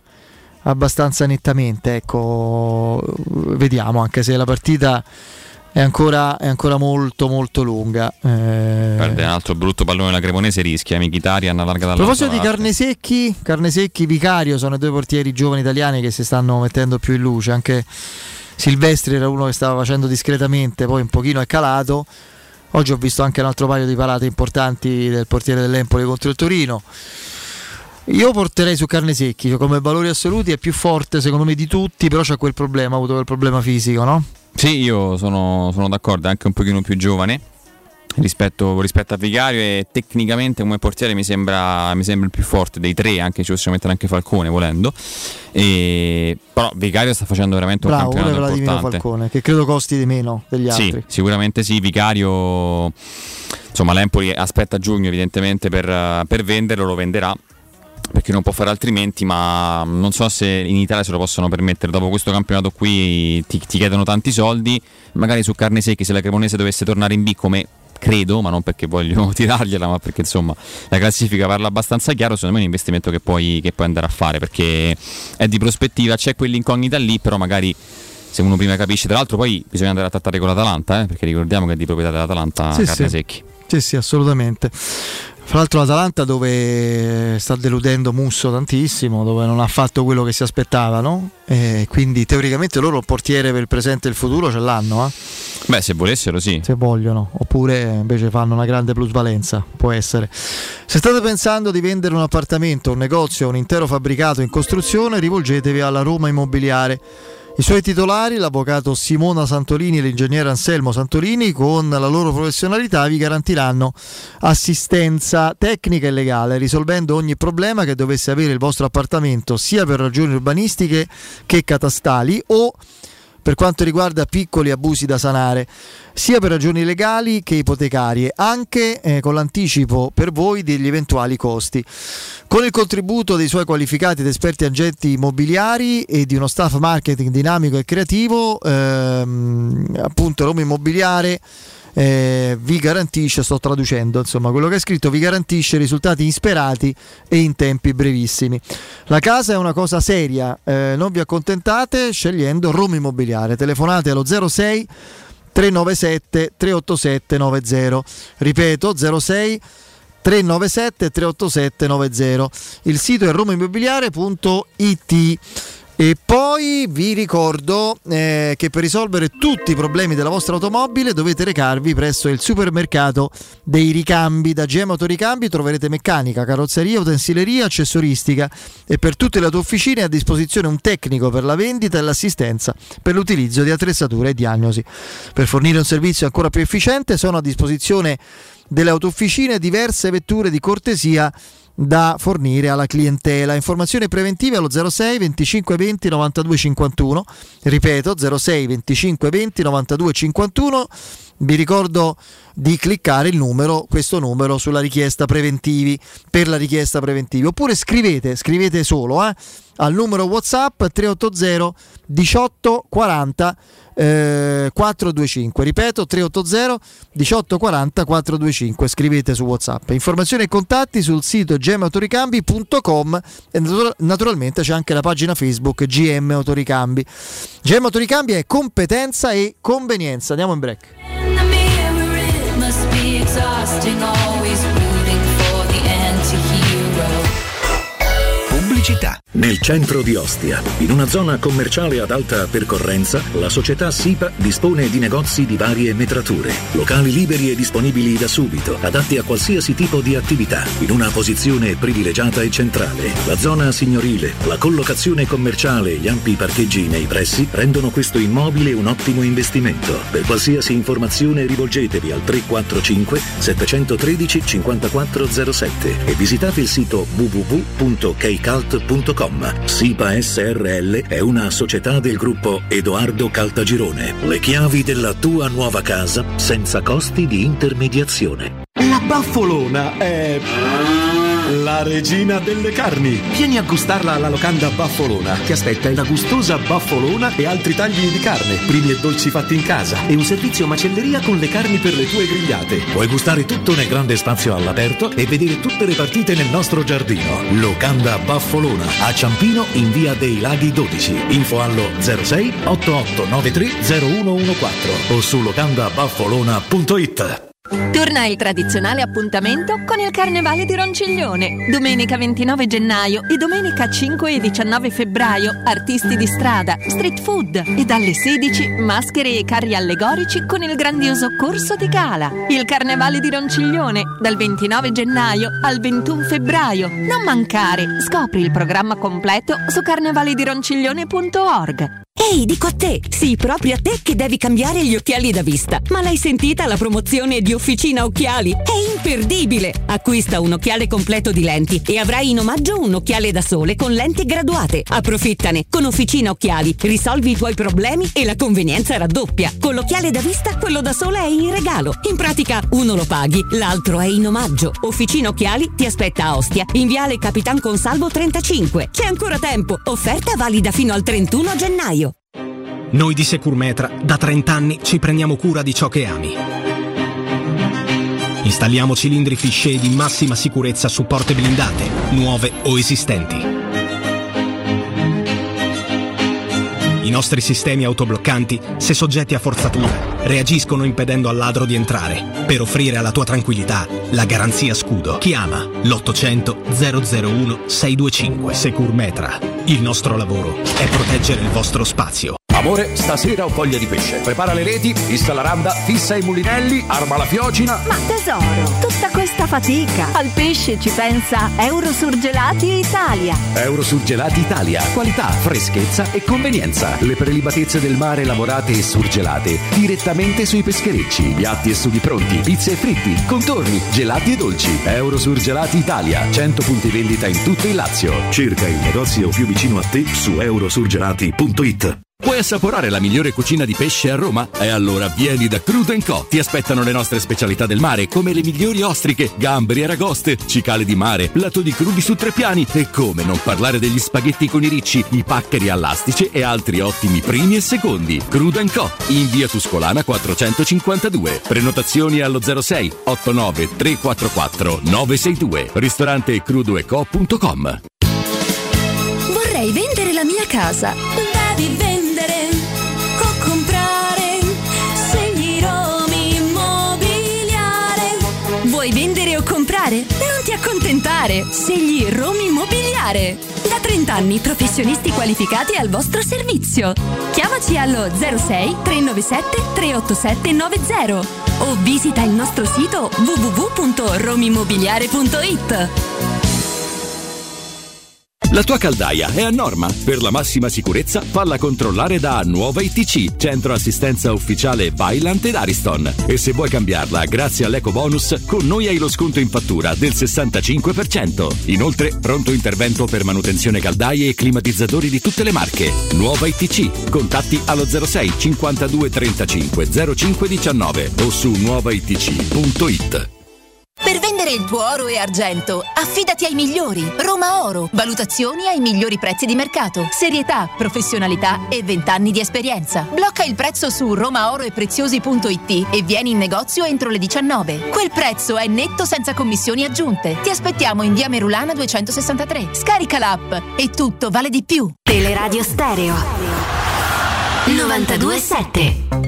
S1: nettamente, ecco, vediamo, anche se la partita è ancora molto molto lunga.
S2: Perde un altro brutto pallone la Cremonese, rischia Mkhitaryan allarga dalla.
S1: A proposito di Carnesecchi, Vicario sono i 2 portieri giovani italiani che si stanno mettendo più in luce. Anche Silvestri era uno che stava facendo discretamente, poi un pochino è calato. Oggi ho visto anche un altro paio di parate importanti del portiere dell'Empoli contro il Torino. Io porterei su Carnesecchi, come valori assoluti è più forte secondo me di tutti, però c'ha quel problema, ha avuto quel problema fisico, no?
S2: Sì, io sono d'accordo, è anche un pochino più giovane, rispetto a Vicario, e tecnicamente come portiere mi sembra il più forte dei tre, anche ci possiamo mettere anche Falcone volendo, però Vicario sta facendo veramente un campionato importante.
S1: Falcone, che credo costi di meno degli altri.
S2: Sì, sicuramente sì. Vicario, insomma, l'Empoli aspetta giugno evidentemente per venderlo, lo venderà perché non può fare altrimenti, ma non so se in Italia se lo possono permettere. Dopo questo campionato qui ti chiedono tanti soldi, magari su carne secchi, se la Cremonese dovesse tornare in B, come credo, ma non perché voglio tirargliela, ma perché insomma la classifica parla abbastanza chiaro, secondo me è un investimento che puoi andare a fare, perché è di prospettiva, c'è quell'incognita lì, però magari se uno prima capisce. Tra l'altro poi bisogna andare a trattare con l'Atalanta, perché ricordiamo che è di proprietà dell'Atalanta carne secchi.
S1: Sì, assolutamente. Fra l'altro l'Atalanta dove sta deludendo Musso tantissimo, dove non ha fatto quello che si aspettavano, e quindi teoricamente loro il portiere per il presente e il futuro ce l'hanno.
S2: Beh, se volessero sì.
S1: Se vogliono, oppure invece fanno una grande plusvalenza, può essere. Se state pensando di vendere un appartamento, un negozio, un intero fabbricato in costruzione, rivolgetevi alla Roma Immobiliare. I suoi titolari, l'avvocato Simona Santolini e l'ingegnere Anselmo Santolini, con la loro professionalità vi garantiranno assistenza tecnica e legale, risolvendo ogni problema che dovesse avere il vostro appartamento, sia per ragioni urbanistiche che catastali o per quanto riguarda piccoli abusi da sanare, sia per ragioni legali che ipotecarie, anche con l'anticipo per voi degli eventuali costi. Con il contributo dei suoi qualificati ed esperti agenti immobiliari e di uno staff marketing dinamico e creativo, appunto Roma Immobiliare vi garantisce, sto traducendo insomma quello che è scritto, vi garantisce risultati insperati e in tempi brevissimi. La casa è una cosa seria, non vi accontentate scegliendo Roma Immobiliare. Telefonate allo 06 397 387 90, ripeto 06 397 387 90. Il sito è romaimmobiliare.it. E poi vi ricordo che per risolvere tutti i problemi della vostra automobile dovete recarvi presso il supermercato dei ricambi. Da GM Autoricambi troverete meccanica, carrozzeria, utensileria, accessoristica, e per tutte le autofficine è a disposizione un tecnico per la vendita e l'assistenza per l'utilizzo di attrezzature e diagnosi. Per fornire un servizio ancora più efficiente sono a disposizione delle autofficine diverse vetture di cortesia da fornire alla clientela. Informazioni preventive allo 06 25 20 92 51, ripeto 06 25 20 92 51. Vi ricordo di cliccare questo numero sulla richiesta preventivi, per la richiesta preventivi, oppure scrivete solo al numero WhatsApp 380 18 40 425, ripeto 380 18 40 425, scrivete su WhatsApp. Informazioni e contatti sul sito gmautoricambi.com e naturalmente c'è anche la pagina Facebook GM Autoricambi. GM Autoricambi è competenza e convenienza. Andiamo in break.
S5: Pubblicità. Nel centro di Ostia, in una zona commerciale ad alta percorrenza, la società SIPA dispone di negozi di varie metrature, locali liberi e disponibili da subito, adatti a qualsiasi tipo di attività, in una posizione privilegiata e centrale. La zona signorile, la collocazione commerciale e gli ampi parcheggi nei pressi rendono questo immobile un ottimo investimento. Per qualsiasi informazione rivolgetevi al 345 713 5407 e visitate il sito www.kcalt.com. SIPA SRL è una società del gruppo Edoardo Caltagirone. Le chiavi della tua nuova casa senza costi di intermediazione.
S7: La Baffolona è la regina delle carni. Vieni a gustarla alla locanda Baffolona. Ti aspetta una gustosa baffolona e altri tagli di carne, primi e dolci fatti in casa e un servizio macelleria con le carni per le tue grigliate.
S5: Puoi gustare tutto nel grande spazio all'aperto e vedere tutte le partite nel nostro giardino. Locanda Baffolona a Ciampino in via dei Laghi 12. Info allo 06 8893 0114 o su locandabaffolona.it.
S18: Torna il tradizionale appuntamento con il Carnevale di Ronciglione. Domenica 29 gennaio e domenica 5 e 19 febbraio. Artisti di strada, street food e dalle 16 maschere e carri allegorici con il grandioso Corso di Gala. Il Carnevale di Ronciglione dal 29 gennaio al 21 febbraio. Non mancare, scopri il programma completo su carnevaledironciglione.org.
S22: Ehi, dico a te, sì, proprio a te che devi cambiare gli occhiali da vista. Ma l'hai sentita la promozione di Officina Occhiali? È imperdibile! Acquista un occhiale completo di lenti e avrai in omaggio un occhiale da sole con lenti graduate. Approfittane! Con Officina Occhiali risolvi i tuoi problemi e la convenienza raddoppia. Con l'occhiale da vista, quello da sole è in regalo. In pratica, uno lo paghi, l'altro è in omaggio. Officina Occhiali ti aspetta a Ostia, in viale Capitan Consalvo 35. C'è ancora tempo! Offerta valida fino al 31 gennaio.
S8: Noi di Securmetra da 30 anni ci prendiamo cura di ciò che ami. Installiamo cilindri Fichet di massima sicurezza su porte blindate, nuove o esistenti. I nostri sistemi autobloccanti, se soggetti a forzatura, reagiscono impedendo al ladro di entrare, per offrire alla tua tranquillità la garanzia scudo. Chiama l'800 001 625. Securmetra. Il nostro lavoro è proteggere il vostro spazio.
S9: Amore, stasera ho voglia di pesce. Prepara le reti, fissa la randa, fissa i mulinelli, arma la fiocina.
S10: Ma tesoro, tutta questa fatica. Al pesce ci pensa Eurosurgelati Italia.
S21: Eurosurgelati Italia. Qualità, freschezza e convenienza. Le prelibatezze del mare lavorate e surgelate direttamente sui pescherecci. Piatti e sughi pronti, pizze e fritti, contorni, gelati e dolci. Eurosurgelati Italia. 100 punti vendita in tutto il Lazio.
S5: Cerca il negozio più vicino a te su eurosurgelati.it.
S21: Vuoi assaporare la migliore cucina di pesce a Roma? E allora vieni da Crudo & Co. Ti aspettano le nostre specialità del mare, come le migliori ostriche, gamberi, aragoste, cicale di mare, plato di crudi su 3 piani e come non parlare degli spaghetti con i ricci, i paccheri all'astice e altri ottimi primi e secondi. Crudo & Co. in via Tuscolana 452. Prenotazioni allo 06 89 344 962. Ristorante crudoeco.com.
S22: Vorrei vendere la mia casa. Devi vendere o comprare. Scegli Romi Immobiliare. Vuoi vendere o comprare? Non ti accontentare. Scegli Romi Immobiliare. Da 30 anni professionisti qualificati al vostro servizio. Chiamaci allo 06 397 387 90 o visita il nostro sito www.romimmobiliare.it.
S21: La tua caldaia è a norma. Per la massima sicurezza, falla controllare da Nuova ITC, centro assistenza ufficiale Vaillant ed Ariston. E se vuoi cambiarla grazie all'eco bonus, con noi hai lo sconto in fattura del 65%. Inoltre, pronto intervento per manutenzione caldaie e climatizzatori di tutte le marche. Nuova ITC. Contatti allo 06 52 35 05 19 o su nuovaitc.it.
S22: Per vendere il tuo oro e argento, affidati ai migliori. Roma Oro. Valutazioni ai migliori prezzi di mercato. Serietà, professionalità e 20 anni di esperienza. Blocca il prezzo su romaoroepreziosi.it e vieni in negozio entro le 19. Quel prezzo è netto senza commissioni aggiunte. Ti aspettiamo in via Merulana 263. Scarica l'app e tutto vale di più.
S26: Teleradio Stereo 92.7.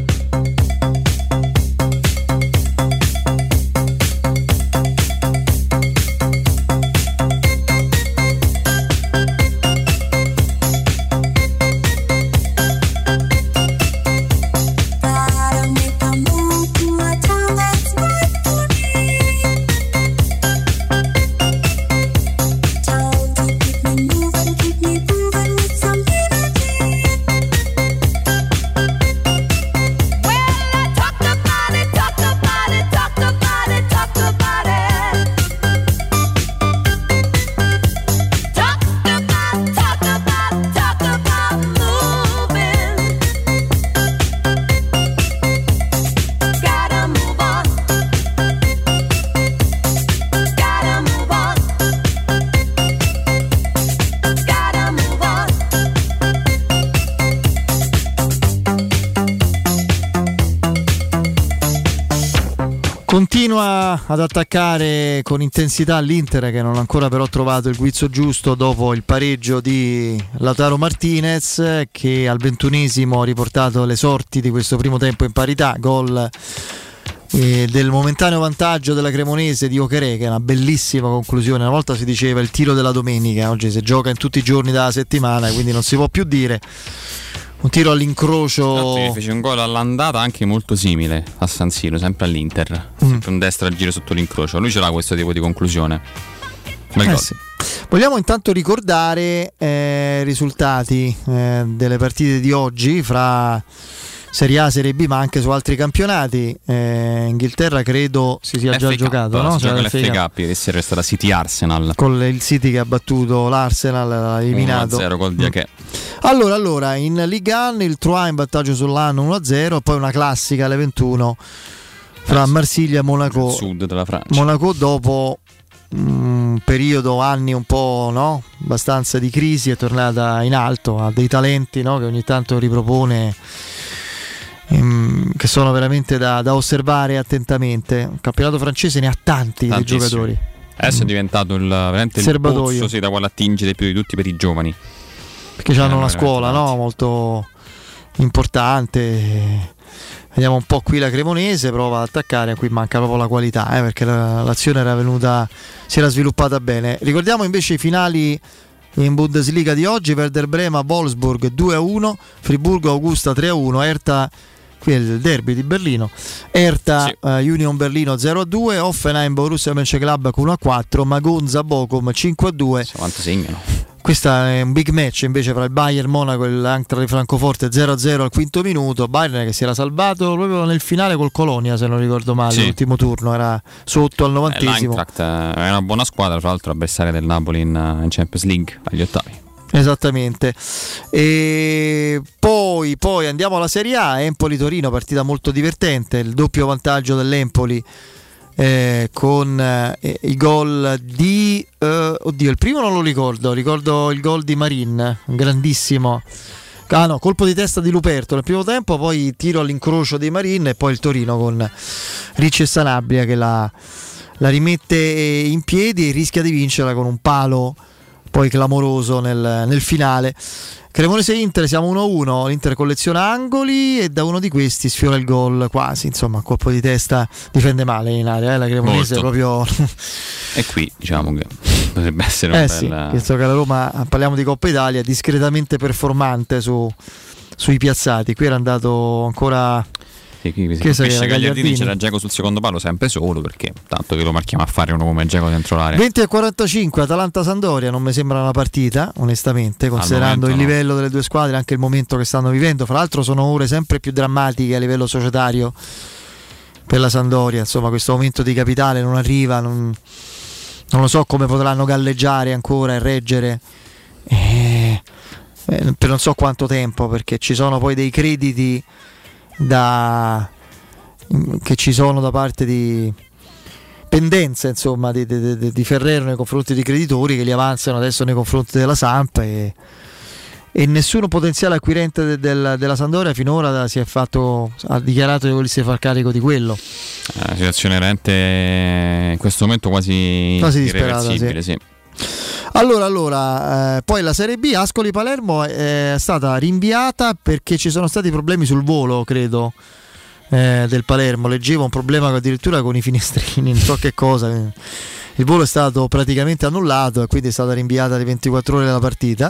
S1: Continua ad attaccare con intensità l'Inter, che non ha ancora però trovato il guizzo giusto dopo il pareggio di Lautaro Martinez, che al 21esimo ha riportato le sorti di questo primo tempo in parità. Gol del momentaneo vantaggio della Cremonese di Ocherè, che è una bellissima conclusione. Una volta si diceva il tiro della domenica, oggi si gioca in tutti i giorni della settimana, quindi non si può più dire. Un tiro all'incrocio.
S2: Fece un gol all'andata anche molto simile a San Siro, sempre all'Inter. Sempre un destra al giro sotto l'incrocio. Lui ce l'ha questo tipo di conclusione.
S1: Sì. Vogliamo intanto ricordare risultati delle partite di oggi fra Serie A, Serie B, ma anche su altri campionati. Inghilterra credo si sia già giocato, no?
S2: Gioca l'FA Cup, ieri sera è stata City Arsenal.
S1: Con il City che ha battuto l'Arsenal, l'ha eliminato
S2: 1-0 col Diaché.
S1: Allora, in Ligue 1 il Troyes in vantaggio sull'anno 1-0, poi una classica alle 21 fra Marsiglia e Monaco.
S2: Sud della Francia.
S1: Monaco dopo un periodo, anni un po', no? Abbastanza di crisi, è tornata in alto, ha dei talenti, no? Che ogni tanto ripropone, che sono veramente da osservare attentamente. Il campionato francese ne ha tanti dei giocatori.
S2: Adesso è diventato veramente il pozzo da quale attingere più di tutti per i giovani,
S1: perché hanno una scuola, no? Molto importante. Vediamo un po' qui la Cremonese, prova ad attaccare, qui manca proprio la qualità, perché l'azione si era sviluppata bene. Ricordiamo invece i finali in Bundesliga di oggi: Werder Brema Wolfsburg 2-1, Friburgo Augusta 3-1, Hertha, qui è il derby di Berlino, Hertha Union Berlino 0-2, Hoffenheim Borussia Mönchengladbach 1-4, Magonza Bochum 5-2.
S2: Quanto segnano?
S1: Questo è un big match invece fra il Bayern Monaco e l'Eintracht di Francoforte, 0-0 al quinto minuto. Bayern che si era salvato proprio nel finale col Colonia, se non ricordo male, l'ultimo turno era sotto al 90esimo.
S2: L'Eintracht è una buona squadra, tra l'altro avversaria del Napoli in Champions League agli ottavi. Esattamente.
S1: E poi andiamo alla Serie A. Empoli-Torino, partita molto divertente, il doppio vantaggio dell'Empoli con i gol di il primo non lo ricordo il gol di Marin, grandissimo, colpo di testa di Luperto nel primo tempo, poi tiro all'incrocio di Marin e poi il Torino con Ricci e Sanabria che la rimette in piedi e rischia di vincerla con un palo poi clamoroso nel finale. Cremonese Inter, siamo 1-1, l'Inter colleziona angoli e da uno di questi sfiora il gol quasi, insomma, colpo di testa, difende male in area, la Cremonese proprio.
S2: E qui diciamo che potrebbe essere una bella.
S1: Visto che la Roma, parliamo di Coppa Italia, è discretamente performante sui piazzati, qui era andato ancora.
S2: Che Gagliardini c'era Dzeko sul secondo palo sempre solo, perché tanto che lo marchiamo a fare uno come Dzeko dentro l'area.
S1: 20:45 Atalanta-Sampdoria, non mi sembra una partita onestamente, considerando il livello delle due squadre, anche il momento che stanno vivendo. Fra l'altro sono ore sempre più drammatiche a livello societario per la Sampdoria, insomma questo momento di capitale non arriva, non lo so come potranno galleggiare ancora e reggere per non so quanto tempo, perché ci sono poi dei crediti che ci sono da parte di pendenze, insomma, di Ferrero nei confronti dei creditori che li avanzano adesso nei confronti della Samp e nessuno potenziale acquirente della Sampdoria finora ha dichiarato che volesse far carico di quello.
S2: Una situazione veramente in questo momento quasi irreversibile, sì.
S1: Allora, poi la Serie B, Ascoli-Palermo è stata rinviata perché ci sono stati problemi sul volo, credo, del Palermo. Leggevo un problema addirittura con i finestrini, non so che cosa. Il volo è stato praticamente annullato e quindi è stata rinviata di 24 ore la partita.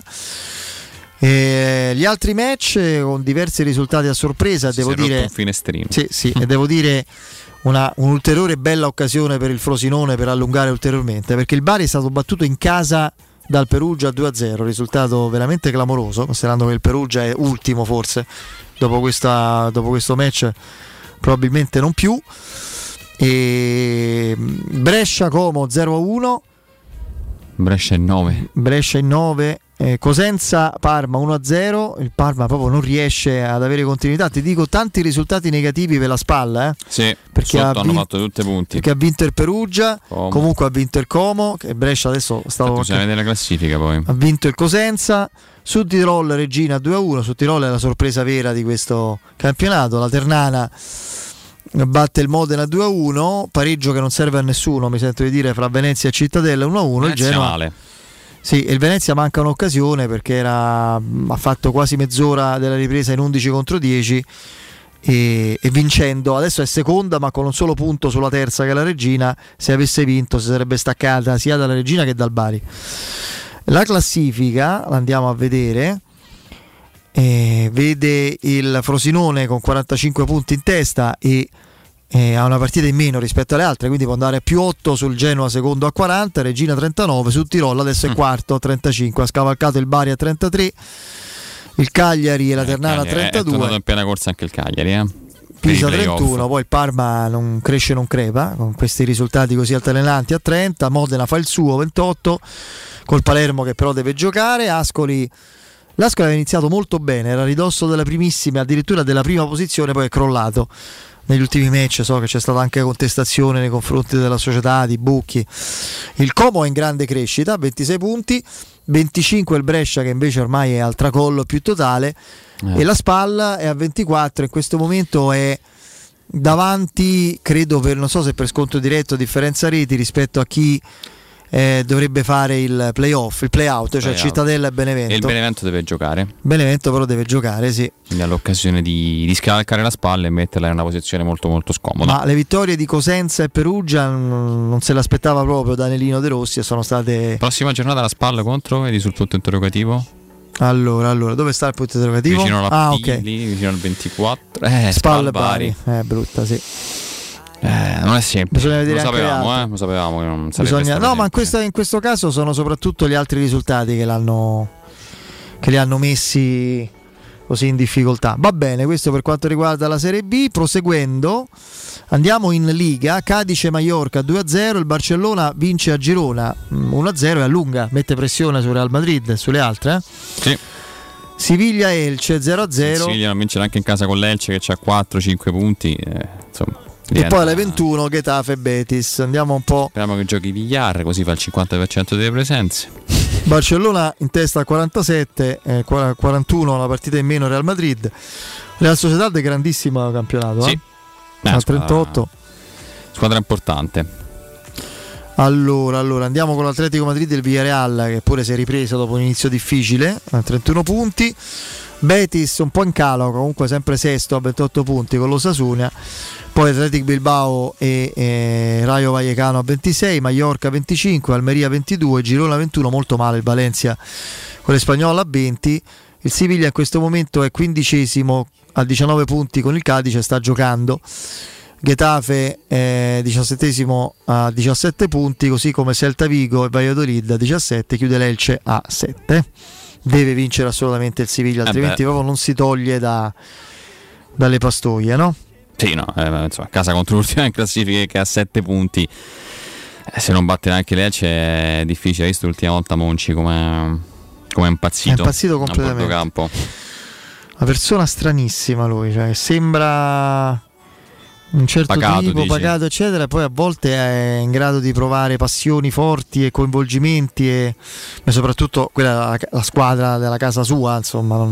S1: Gli altri match con diversi risultati a sorpresa, devo dire.
S2: Un finestrino.
S1: Sì, e devo dire un'ulteriore bella occasione per il Frosinone per allungare ulteriormente, perché il Bari è stato battuto in casa dal Perugia 2-0, risultato veramente clamoroso, considerando che il Perugia è ultimo forse dopo questo match, probabilmente non più. E Brescia-Como 0-1,
S2: Brescia in 9.
S1: Cosenza-Parma 1-0, il Parma proprio non riesce ad avere continuità, ti dico tanti risultati negativi per la spalla,
S2: sì, perché hanno fatto tutti i punti,
S1: perché ha vinto il Perugia, comunque ha vinto il Como, che Brescia adesso
S2: bisogna vedere la classifica, poi
S1: ha vinto il Cosenza. Su Tirol Regina 2-1, su Tirol è la sorpresa vera di questo campionato, la Ternana batte il Modena 2-1, pareggio che non serve a nessuno, mi sento di dire, fra Venezia e Cittadella 1-1, il Genoa
S2: male.
S1: Sì, il Venezia manca un'occasione perché ha fatto quasi mezz'ora della ripresa in 11 contro 10 e vincendo adesso è seconda, ma con un solo punto sulla terza che è la Regina. Se avesse vinto si sarebbe staccata sia dalla Regina che dal Bari. La classifica la andiamo a vedere, vede il Frosinone con 45 punti in testa e ha una partita in meno rispetto alle altre, quindi può andare a più 8 sul Genoa secondo a 40, Reggina 39, sul Tirolo adesso è quarto a 35, ha scavalcato il Bari a 33, il Cagliari e la Ternana a 32.
S2: È tornato in piena corsa anche il Cagliari,
S1: Pisa 31, poi il Parma non cresce non crepa con questi risultati così altalenanti a 30, Modena fa il suo 28 col Palermo che però deve giocare. L'Ascoli aveva iniziato molto bene, era a ridosso della primissima, addirittura della prima posizione, poi è crollato negli ultimi match. So che c'è stata anche contestazione nei confronti della società di Bucchi. Il Como è in grande crescita, 26 punti, 25 il Brescia che invece ormai è al tracollo più totale, e la Spal è a 24, in questo momento è davanti, credo, non so se per sconto diretto, differenza reti rispetto a chi dovrebbe fare il playoff, il playout, cioè Cittadella e Benevento.
S2: E il Benevento deve giocare.
S1: Benevento però deve giocare, sì.
S2: Quindi ha l'occasione di scavalcare la spalla e metterla in una posizione molto molto scomoda.
S1: Ma le vittorie di Cosenza e Perugia non se l'aspettava proprio Danielino De Rossi e sono state...
S2: Prossima giornata la spalla contro, vedi sul punto interrogativo?
S1: Allora, dove sta il punto interrogativo?
S2: Vicino alla Pili, vicino al 24.
S1: Spalla Bari. Brutta, sì.
S2: Non è semplice,
S1: bisogna vedere,
S2: lo sapevamo che non sarebbe
S1: bisogna, no, ma in questo caso sono soprattutto gli altri risultati che li hanno messi così in difficoltà. Va bene, questo per quanto riguarda la Serie B. Proseguendo, andiamo in Liga. Cadice Mallorca 2-0, il Barcellona vince a Girona 1-0 e allunga, mette pressione su Real Madrid e sulle altre.
S2: Sì.
S1: Siviglia Elce 0-0.
S2: Siviglia non vince neanche in casa con l'Elce che ha 4-5 punti, insomma.
S1: E poi alle 21 Getafe Betis. Andiamo un po'.
S2: Speriamo che giochi Villar, così fa il 50% delle presenze.
S1: Barcellona in testa a 47, 41 una partita in meno Real Madrid. Real Sociedad è grandissimo campionato,
S2: sì.
S1: A 38.
S2: Squadra importante.
S1: Allora andiamo con l'Atletico Madrid e il Villarreal che pure si è ripreso dopo un inizio difficile a 31 punti. Betis un po' in calo, comunque sempre sesto a 28 punti con l'Osasuna. Poi Athletic Bilbao e Rayo Vallecano a 26, Mallorca 25, Almeria 22, Girona 21, molto male il Valencia con l'Espanyol a 20. Il Siviglia in questo momento è 15esimo a 19 punti con il Cadice, sta giocando. Getafe è 17esimo a 17 punti, così come Celta Vigo e Valladolid a 17, chiude l'Elce a 7. Deve vincere assolutamente il Siviglia, altrimenti proprio non si toglie dalle pastoie, no?
S2: Sì, no, insomma, a casa contro l'ultima in classifica che ha 7 punti, se non batte neanche l'Elce è difficile. Hai visto l'ultima volta Monci come è impazzito?
S1: È impazzito completamente.
S2: A Borgocampo.
S1: Una persona stranissima lui, cioè sembra un certo tipo, pagato eccetera, poi a volte è in grado di provare passioni forti e coinvolgimenti ma soprattutto quella la squadra della casa sua, insomma.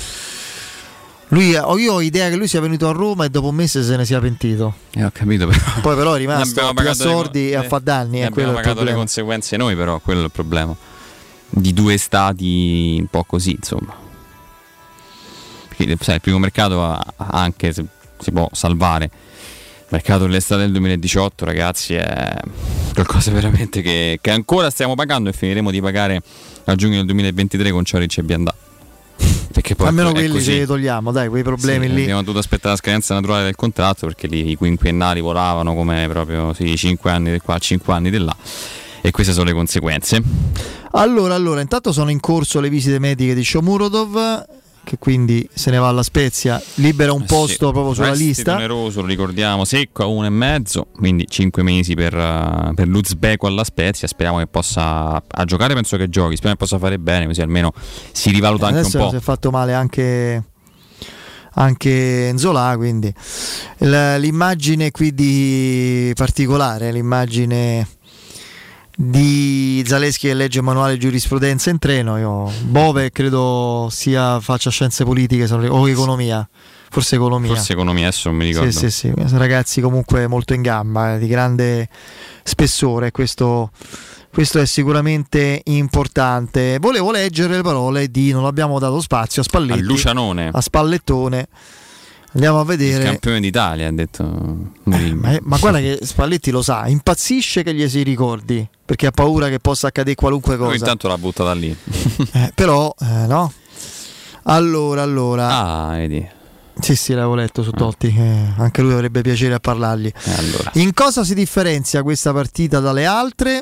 S1: Io ho idea che lui sia venuto a Roma e dopo un mese se ne sia pentito.
S2: Ho capito, però.
S1: Poi però è rimasto più a sordi e a far danni.
S2: Abbiamo pagato le conseguenze noi, però quello è il problema. Di due stati un po' così, insomma. Perché sai, il primo mercato anche se si può salvare. Il mercato dell'estate del 2018, ragazzi, è qualcosa veramente che ancora stiamo pagando e finiremo di pagare a giugno del 2023 con Cioric e Biandà. Perché poi
S1: almeno quelli ce li togliamo, dai, quei problemi lì.
S2: Abbiamo dovuto aspettare la scadenza naturale del contratto, perché lì i quinquennali volavano come proprio 5 anni di qua, 5 anni di là, e queste sono le conseguenze. Allora,
S1: intanto sono in corso le visite mediche di Shomurodov, che quindi se ne va alla Spezia, libera un posto proprio sulla lista.
S2: Oneroso, lo ricordiamo, secco a 1,5, quindi 5 mesi per l'Uzbeko alla Spezia. Speriamo che possa a giocare, penso che giochi, speriamo che possa fare bene, così almeno si rivaluta anche un po'.
S1: Adesso si è fatto male anche Nzola, quindi l'immagine qui di particolare, l'immagine di Zaleschi che legge manuale di giurisprudenza in treno. Bove credo faccia scienze politiche o economia, forse economia,
S2: adesso non mi ricordo.
S1: Sì, ragazzi comunque molto in gamba, di grande spessore, questo è sicuramente importante. Volevo leggere le parole di, non abbiamo dato spazio a Spalletti,
S2: a Lucianone,
S1: a Spallettone. Andiamo a vedere.
S2: Il campione d'Italia, ha detto.
S1: Ma guarda che Spalletti lo sa, impazzisce che gli si ricordi, perché ha paura che possa accadere qualunque cosa.
S2: Lui intanto l'ha buttata lì.
S1: Però no. Allora.
S2: Vedi.
S1: Sì, l'avevo letto su Totti, anche lui avrebbe piacere a parlargli.
S2: Allora.
S1: In cosa si differenzia questa partita dalle altre?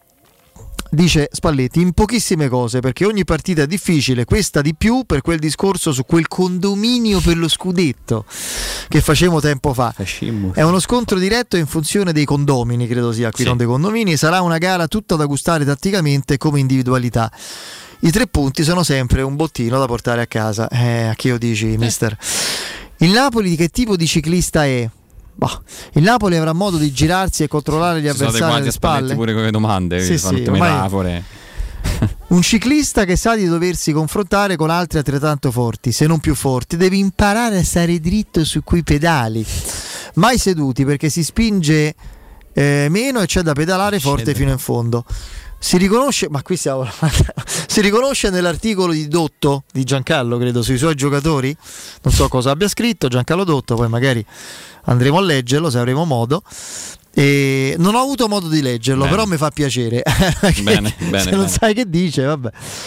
S1: Dice Spalletti, in pochissime cose, perché ogni partita è difficile, questa di più per quel discorso su quel condominio per lo scudetto che facevamo tempo fa. È uno scontro diretto in funzione dei condomini, credo sia qui, non dei condomini. Sarà una gara tutta da gustare tatticamente come individualità. I 3 punti sono sempre un bottino da portare a casa. A che io dici, mister? Il Napoli di che tipo di ciclista è? Il Napoli avrà modo di girarsi e controllare gli avversari alle spalle
S2: pure con le domande, metafore.
S1: Un ciclista che sa di doversi confrontare con altri altrettanto forti, se non più forti, deve imparare a stare dritto su quei pedali, mai seduti, perché si spinge meno e c'è da pedalare forte fino in fondo. Si riconosce, ma qui siamo si riconosce nell'articolo di Dotto, di Giancarlo, credo, sui suoi giocatori. Non so cosa abbia scritto Giancarlo Dotto, poi magari andremo a leggerlo se avremo modo. E non ho avuto modo di leggerlo, però mi fa piacere.
S2: Bene,
S1: se non sai che dice, vabbè.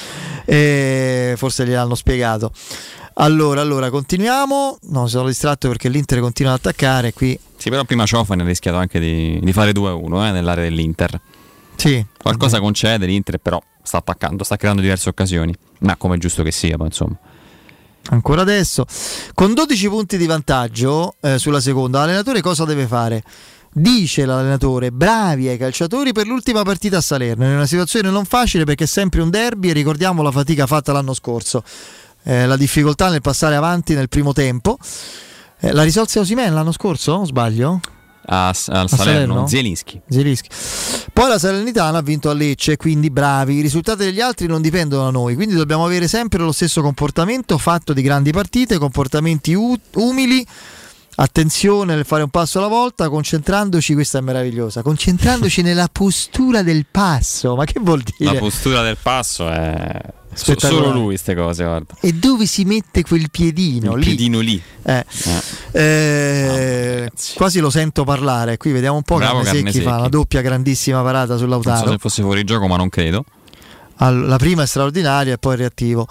S1: Forse gliel'hanno spiegato. Allora continuiamo. No, sono distratto perché l'Inter continua ad attaccare qui.
S2: Sì, però prima Ciofani ha rischiato anche di fare 2-1 nell'area dell'Inter.
S1: Sì.
S2: Qualcosa concede l'Inter, però sta attaccando, sta creando diverse occasioni. Ma come è giusto che sia, ma insomma.
S1: Ancora adesso, con 12 punti di vantaggio sulla seconda, l'allenatore cosa deve fare? Dice l'allenatore, bravi ai calciatori per l'ultima partita a Salerno, in una situazione non facile perché è sempre un derby e ricordiamo la fatica fatta l'anno scorso, la difficoltà nel passare avanti nel primo tempo. La risolse Osimhen l'anno scorso, o sbaglio?
S2: Al Salerno? Zielinski.
S1: Poi la Salernitana ha vinto a Lecce, quindi bravi. I risultati degli altri non dipendono da noi, quindi dobbiamo avere sempre lo stesso comportamento fatto di grandi partite, comportamenti umili, attenzione nel fare un passo alla volta, concentrandoci, questa è meravigliosa, concentrandoci nella postura del passo. Ma che vuol dire?
S2: La postura del passo è solo lui, queste cose, guarda.
S1: E dove si mette quel piedino?
S2: Piedino lì.
S1: Quasi lo sento parlare. Qui vediamo un po'. Carnesecchi fa una doppia grandissima parata su Lautaro.
S2: Non so se fosse fuori gioco, ma non credo.
S1: La prima è straordinaria e poi il reattivo.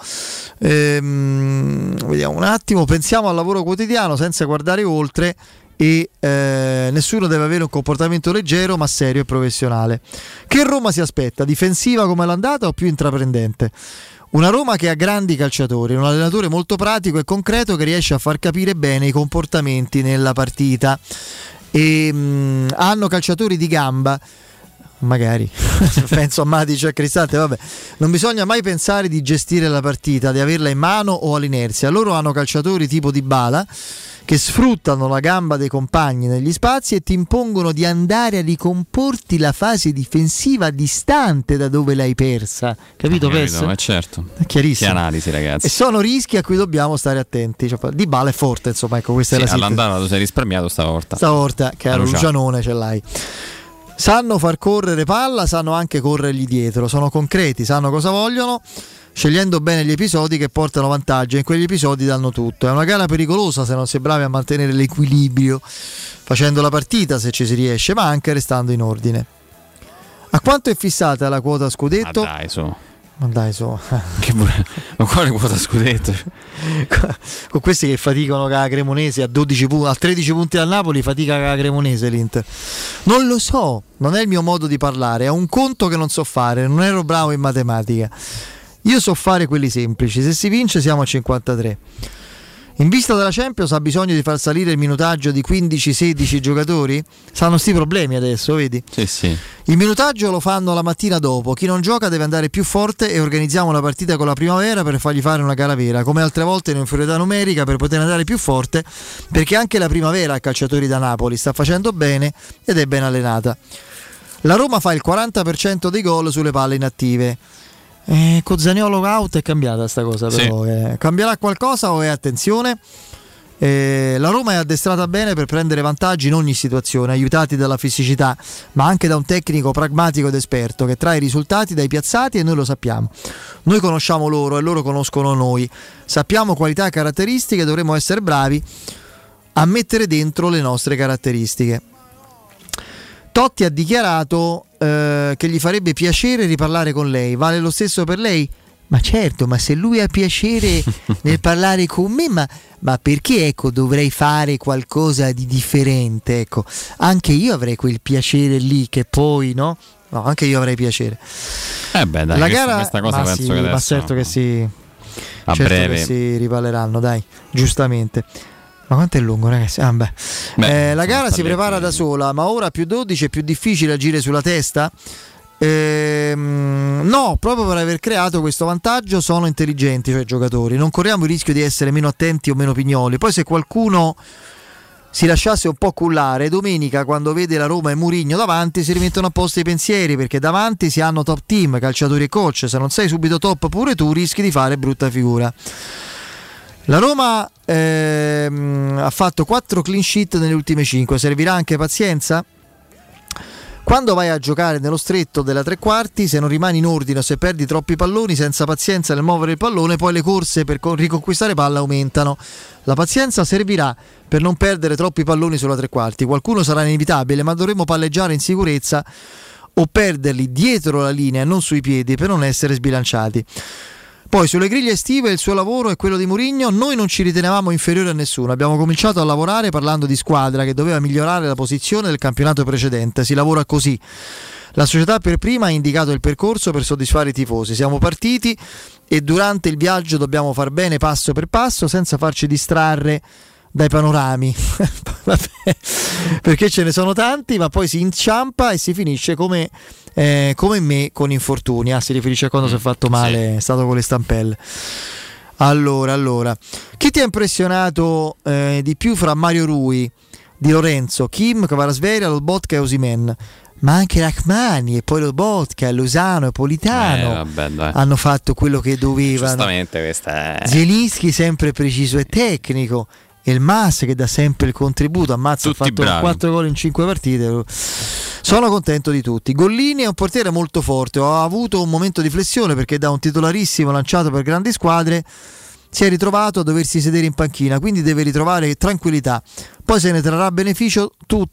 S1: Vediamo un attimo. Pensiamo al lavoro quotidiano senza guardare oltre. E nessuno deve avere un comportamento leggero ma serio e professionale. Che Roma si aspetta? Difensiva come l'andata o più intraprendente? Una Roma che ha grandi calciatori, un allenatore molto pratico e concreto che riesce a far capire bene i comportamenti nella partita e hanno calciatori di gamba. Magari penso a Matic e a Cristante, vabbè. Non bisogna mai pensare di gestire la partita, di averla in mano o all'inerzia. Loro hanno calciatori tipo Dybala che sfruttano la gamba dei compagni negli spazi e ti impongono di andare a ricomporti la fase difensiva distante da dove l'hai persa. Capito?
S2: Certo.
S1: È chiarissimo.
S2: Che analisi, ragazzi.
S1: E sono rischi a cui dobbiamo stare attenti. Dybala è forte, insomma, ecco, questa è la sintesi.
S2: All'andata tu sei risparmiato stavolta, che
S1: era Lucianone, ce l'hai. Sanno far correre palla, sanno anche corrergli dietro, sono concreti, sanno cosa vogliono, scegliendo bene gli episodi che portano vantaggio e in quegli episodi danno tutto. È una gara pericolosa se non si è bravi a mantenere l'equilibrio, facendo la partita se ci si riesce, ma anche restando in ordine. A quanto è fissata la quota scudetto? Ma dai,
S2: ma quale quota scudetto?
S1: Con questi che faticano con la Cremonese a 12 punti, a 13 punti al Napoli, fatica con la Cremonese l'Inter. Non lo so, non è il mio modo di parlare, è un conto che non so fare, non ero bravo in matematica. Io so fare quelli semplici, se si vince siamo a 53. In vista della Champions ha bisogno di far salire il minutaggio di 15-16 giocatori? Sanno sti problemi adesso, vedi?
S2: Sì.
S1: Il minutaggio lo fanno la mattina dopo, chi non gioca deve andare più forte e organizziamo la partita con la primavera per fargli fare una gara vera, come altre volte in inferiorità numerica per poter andare più forte, perché anche la primavera ha calciatori da Napoli, sta facendo bene ed è ben allenata. La Roma fa il 40% dei gol sulle palle inattive. Con Zaniolo out è cambiata sta cosa, però cambierà qualcosa o è attenzione? La Roma è addestrata bene per prendere vantaggi in ogni situazione, aiutati dalla fisicità, ma anche da un tecnico pragmatico ed esperto che trae i risultati dai piazzati, e noi lo sappiamo. Noi conosciamo loro e loro conoscono noi, sappiamo qualità e caratteristiche, dovremo essere bravi a mettere dentro le nostre caratteristiche. Totti ha dichiarato che gli farebbe piacere riparlare con lei. Vale lo stesso per lei? Ma certo, ma se lui ha piacere nel parlare con me, ma perché, ecco, dovrei fare qualcosa di differente? Ecco, anche io avrei quel piacere lì che poi, no? No, anche io avrei piacere.
S2: Dai,
S1: la gara,
S2: questa cosa penso che adesso,
S1: ma certo che si,
S2: a breve
S1: che si ripalleranno, dai, giustamente. Ma quanto è lungo, ragazzi? La gara si prepara da sola, ma ora più 12 è più difficile agire sulla testa? No, proprio per aver creato questo vantaggio sono intelligenti, cioè i giocatori. Non corriamo il rischio di essere meno attenti o meno pignoli. Poi se qualcuno si lasciasse un po' cullare, domenica quando vede la Roma e Mourinho davanti si rimettono a posto i pensieri, perché davanti si hanno top team, calciatori e coach. Se non sei subito top pure tu rischi di fare brutta figura. La Roma ha fatto 4 clean sheet nelle ultime 5. Servirà anche pazienza? Quando vai a giocare nello stretto della tre quarti, se non rimani in ordine o se perdi troppi palloni, senza pazienza nel muovere il pallone, poi le corse per riconquistare palla aumentano. La pazienza servirà per non perdere troppi palloni sulla tre quarti. Qualcuno sarà inevitabile, ma dovremo palleggiare in sicurezza o perderli dietro la linea e non sui piedi per non essere sbilanciati. Poi sulle griglie estive il suo lavoro è quello di Mourinho. Noi non ci ritenevamo inferiori a nessuno, abbiamo cominciato a lavorare parlando di squadra che doveva migliorare la posizione del campionato precedente. Si lavora così. La società per prima ha indicato il percorso per soddisfare i tifosi. Siamo partiti e durante il viaggio dobbiamo far bene passo per passo senza farci distrarre dai panorami perché ce ne sono tanti, ma poi si inciampa e si finisce come me con infortuni. Si riferisce a quando si è fatto male, sì. È stato con le stampelle. Allora chi ti ha impressionato di più fra Mario Rui, Di Lorenzo, Kim, Kvaratskhelia, Lobotka e Osimhen? Ma anche Rachmani e poi Lobotka, Lozano e Politano hanno fatto quello che dovevano.
S2: Giustamente questa è...
S1: Zielinski sempre preciso e tecnico, e il Mas che dà sempre il contributo. Ammazza, ha fatto bravi. 4 gol in 5 partite. Sono contento di tutti. Gollini è un portiere molto forte. Ho avuto un momento di flessione perché da un titolarissimo lanciato per grandi squadre si è ritrovato a doversi sedere in panchina, quindi deve ritrovare tranquillità. Poi se ne trarrà beneficio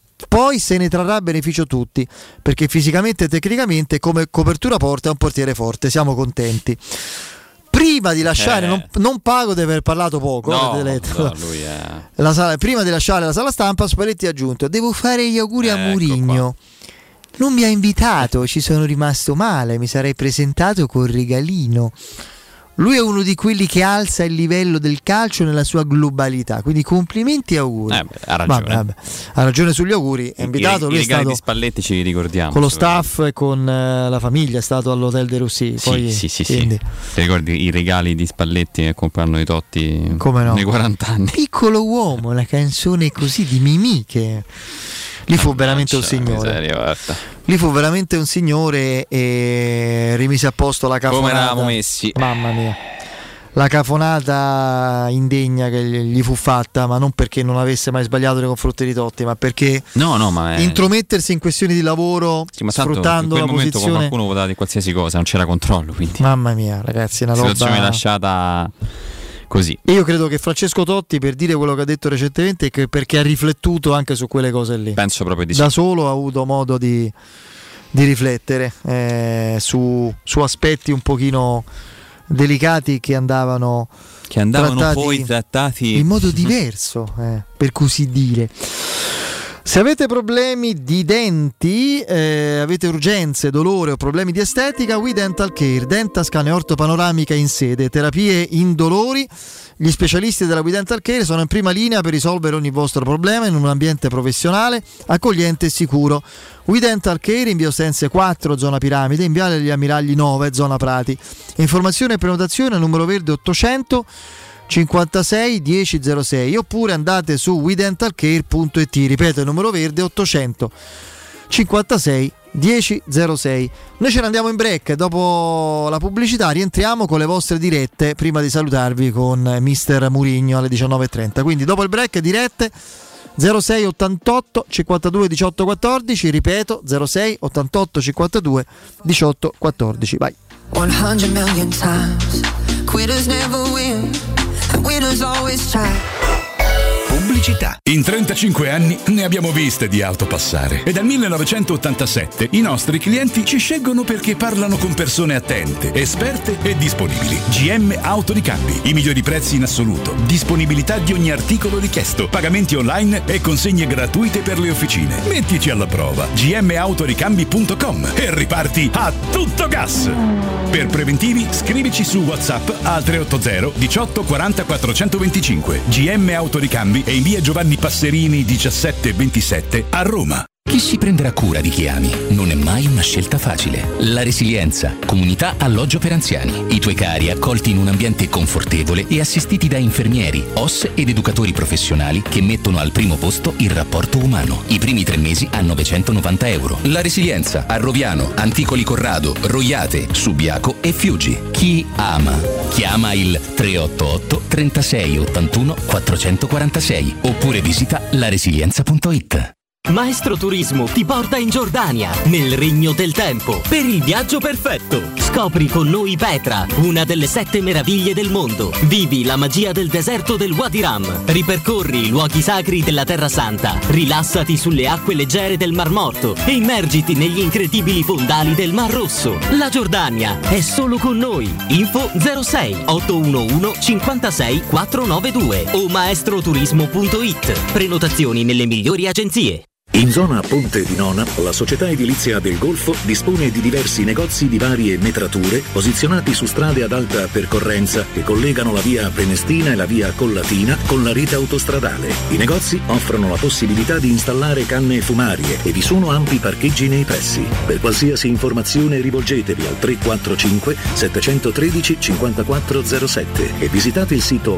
S1: tutti, perché fisicamente e tecnicamente come copertura porta è un portiere forte. Siamo contenti. Prima di lasciare, non pago di aver parlato poco,
S2: lui è...
S1: prima di lasciare la sala stampa, Spalletti ha aggiunto: devo fare gli auguri a Mourinho. Non mi ha invitato, ci sono rimasto male, mi sarei presentato col regalino. Lui è uno di quelli che alza il livello del calcio nella sua globalità, quindi complimenti e auguri.
S2: Ha ragione.
S1: Ha ragione sugli auguri. È invitato,
S2: I regali di Spalletti ci ricordiamo.
S1: Con lo staff e con la famiglia, è stato all'Hotel de Rossi.
S2: Sì. Ti ricordi i regali di Spalletti che comprano i Totti nei 40 anni?
S1: Piccolo uomo, la canzone così di Mimì che... Lì fu veramente un signore. Lì fu veramente un signore e rimise a posto la cafonata.
S2: Come eravamo messi?
S1: Mamma mia. La cafonata indegna che gli fu fatta, ma non perché non avesse mai sbagliato nei confronti di Totti, ma perché intromettersi in questioni di lavoro, sfruttando la posizione.
S2: Con qualcuno votava di qualsiasi cosa, non c'era controllo, quindi.
S1: Mamma mia, ragazzi, una
S2: situazione lasciata così.
S1: Io credo che Francesco Totti, per dire quello che ha detto recentemente, è perché ha riflettuto anche su quelle cose lì.
S2: Penso proprio di sì.
S1: Da solo ha avuto modo di riflettere su aspetti un pochino delicati che andavano
S2: poi trattati
S1: in modo diverso, per così dire. Se avete problemi di denti, avete urgenze, dolore o problemi di estetica, We Dental Care, Dentascan e ortopanoramica in sede, terapie indolori. Gli specialisti della We Dental Care sono in prima linea per risolvere ogni vostro problema in un ambiente professionale, accogliente e sicuro. We Dental Care in via Ostense 4, zona Piramide, in viale degli Ammiragli 9, zona Prati. Informazione e prenotazione numero verde 800 56 1006, oppure andate su WeDentalCare.it, ripeto il numero verde 800 56 1006. Noi ce ne andiamo in break, dopo la pubblicità rientriamo con le vostre dirette prima di salutarvi con Mister Mourinho alle 19.30, quindi dopo il break dirette 06 88 52 18 14, ripeto 06 88 52 18 14. Vai.
S4: 100 million times quitters never win, winners always try.
S11: pubblicità. In 35 anni ne abbiamo viste di auto passare e dal 1987 i nostri clienti ci scelgono perché parlano con persone attente, esperte e disponibili. GM Autoricambi, i migliori prezzi in assoluto, disponibilità di ogni articolo richiesto, pagamenti online e consegne gratuite per le officine. Mettici alla prova. gmautoricambi.com e riparti a tutto gas. Per preventivi scrivici su WhatsApp al 380 18 40 425. GM Autoricambi e in via Giovanni Passerini 1727 a Roma.
S21: Chi si prenderà cura di chi ami non è mai una scelta facile. La Resilienza, comunità alloggio per anziani. I tuoi cari accolti in un ambiente confortevole e assistiti da infermieri, OS ed educatori professionali che mettono al primo posto il rapporto umano. I primi 3 mesi a €990. La Resilienza a Roviano, Anticoli Corrado, Roiate, Subiaco e Fiuggi. Chi ama? Chiama il 388 36 81 446 oppure visita laresilienza.it.
S12: Maestro Turismo ti porta in Giordania, nel Regno del Tempo, per il viaggio perfetto. Scopri con noi Petra, una delle 7 meraviglie del mondo. Vivi la magia del deserto del Wadi Ram. Ripercorri i luoghi sacri della Terra Santa. Rilassati sulle acque leggere del Mar Morto e immergiti negli incredibili fondali del Mar Rosso. La Giordania è solo con noi. Info 06 811 56 492 o maestroturismo.it. Prenotazioni nelle migliori agenzie.
S5: In zona Ponte di Nona, la società edilizia del Golfo dispone di diversi negozi di varie metrature posizionati su strade ad alta percorrenza che collegano la via Prenestina e la via Collatina con la rete autostradale. I negozi offrono la possibilità di installare canne fumarie e vi sono ampi parcheggi nei pressi. Per qualsiasi informazione rivolgetevi al 345 713 5407 e visitate il sito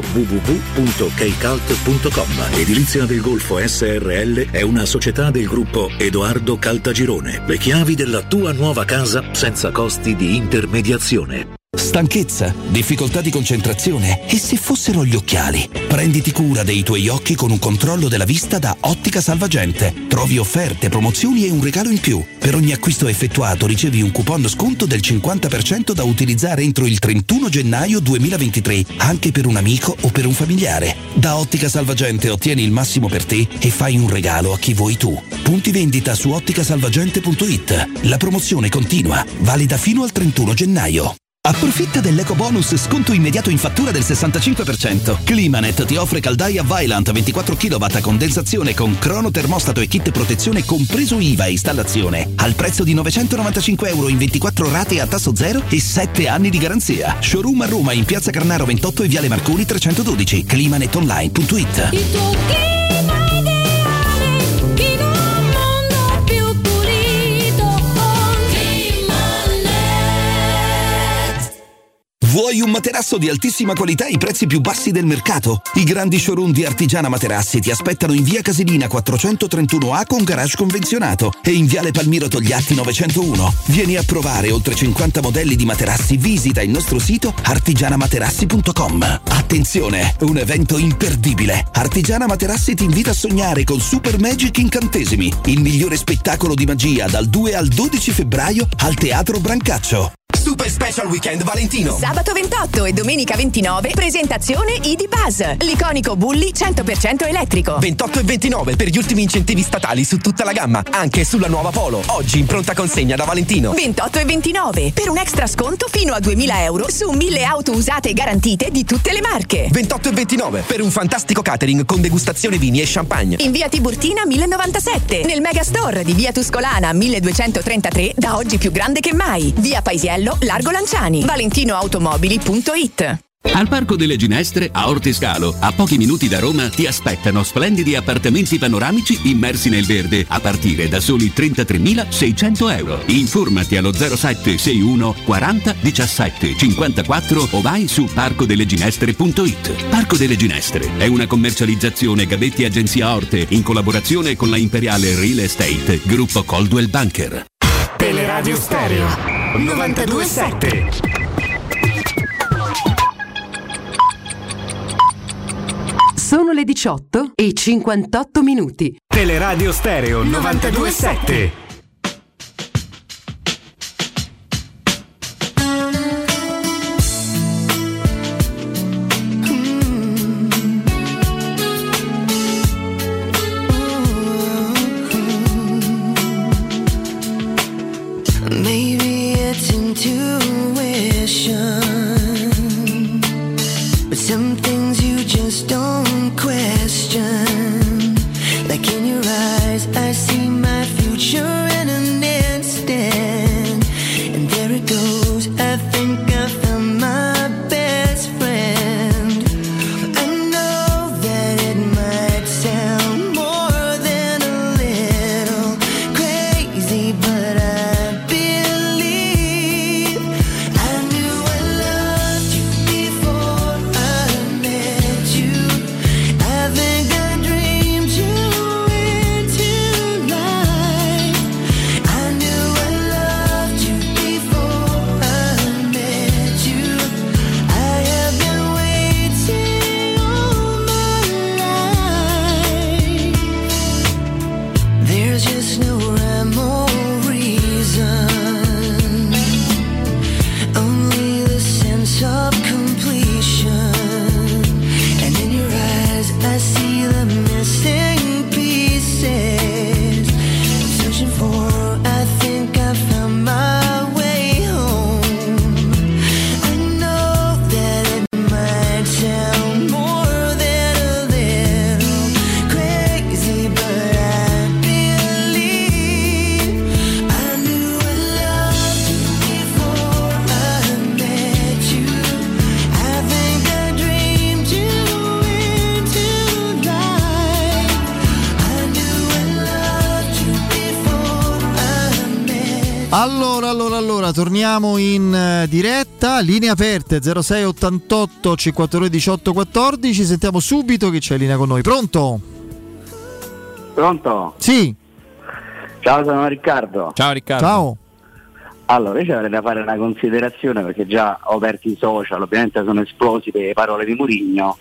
S5: www.keicalt.com. Edilizia del Golfo SRL è una società del gruppo Edoardo Caltagirone. Le chiavi della tua nuova casa senza costi di intermediazione.
S21: Stanchezza, difficoltà di concentrazione e se fossero gli occhiali? Prenditi cura dei tuoi occhi con un controllo della vista da Ottica Salvagente. Trovi offerte, promozioni e un regalo in più. Per ogni acquisto effettuato ricevi un coupon sconto del 50% da utilizzare entro il 31 gennaio 2023, anche per un amico o per un familiare. Da Ottica Salvagente ottieni il massimo per te e fai un regalo a chi vuoi tu. Punti vendita su otticasalvagente.it. La promozione continua, valida fino al 31 gennaio. Approfitta dell'eco bonus sconto immediato in fattura del 65%. Climanet ti offre caldaia Vaillant 24 kW a condensazione con crono termostato e kit protezione compreso IVA e installazione al prezzo di €995 in 24 rate a tasso zero e 7 anni di garanzia. Showroom a Roma in Piazza Carnaro 28 e Viale Marconi 312. climanetonline.it.
S4: Il tuo clima ideale in un mondo più pulito con Climanet.
S21: Vuoi un materasso di altissima qualità ai prezzi più bassi del mercato? I grandi showroom di Artigiana Materassi ti aspettano in via Casilina 431A con garage convenzionato e in viale Palmiro Togliatti 901. Vieni a provare oltre 50 modelli di materassi. Visita il nostro sito artigianamaterassi.com. Attenzione, un evento imperdibile. Artigiana Materassi ti invita a sognare con Super Magic Incantesimi, il migliore spettacolo di magia dal 2 al 12 febbraio al Teatro Brancaccio.
S13: Super Special Weekend Valentino.
S14: Sabato 28 e domenica 29 presentazione ID Buzz, l'iconico Bulli 100% elettrico.
S13: 28 e 29 per gli ultimi incentivi statali su tutta la gamma, anche sulla nuova Polo, oggi in pronta consegna da Valentino.
S14: 28 e 29 per un extra sconto fino a €2000 su 1000 auto usate e garantite di tutte le marche.
S13: 28 e 29 per un fantastico catering con degustazione vini e champagne.
S14: In via Tiburtina 1097, nel Megastore di via Tuscolana 1233, da oggi più grande che mai. Via Paisiello, Largo Lanciani. ValentinoAutomobili.it.
S21: Al Parco delle Ginestre, a Ortiscalo, a pochi minuti da Roma, ti aspettano splendidi appartamenti panoramici immersi nel verde a partire da soli €33.600. Informati allo 07 61 40 17 54 o vai su parcodelleginestre.it. Parco delle Ginestre è una commercializzazione Gavetti Agenzia Orte in collaborazione con la Imperiale Real Estate, gruppo Coldwell Banker.
S25: Teleradio Stereo 92.7.
S16: Sono le 18 e 58 minuti.
S25: Teleradio Stereo 92.7.
S1: Allora, torniamo in diretta, linee aperte 06 88 52 18 14. Sentiamo subito chi c'è in linea con noi. Pronto?
S15: Pronto?
S1: Sì.
S15: Ciao, sono Riccardo.
S2: Ciao Riccardo.
S1: Ciao.
S15: Allora, io avrei da fare una considerazione, perché già ho aperto i social, ovviamente sono esplosi le parole di Mourinho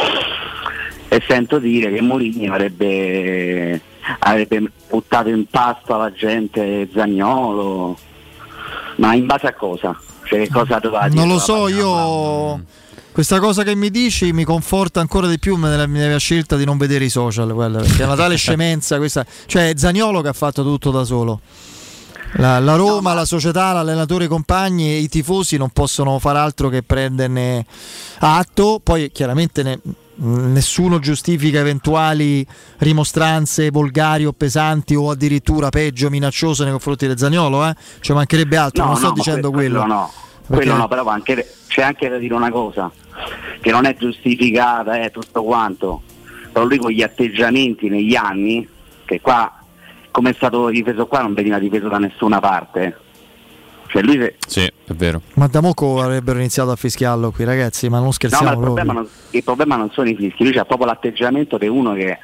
S15: e sento dire che Mourinho avrebbe buttato in pasto alla gente Zaniolo, ma in base a cosa? Cioè, che cosa doveva dire?
S1: Non lo so, io questa cosa che mi dici mi conforta ancora di più nella mia scelta di non vedere i social, guarda, perché è una tale scemenza questa, cioè è Zaniolo che ha fatto tutto da solo. La Roma, la società, l'allenatore, i compagni e i tifosi non possono far altro che prenderne atto. Poi chiaramente nessuno giustifica eventuali rimostranze volgari o pesanti o addirittura peggio minacciose nei confronti del Zaniolo, ci mancherebbe altro, non sto dicendo quello.
S15: Quello no, però c'è anche da dire una cosa, che non è giustificata tutto quanto, però lui con gli atteggiamenti negli anni, che qua come è stato difeso qua non veniva difeso da nessuna parte. Cioè lui
S2: sì, è vero.
S1: Ma da Moco avrebbero iniziato a fischiarlo qui, ragazzi, ma non scherziamo.
S15: No, ma il problema non sono i fischi, lui c'ha proprio l'atteggiamento di uno che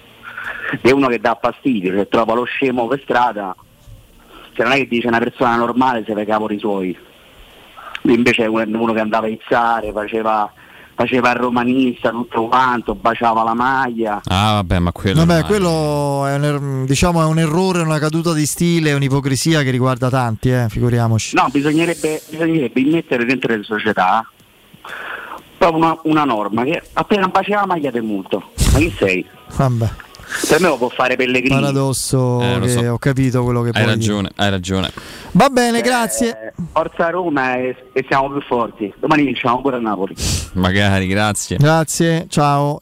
S15: dà fastidio, cioè trova lo scemo per strada, cioè non è che dice una persona normale se fa i cavoli suoi. Lui invece è uno che andava a izzare, faceva il romanista, tutto quanto, baciava la maglia.
S2: Ah vabbè, ma quello
S1: è un errore, una caduta di stile, un'ipocrisia che riguarda tanti, figuriamoci.
S15: No, bisognerebbe immettere dentro le società proprio una norma che appena baciava la maglia del multo. Ma chi sei?
S1: Vabbè.
S15: Per me lo può fare Pellegrini.
S1: Paradosso, che so. Ho capito quello che
S2: hai ragione.
S1: Va bene, grazie.
S15: Forza Roma e siamo più forti. Domani vinciamo pure a Napoli.
S2: Magari, grazie.
S1: Grazie, ciao.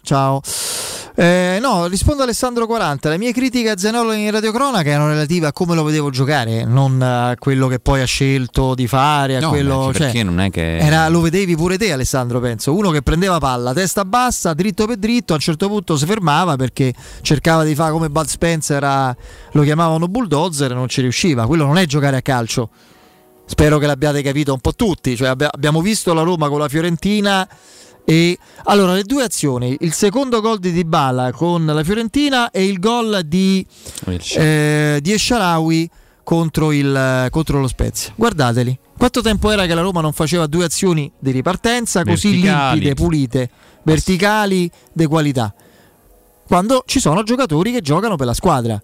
S1: No, rispondo a Alessandro 40. Le mie critiche a Zaniolo in radiocronaca erano relative a come lo vedevo giocare, non a quello che poi ha scelto di fare, a quello,
S2: perché non è che
S1: lo vedevi pure te, Alessandro, penso, uno che prendeva palla testa bassa, dritto per dritto, a un certo punto si fermava perché cercava di fare come Bud Spencer, lo chiamavano bulldozer e non ci riusciva. Quello non è giocare a calcio. Spero che l'abbiate capito un po' tutti, cioè abbiamo visto la Roma con la Fiorentina. E allora le due azioni, il secondo gol di Dybala con la Fiorentina e il gol di Esharawi contro lo Spezia, guardateli, quanto tempo era che la Roma non faceva due azioni di ripartenza così limpide, pulite, verticali, di qualità, quando ci sono giocatori che giocano per la squadra.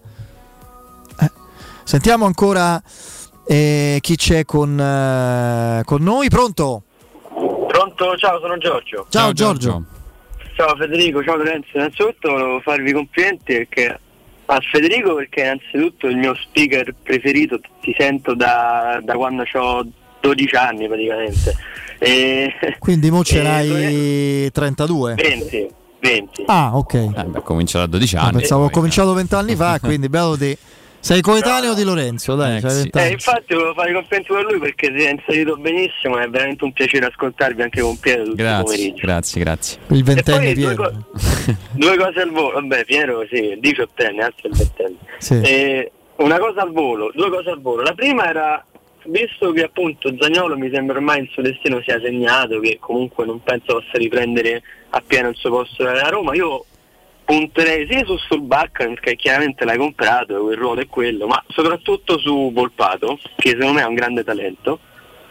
S1: Sentiamo ancora chi c'è con noi. Pronto?
S17: Pronto, ciao, sono Giorgio.
S1: Ciao Giorgio.
S17: Ciao Federico, ciao Lorenzo. Innanzitutto volevo farvi complimenti a Federico perché innanzitutto il mio speaker preferito, ti sento da quando ho 12 anni praticamente.
S1: Quindi mo ce l'hai 32?
S17: 20.
S1: Ah, ok.
S2: Comincia da 12 anni.
S1: Pensavo ho cominciato 20 anni fa, quindi beato te. Sei coetaneo di Lorenzo, dai.
S17: Infatti volevo fare i complimenti per lui perché si è inserito benissimo, è veramente un piacere ascoltarvi anche con Piero tutto il pomeriggio.
S2: Grazie.
S1: Il ventenne Piero.
S17: Due cose al volo, vabbè Piero sì, 18enne, altro il ventenne.
S1: Sì.
S17: Una cosa al volo, due cose al volo. La prima era, visto che appunto Zaniolo mi sembra ormai il suo destino sia segnato, che comunque non penso possa riprendere appieno il suo posto nella Roma, io punterei sia su Solbakken, perché chiaramente l'hai comprato, quel ruolo è quello, ma soprattutto su Volpato, che secondo me è un grande talento.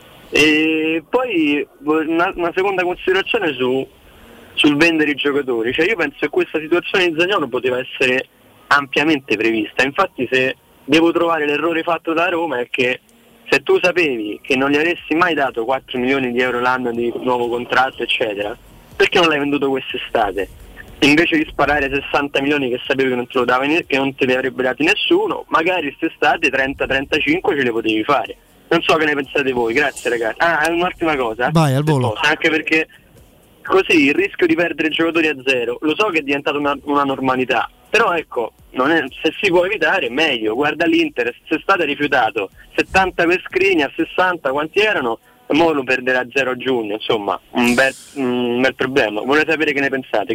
S17: E poi una seconda considerazione sul vendere i giocatori. Cioè io penso che questa situazione di Zaniolo poteva essere ampiamente prevista. Infatti se devo trovare l'errore fatto da Roma è che se tu sapevi che non gli avresti mai dato 4 milioni di euro l'anno di nuovo contratto eccetera, perché non l'hai venduto quest'estate? Invece di sparare 60 milioni che sapevi che non te lo dava, che non te li avrebbe dati nessuno, magari quest'estate 30-35 ce li potevi fare. Non so che ne pensate voi, grazie ragazzi. È un'ultima cosa.
S1: Vai al volo.
S17: Anche perché così il rischio di perdere giocatori a zero, lo so che è diventata una normalità, però ecco, se si può evitare è meglio. Guarda l'Inter, se è stato rifiutato 70 per Skriniar, 60 quanti erano, e ora lo perderà 0 a giugno, insomma un bel problema. Vorrei sapere che ne pensate.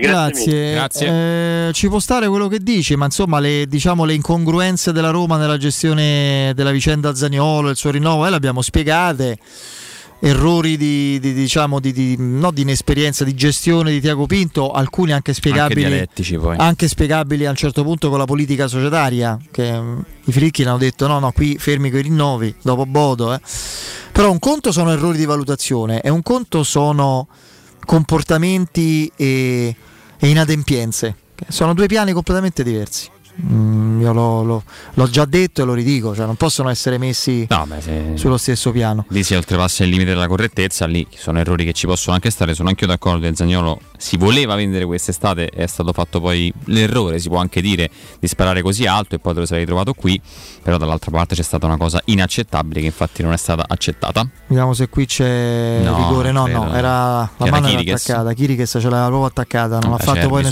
S1: Grazie. Ci può stare quello che dici, ma insomma le incongruenze della Roma nella gestione della vicenda Zaniolo, il suo rinnovo, le abbiamo spiegate. Errori di inesperienza di gestione di Tiago Pinto, alcuni anche spiegabili, anche spiegabili a un certo punto con la politica societaria, che i Fricchi hanno detto no, qui fermi coi rinnovi dopo Bodo, però un conto sono errori di valutazione e un conto sono comportamenti e inadempienze, sono due piani completamente diversi. Io l'ho già detto e lo ridico, cioè non possono essere messi sullo stesso piano.
S2: Lì si oltrepassa il limite della correttezza, lì sono errori che ci possono anche stare. Sono anche io d'accordo che Zaniolo si voleva vendere quest'estate, è stato fatto poi l'errore, si può anche dire, di sparare così alto e poi te lo sei ritrovato qui, però dall'altra parte c'è stata una cosa inaccettabile che infatti non è stata accettata.
S1: Vediamo se qui c'è rigore. No, era la mano era attaccata, Chiriches ce l'aveva proprio attaccata, non ha fatto poi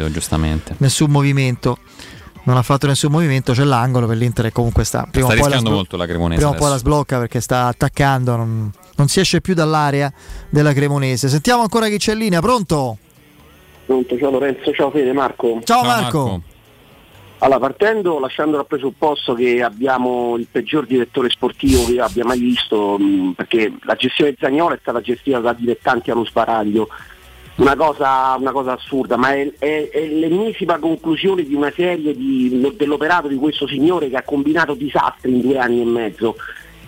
S1: nessun movimento. Non ha fatto nessun movimento, c'è l'angolo per l'Inter e comunque sta
S2: rischiando molto la Cremonese.
S1: Prima o poi la sblocca perché sta attaccando, non si esce più dall'area della Cremonese. Sentiamo ancora chi c'è in linea, pronto?
S3: Pronto, ciao Lorenzo, ciao Fede, Marco.
S1: Ciao Marco.
S3: Allora, lasciando dal presupposto che abbiamo il peggior direttore sportivo che abbia mai visto, perché la gestione di Zaniolo è stata gestita da dilettanti allo sbaraglio. Una cosa assurda, ma è l'ennesima conclusione di una serie dell'operato di questo signore che ha combinato disastri in 2 anni e mezzo,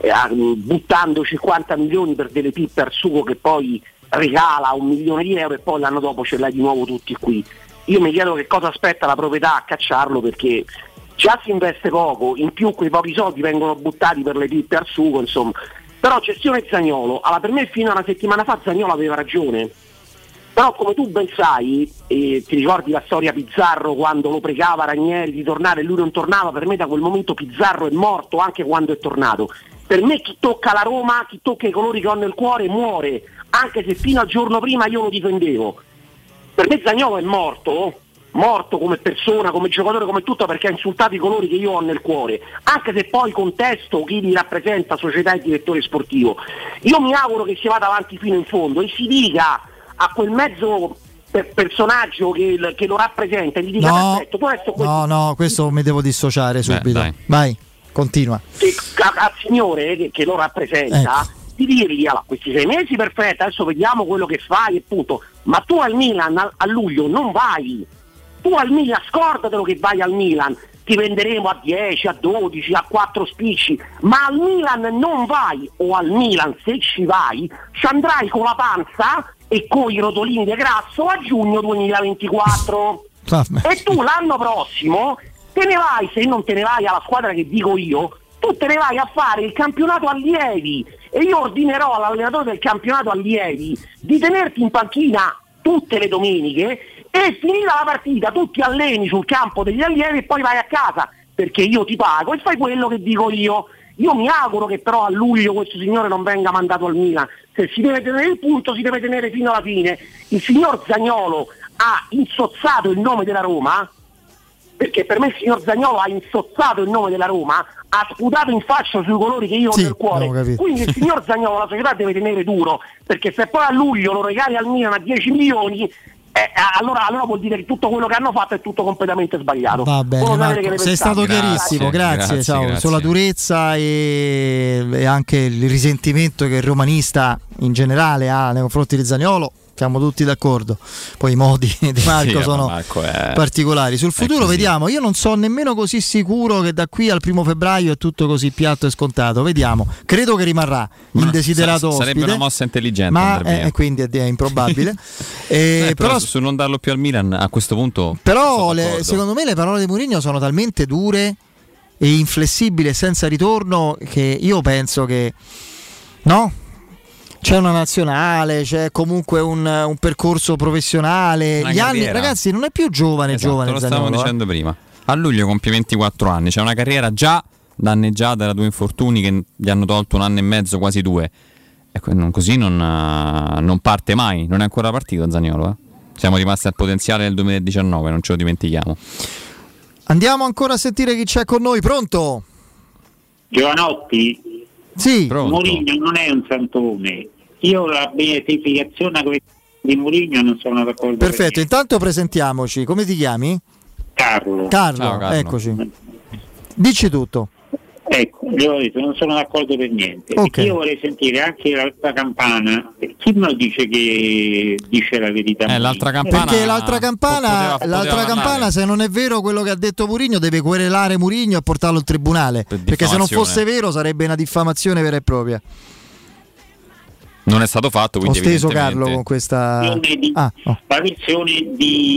S3: buttando 50 milioni per delle pippe al sugo che poi regala 1 milione di euro e poi l'anno dopo ce l'hai di nuovo tutti qui. Io mi chiedo che cosa aspetta la proprietà a cacciarlo, perché già si investe poco, in più quei pochi soldi vengono buttati per le pippe al sugo, insomma. Però gestione Zaniolo, per me fino a una settimana fa Zaniolo aveva ragione. Però come tu ben sai, ti ricordi la storia Pizzarro quando lo pregava Ranieri di tornare e lui non tornava? Per me da quel momento Pizzarro è morto anche quando è tornato. Per me chi tocca la Roma, chi tocca i colori che ho nel cuore muore, anche se fino al giorno prima io lo difendevo. Per me Zaniolo è morto come persona, come giocatore, come tutto, perché ha insultato i colori che io ho nel cuore, anche se poi contesto chi li rappresenta, società e direttore sportivo. Io mi auguro che si vada avanti fino in fondo e si dica a quel mezzo personaggio che lo rappresenta, gli dica perfetto, tu adesso
S1: questo mi devo dissociare subito. Vai, continua.
S3: Al signore che lo rappresenta, di dirgli questi 6 mesi perfetto, adesso vediamo quello che fai e punto. Ma tu al Milan a luglio non vai, tu al Milan scordatelo che vai al Milan, ti venderemo a 10, a 12, a 4 spicci, ma al Milan non vai, o al Milan se ci vai ci andrai con la panza e con i rotolini di grasso a giugno 2024. E tu l'anno prossimo te ne vai, se non te ne vai alla squadra che dico io, tu te ne vai a fare il campionato allievi e io ordinerò all'allenatore del campionato allievi di tenerti in panchina tutte le domeniche e finita la partita tu ti alleni sul campo degli allievi e poi vai a casa, perché io ti pago e fai quello che dico io. Io mi auguro che però a luglio questo signore non venga mandato al Milan. Se si deve tenere il punto si deve tenere fino alla fine. Il signor Zaniolo ha insozzato il nome della Roma, perché per me il signor Zaniolo ha insozzato il nome della Roma, ha sputato in faccia sui colori che io ho nel cuore. Quindi il signor Zaniolo la società deve tenere duro, perché se poi a luglio lo regali al Milan a 10 milioni allora vuol dire che tutto quello che hanno fatto è tutto completamente sbagliato.
S1: Va bene, Marco, sei stato chiarissimo, grazie. Sulla durezza e anche il risentimento che il romanista in generale ha nei confronti di Zaniolo, siamo tutti d'accordo. Poi i modi di Marco sono particolari. Sul futuro vediamo, io non sono nemmeno così sicuro che da qui al 1 febbraio è tutto così piatto e scontato. Vediamo, credo che rimarrà il desiderato ospite.
S2: Sarebbe una mossa intelligente,
S1: ma quindi è improbabile.
S2: però su non darlo più al Milan a questo punto.
S1: Però secondo me le parole di Mourinho sono talmente dure e inflessibili e senza ritorno che io penso che c'è una nazionale, c'è comunque un percorso professionale. Gli anni, ragazzi, non è più giovane.
S2: Lo stavamo dicendo prima. A luglio compie 24 anni, c'è una carriera già danneggiata da 2 infortuni che gli hanno tolto 1 anno e mezzo, quasi 2. Così non parte mai, non è ancora partito Zaniolo. Siamo rimasti al potenziale del 2019, non ce lo dimentichiamo.
S1: Andiamo ancora a sentire chi c'è con noi, pronto?
S6: Giovanotti.
S1: Sì.
S6: Mourinho non è un santone. Io la beatificazione di Mourinho non sono d'accordo.
S1: Perfetto, intanto presentiamoci. Come ti chiami?
S6: Carlo.
S1: Ciao,
S6: Carlo.
S1: Eccoci. Dici tutto.
S6: Ecco, io ho detto, non sono d'accordo per niente. Okay. Io vorrei sentire anche l'altra campana. Chi me lo dice che dice la verità?
S2: L'altra campana.
S1: Perché l'altra campana, se non è vero quello che ha detto Mourinho, deve querelare Mourinho e portarlo in tribunale. Perché se non fosse vero sarebbe una diffamazione vera e propria.
S2: Non è stato fatto, quindi
S1: ho steso Carlo con questa
S6: la versione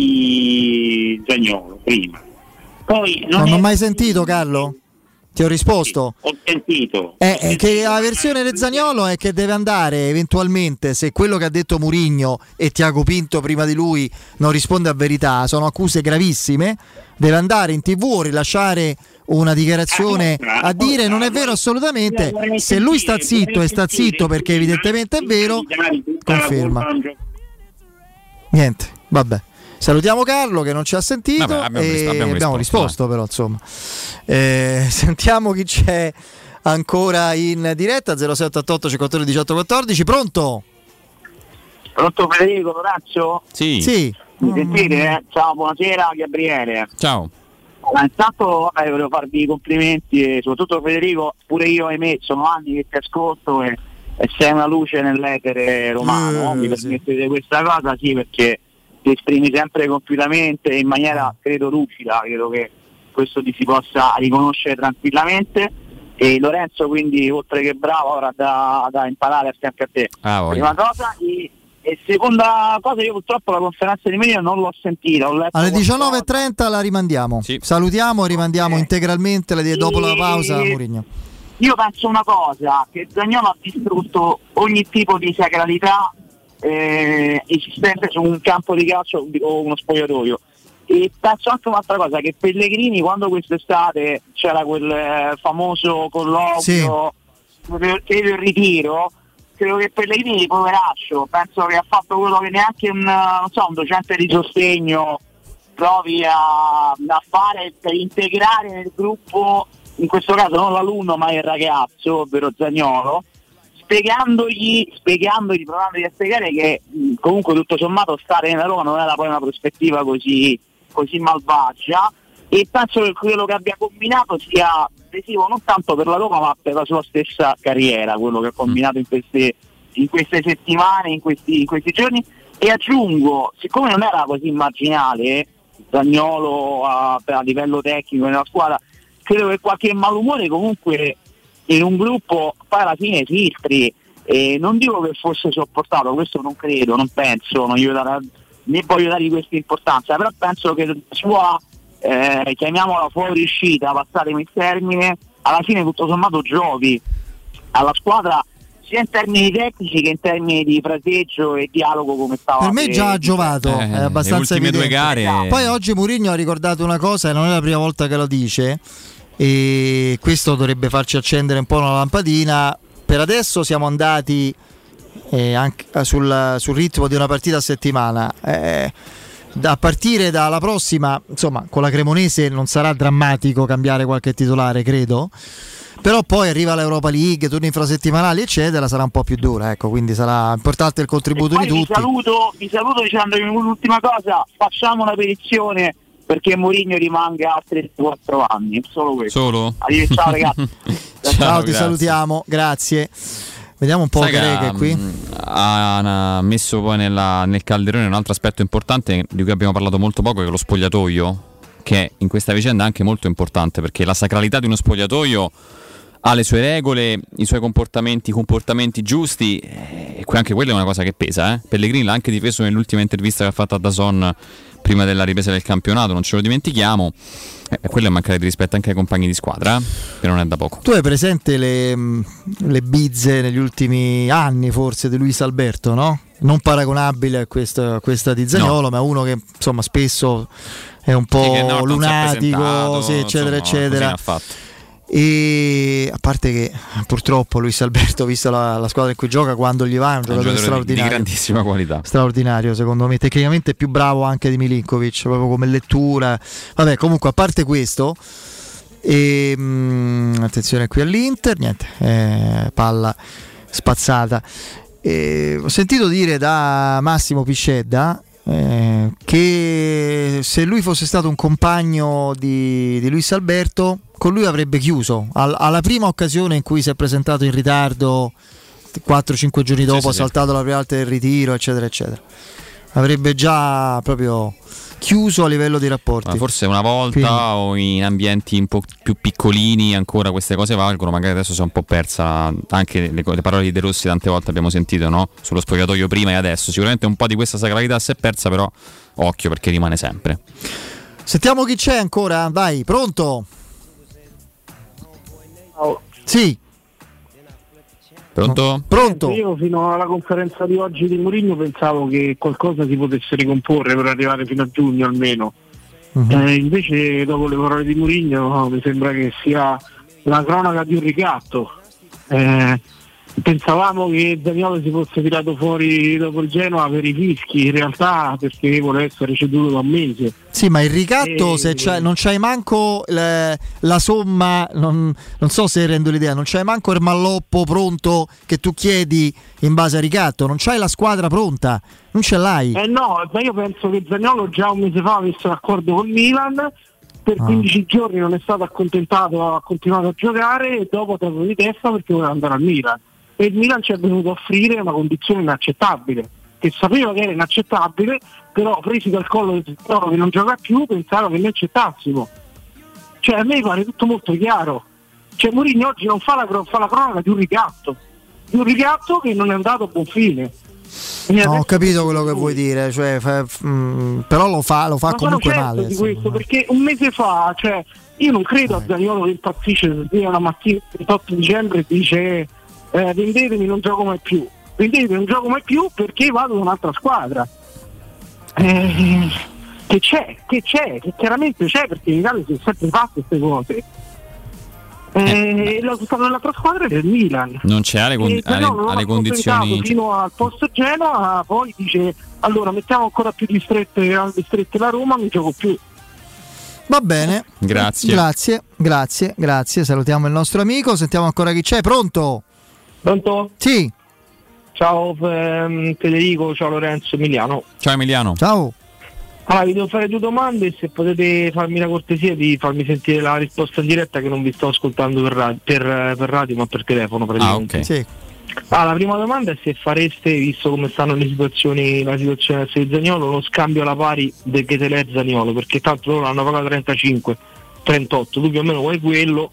S6: di Zaniolo prima. Poi
S1: non ho mai sentito, Carlo? Ti ho risposto?
S6: Ho sentito.
S1: Che la versione del Zaniolo è che deve andare eventualmente, se quello che ha detto Mourinho e Tiago Pinto prima di lui non risponde a verità, sono accuse gravissime, deve andare in TV o rilasciare una dichiarazione a dire non è vero assolutamente. Se lui sta zitto e sta zitto perché evidentemente è vero, conferma. Niente, vabbè. Salutiamo Carlo che non ci ha sentito. Abbiamo risposto però insomma. Sentiamo chi c'è ancora in diretta. 0688 54 18 14. Pronto
S15: Federico, Lorazio?
S2: Sì.
S15: Mi sentite? Ciao, buonasera Gabriele.
S2: Ciao.
S15: Intanto volevo farvi i complimenti e soprattutto Federico, pure io ahimè sono anni che ti ascolto e sei una luce nell'etere romano. Mi permettete questa cosa? Sì, perché ti esprimi sempre compiutamente in maniera credo lucida, credo che questo ti si possa riconoscere tranquillamente. E Lorenzo quindi oltre che bravo ora da imparare a fianco a te. Prima cosa. E seconda cosa, io purtroppo la conferenza di Mourinho non l'ho sentita, ho letto
S1: alle 19:30 la rimandiamo. Sì. Salutiamo e rimandiamo integralmente dopo la pausa Mourinho.
S15: Io penso una cosa, che Zaniolo ha distrutto ogni tipo di sacralità esistente su un campo di calcio o uno spogliatoio. E penso anche un'altra cosa, che Pellegrini quando quest'estate c'era quel famoso colloquio per il ritiro, credo che Pellegrini, poveraccio, penso che ha fatto quello che neanche un docente di sostegno provi a fare per integrare nel gruppo, in questo caso non l'alunno ma il ragazzo, ovvero Zaniolo, spiegandogli, provandogli a spiegare che comunque tutto sommato stare nella Roma non era poi una prospettiva così malvagia, e penso che quello che abbia combinato sia decisivo non tanto per la Roma ma per la sua stessa carriera, quello che ha combinato in queste settimane, in questi giorni. E aggiungo, siccome non era così marginale Zaniolo a livello tecnico nella squadra, credo che qualche malumore comunque in un gruppo poi alla fine filtri, e non dico che fosse sopportato, questo non credo, non penso, ne voglio dargli questa importanza, però penso che la sua chiamiamola fuoriuscita, passatemi il termine, alla fine tutto sommato giovi alla squadra sia in termini tecnici che in termini di fraseggio e dialogo, come stava.
S1: Per me già ha giovato, è abbastanza
S2: le ultime
S1: evidente.
S2: 2 gare.
S1: Poi oggi Mourinho ha ricordato una cosa e non è la prima volta che lo dice, e questo dovrebbe farci accendere un po' una lampadina. Per adesso siamo andati anche sul ritmo di una partita a settimana. A partire dalla prossima, insomma, con la Cremonese non sarà drammatico cambiare qualche titolare, credo. Però poi arriva l'Europa League, turni infrasettimanali eccetera, sarà un po' più dura, ecco, quindi sarà importante il contributo di tutti.
S15: Vi saluto dicendovi un'ultima cosa: facciamo una petizione perché Mourinho rimanga altri 4 anni, solo questo.
S2: Solo?
S15: Ciao ragazzi.
S1: Ciao, ti salutiamo, grazie. Vediamo un po' che qui
S2: ha messo poi nel calderone un altro aspetto importante di cui abbiamo parlato molto poco, che è lo spogliatoio, che in questa vicenda è anche molto importante, perché la sacralità di uno spogliatoio ha le sue regole, i suoi comportamenti giusti, e anche quella è una cosa che pesa. Pellegrini l'ha anche difeso nell'ultima intervista che ha fatto a DAZN prima della ripresa del campionato, non ce lo dimentichiamo. Quello è mancare di rispetto anche ai compagni di squadra, che non è da poco.
S1: Tu hai presente le bizze negli ultimi anni forse di Luis Alberto, no? Non paragonabile a questa di Zaniolo, ma uno che insomma spesso è un po' lunatico, sì, eccetera eccetera. E a parte che purtroppo Luis Alberto, vista la squadra in cui gioca, quando gli va è un giocatore straordinario,
S2: di grandissima qualità,
S1: straordinario, secondo me tecnicamente più bravo anche di Milinkovic, proprio come lettura. Vabbè, comunque a parte questo, E attenzione qui all'Inter, niente, palla spazzata. Ho sentito dire da Massimo Piscedda che se lui fosse stato un compagno di Luis Alberto, con lui avrebbe chiuso alla prima occasione in cui si è presentato in ritardo 4-5 giorni dopo, ha saltato la prima volta del ritiro, eccetera eccetera, avrebbe già proprio chiuso a livello di rapporti.
S2: Ma forse una volta. Quindi, o in ambienti un po' più piccolini ancora queste cose valgono, magari adesso si è un po' persa anche le parole di De Rossi, tante volte abbiamo sentito, no? Sullo spogliatoio prima e adesso, sicuramente un po' di questa sacralità si è persa, però occhio perché rimane sempre.
S1: Sentiamo chi c'è ancora, vai, pronto?
S7: Oh.
S1: Sì.
S2: Pronto?
S7: Pronto? Io fino alla conferenza di oggi di Mourinho pensavo che qualcosa si potesse ricomporre per arrivare fino a giugno almeno. Invece dopo le parole di Mourinho mi sembra che sia la cronaca di un ricatto. Pensavamo che Zaniolo si fosse tirato fuori dopo il Genoa per i fischi, in realtà perché vuole essere ceduto da un mese.
S1: Sì, ma il ricatto, se non c'hai manco la somma, non so se rendo l'idea, non c'hai manco il malloppo pronto che tu chiedi in base al ricatto, non c'hai la squadra pronta, non ce l'hai.
S7: No, ma io penso che Zaniolo già un mese fa avesse un accordo con Milan, per 15 giorni non è stato accontentato, ha continuato a giocare e dopo terzo di testa perché voleva andare al Milan. E il Milan ci è venuto a offrire una condizione inaccettabile, che sapeva che era inaccettabile, però presi dal collo del Toro che non gioca più, pensava che noi accettassimo. Cioè a me pare tutto molto chiaro. Cioè Mourinho oggi non fa la cronaca di un ricatto che non è andato a buon fine.
S1: No, ho capito quello che vuoi dire, cioè, però lo fa comunque male.
S7: Di questo, perché un mese fa, cioè, io non credo a Zaniolo che impazzisce se una mattina il 28 dicembre e dice vendetemi, non gioco mai più, perché vado da un'altra squadra. Che chiaramente c'è, perché in Italia si è sempre fatte queste cose. L'altra squadra è il Milan,
S2: non c'è alle condizioni
S7: fino al post Genoa, poi dice allora mettiamo ancora più ristrette la Roma, non gioco più.
S1: Va bene,
S2: grazie.
S1: Salutiamo il nostro amico, sentiamo ancora chi c'è. Pronto? Sì.
S7: Ciao Federico, ciao Lorenzo, Emiliano.
S2: Ciao Emiliano.
S1: Ciao.
S7: Allora, vi devo fare due domande e se potete farmi la cortesia di farmi sentire la risposta in diretta, che non vi sto ascoltando per radio ma per telefono praticamente.
S2: Ok.
S1: Sì.
S7: La prima domanda è se fareste, visto come stanno la situazione di Zaniolo, uno scambio alla pari del Keteler Zaniolo, perché tanto loro hanno pagato 35, 38, tu più o meno vuoi quello,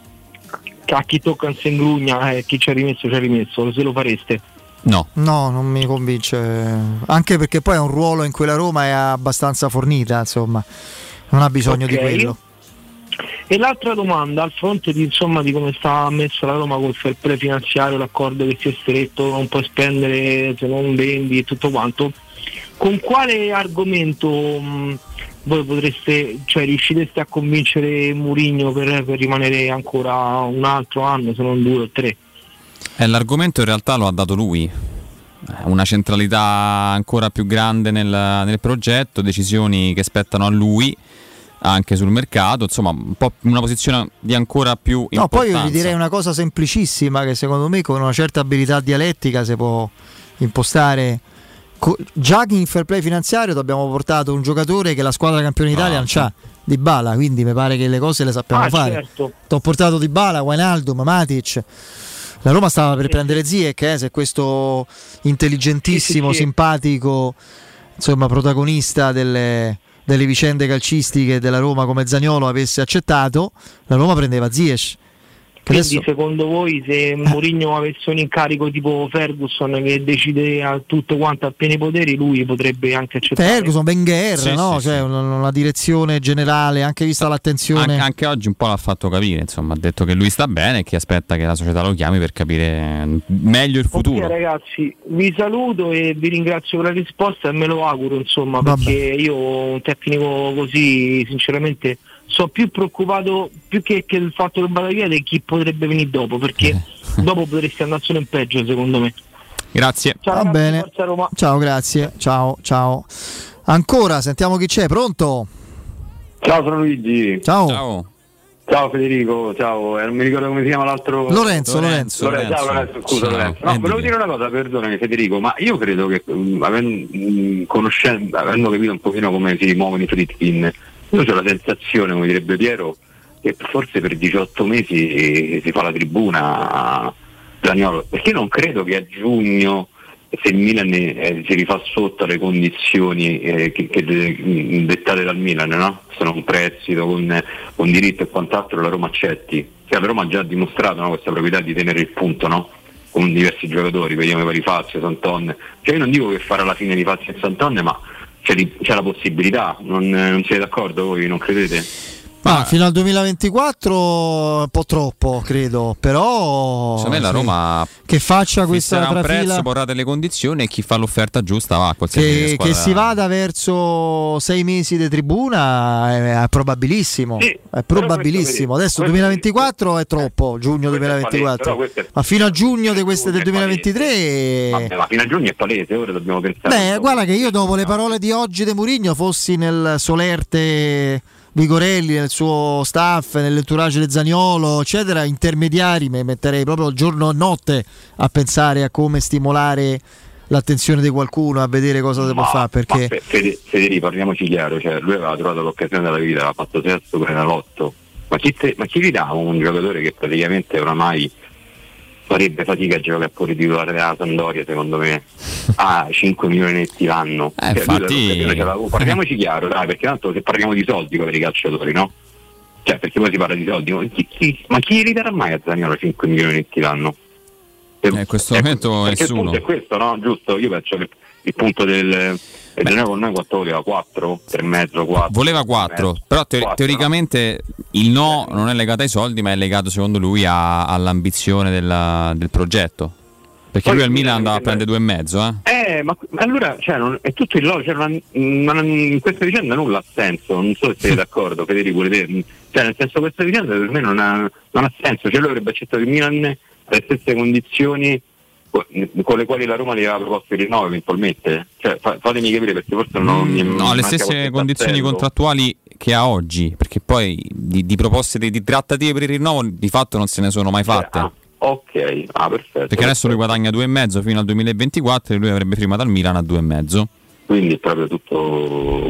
S7: a chi tocca in sengrugna, chi ci ha rimesso, se lo fareste?
S2: No,
S1: non mi convince, anche perché poi è un ruolo in cui la Roma è abbastanza fornita, insomma, non ha bisogno di quello.
S7: E l'altra domanda, al fronte di come sta messa la Roma col fair play finanziario, l'accordo che si è stretto, non puoi spendere se non vendi e tutto quanto, con quale argomento voi riuscireste a convincere Mourinho per rimanere ancora un altro anno, se non 2 o 3?
S2: L'argomento in realtà lo ha dato lui, una centralità ancora più grande nel progetto, decisioni che spettano a lui anche sul mercato, insomma un po' una posizione di ancora più importanza.
S1: Poi io vi direi una cosa semplicissima che secondo me con una certa abilità dialettica si può impostare. Già che in fair play finanziario abbiamo portato un giocatore che la squadra campione d'Italia non c'ha, Dybala, quindi mi pare che le cose le sappiamo fare.
S7: Certo.
S1: Ti ho portato Dybala, Wijnaldum, Matic. La Roma stava per prendere Ziyech, se questo intelligentissimo, simpatico, insomma protagonista delle vicende calcistiche della Roma come Zaniolo avesse accettato, la Roma prendeva Ziyech.
S7: Quindi secondo voi se Mourinho avesse un incarico tipo Ferguson che decide a tutto quanto a pieni poteri, lui potrebbe anche accettare?
S1: Ferguson, Wenger, no? Cioè una direzione generale, anche vista l'attenzione.
S2: Anche oggi un po' l'ha fatto capire, insomma, ha detto che lui sta bene e che aspetta che la società lo chiami per capire meglio il futuro.
S7: Ok ragazzi, vi saluto e vi ringrazio per la risposta e me lo auguro, insomma, perché io un tecnico così sinceramente sono più preoccupato più che il fatto che vada via di chi potrebbe venire dopo, perché dopo potresti andare solo in peggio secondo me.
S2: Grazie.
S7: Ciao,
S1: Va
S7: ragazzi,
S1: bene.
S7: Forza Roma.
S1: Ciao, grazie. Ciao. Ancora sentiamo chi c'è. Pronto?
S18: Ciao Luigi.
S1: Ciao.
S8: Ciao Federico, ciao, non mi ricordo come si chiama l'altro.
S1: Lorenzo.
S8: Ciao Lorenzo, scusa Lorenzo. No, volevo dire una cosa, perdonami Federico, ma io credo che avendo capito un pochino come si muovono i Friedkin, io ho la sensazione, come direbbe Piero, che forse per 18 mesi si fa la tribuna a Zaniolo, perché non credo che a giugno, se il Milan si rifà sotto le condizioni che dettate dal Milan, no? Sono un prestito con diritto e quant'altro, la Roma accetti. Cioè, la Roma ha già dimostrato, no, questa proprietà di tenere il punto, no? Con diversi giocatori, vediamo i vari Fazio, Santon. Cioè io non dico che farà la fine di Fazio e Santon, ma c'è la possibilità, non siete d'accordo voi, non credete?
S1: Fino al 2024 un po' troppo, credo, però
S2: secondo me la Roma
S1: che faccia questa
S2: trafila, un prezzo, porrà delle condizioni e chi fa l'offerta giusta va a qualsiasi
S1: che si vada verso 6 mesi di tribuna è probabilissimo,
S8: sì,
S1: è probabilissimo. Adesso 2024 è troppo, giugno 2024, ma fino a giugno del 2023
S8: ma fino a giugno è palese, ora dobbiamo pensare.
S1: Guarda che io dopo le parole di oggi di Mourinho fossi nel solerte Vigorelli, nel suo staff, nell'entourage di Zaniolo, eccetera, intermediari, mi metterei proprio giorno e notte a pensare a come stimolare l'attenzione di qualcuno, a vedere cosa si può fare. Perché
S8: Federico, parliamoci chiaro, cioè lui aveva trovato l'occasione della vita, aveva fatto sesto per l'otto, ma chi ti dà un giocatore che praticamente oramai farebbe fatica a giocare a pure titolare della Sampdoria, secondo me, a 5 milioni netti l'anno.
S2: Infatti
S8: parliamoci chiaro, dai, perché tanto se parliamo di soldi per i calciatori, no? Cioè, perché poi si parla di soldi, ma chi ridarà mai a Zaniolo 5 milioni netti l'anno?
S2: In questo momento nessuno.
S8: Il punto è questo, no? Giusto? Io penso che il punto del Zaniolo con noi quanto voleva? 4? 3,5, 4?
S2: Voleva 4, però teoricamente il no non è legato ai soldi, ma è legato secondo lui all'ambizione del progetto. Perché poi lui al Milan andava a prendere 2,5,
S8: ma allora è tutto il logico, in questa vicenda nulla ha senso, non so se siete d'accordo, Federico, cioè nel senso questa vicenda per me non ha senso, cioè lui avrebbe accettato il Milan alle stesse condizioni con le quali la Roma gli aveva proposto il rinnovo eventualmente, cioè fatemi capire, perché forse
S2: no, le stesse condizioni contrattuali che ha oggi, perché poi di proposte di trattative per il rinnovo di fatto non se ne sono mai fatte.
S8: Ok, perfetto.
S2: Perché adesso lui guadagna 2,5 fino al 2024 e lui avrebbe firmato al Milan a 2,5.
S8: Quindi è proprio tutto,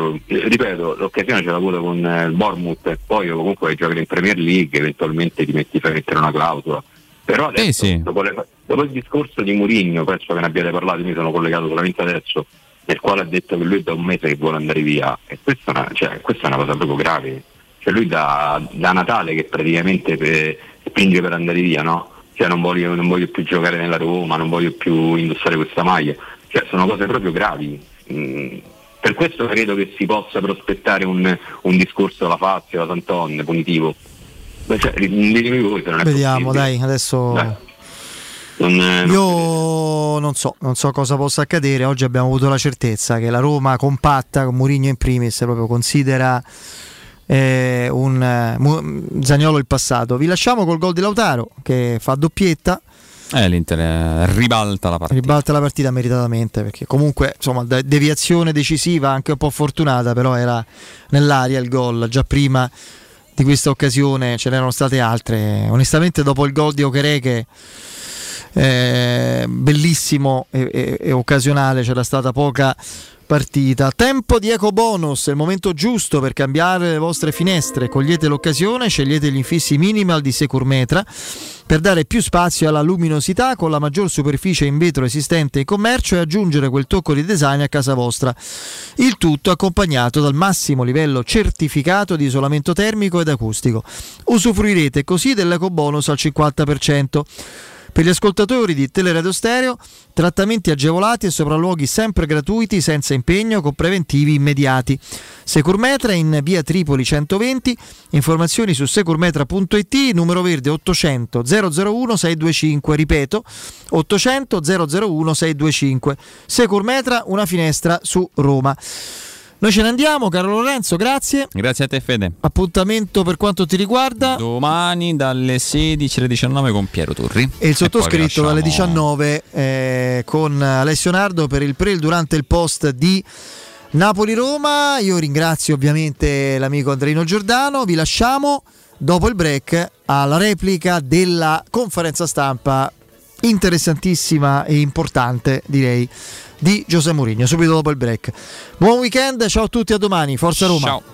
S8: ripeto, l'occasione ce l'ha avuta con il Bournemouth e poi comunque giocare in Premier League, eventualmente ti metti a mettere una clausola. Però adesso, dopo il discorso di Mourinho, penso che ne abbiate parlato, mi sono collegato solamente adesso, nel quale ha detto che lui è da un mese che vuole andare via, e questa è una cosa proprio grave. Cioè lui da Natale che praticamente spinge per andare via, no? Cioè non voglio più giocare nella Roma, non voglio più indossare questa maglia, cioè sono cose proprio gravi. Per questo credo che si possa prospettare un discorso alla Fazio, alla Santon punitivo. Cioè, ditemi voi se non è
S1: vediamo,
S8: possibile.
S1: Dai, adesso io non so cosa possa accadere. Oggi abbiamo avuto la certezza che la Roma compatta, con Mourinho in primis, proprio considera Zaniolo il passato. Vi lasciamo col gol di Lautaro che fa doppietta.
S2: L'Inter ribalta la
S1: partita meritatamente, perché comunque insomma deviazione decisiva, anche un po' fortunata, però era nell'aria il gol. Già prima di questa occasione ce n'erano state altre. Onestamente dopo il gol di Okereke bellissimo e occasionale, c'era stata poca partita. Tempo di ecobonus, è il momento giusto per cambiare le vostre finestre. Cogliete l'occasione, scegliete gli infissi minimal di Securmetra per dare più spazio alla luminosità con la maggior superficie in vetro esistente in commercio e aggiungere quel tocco di design a casa vostra. Il tutto accompagnato dal massimo livello certificato di isolamento termico ed acustico. Usufruirete così dell'ecobonus al 50%. Per gli ascoltatori di Teleradio Stereo, trattamenti agevolati e sopralluoghi sempre gratuiti senza impegno con preventivi immediati. Securmetra in via Tripoli 120, informazioni su securmetra.it, numero verde 800 001 625, ripeto 800 001 625. Securmetra, una finestra su Roma. Noi ce ne andiamo, caro Lorenzo, grazie.
S2: Grazie a te, Fede.
S1: Appuntamento per quanto ti riguarda
S2: domani dalle 16 alle 19 con Piero Turri.
S1: E il sottoscritto dalle 19 con Alessio Nardo per il pre e il durante il post di Napoli-Roma. Io ringrazio ovviamente l'amico Andreino Giordano. Vi lasciamo dopo il break alla replica della conferenza stampa interessantissima e importante, direi, di José Mourinho, subito dopo il break. Buon weekend, ciao a tutti, a domani, forza Roma.
S2: Ciao.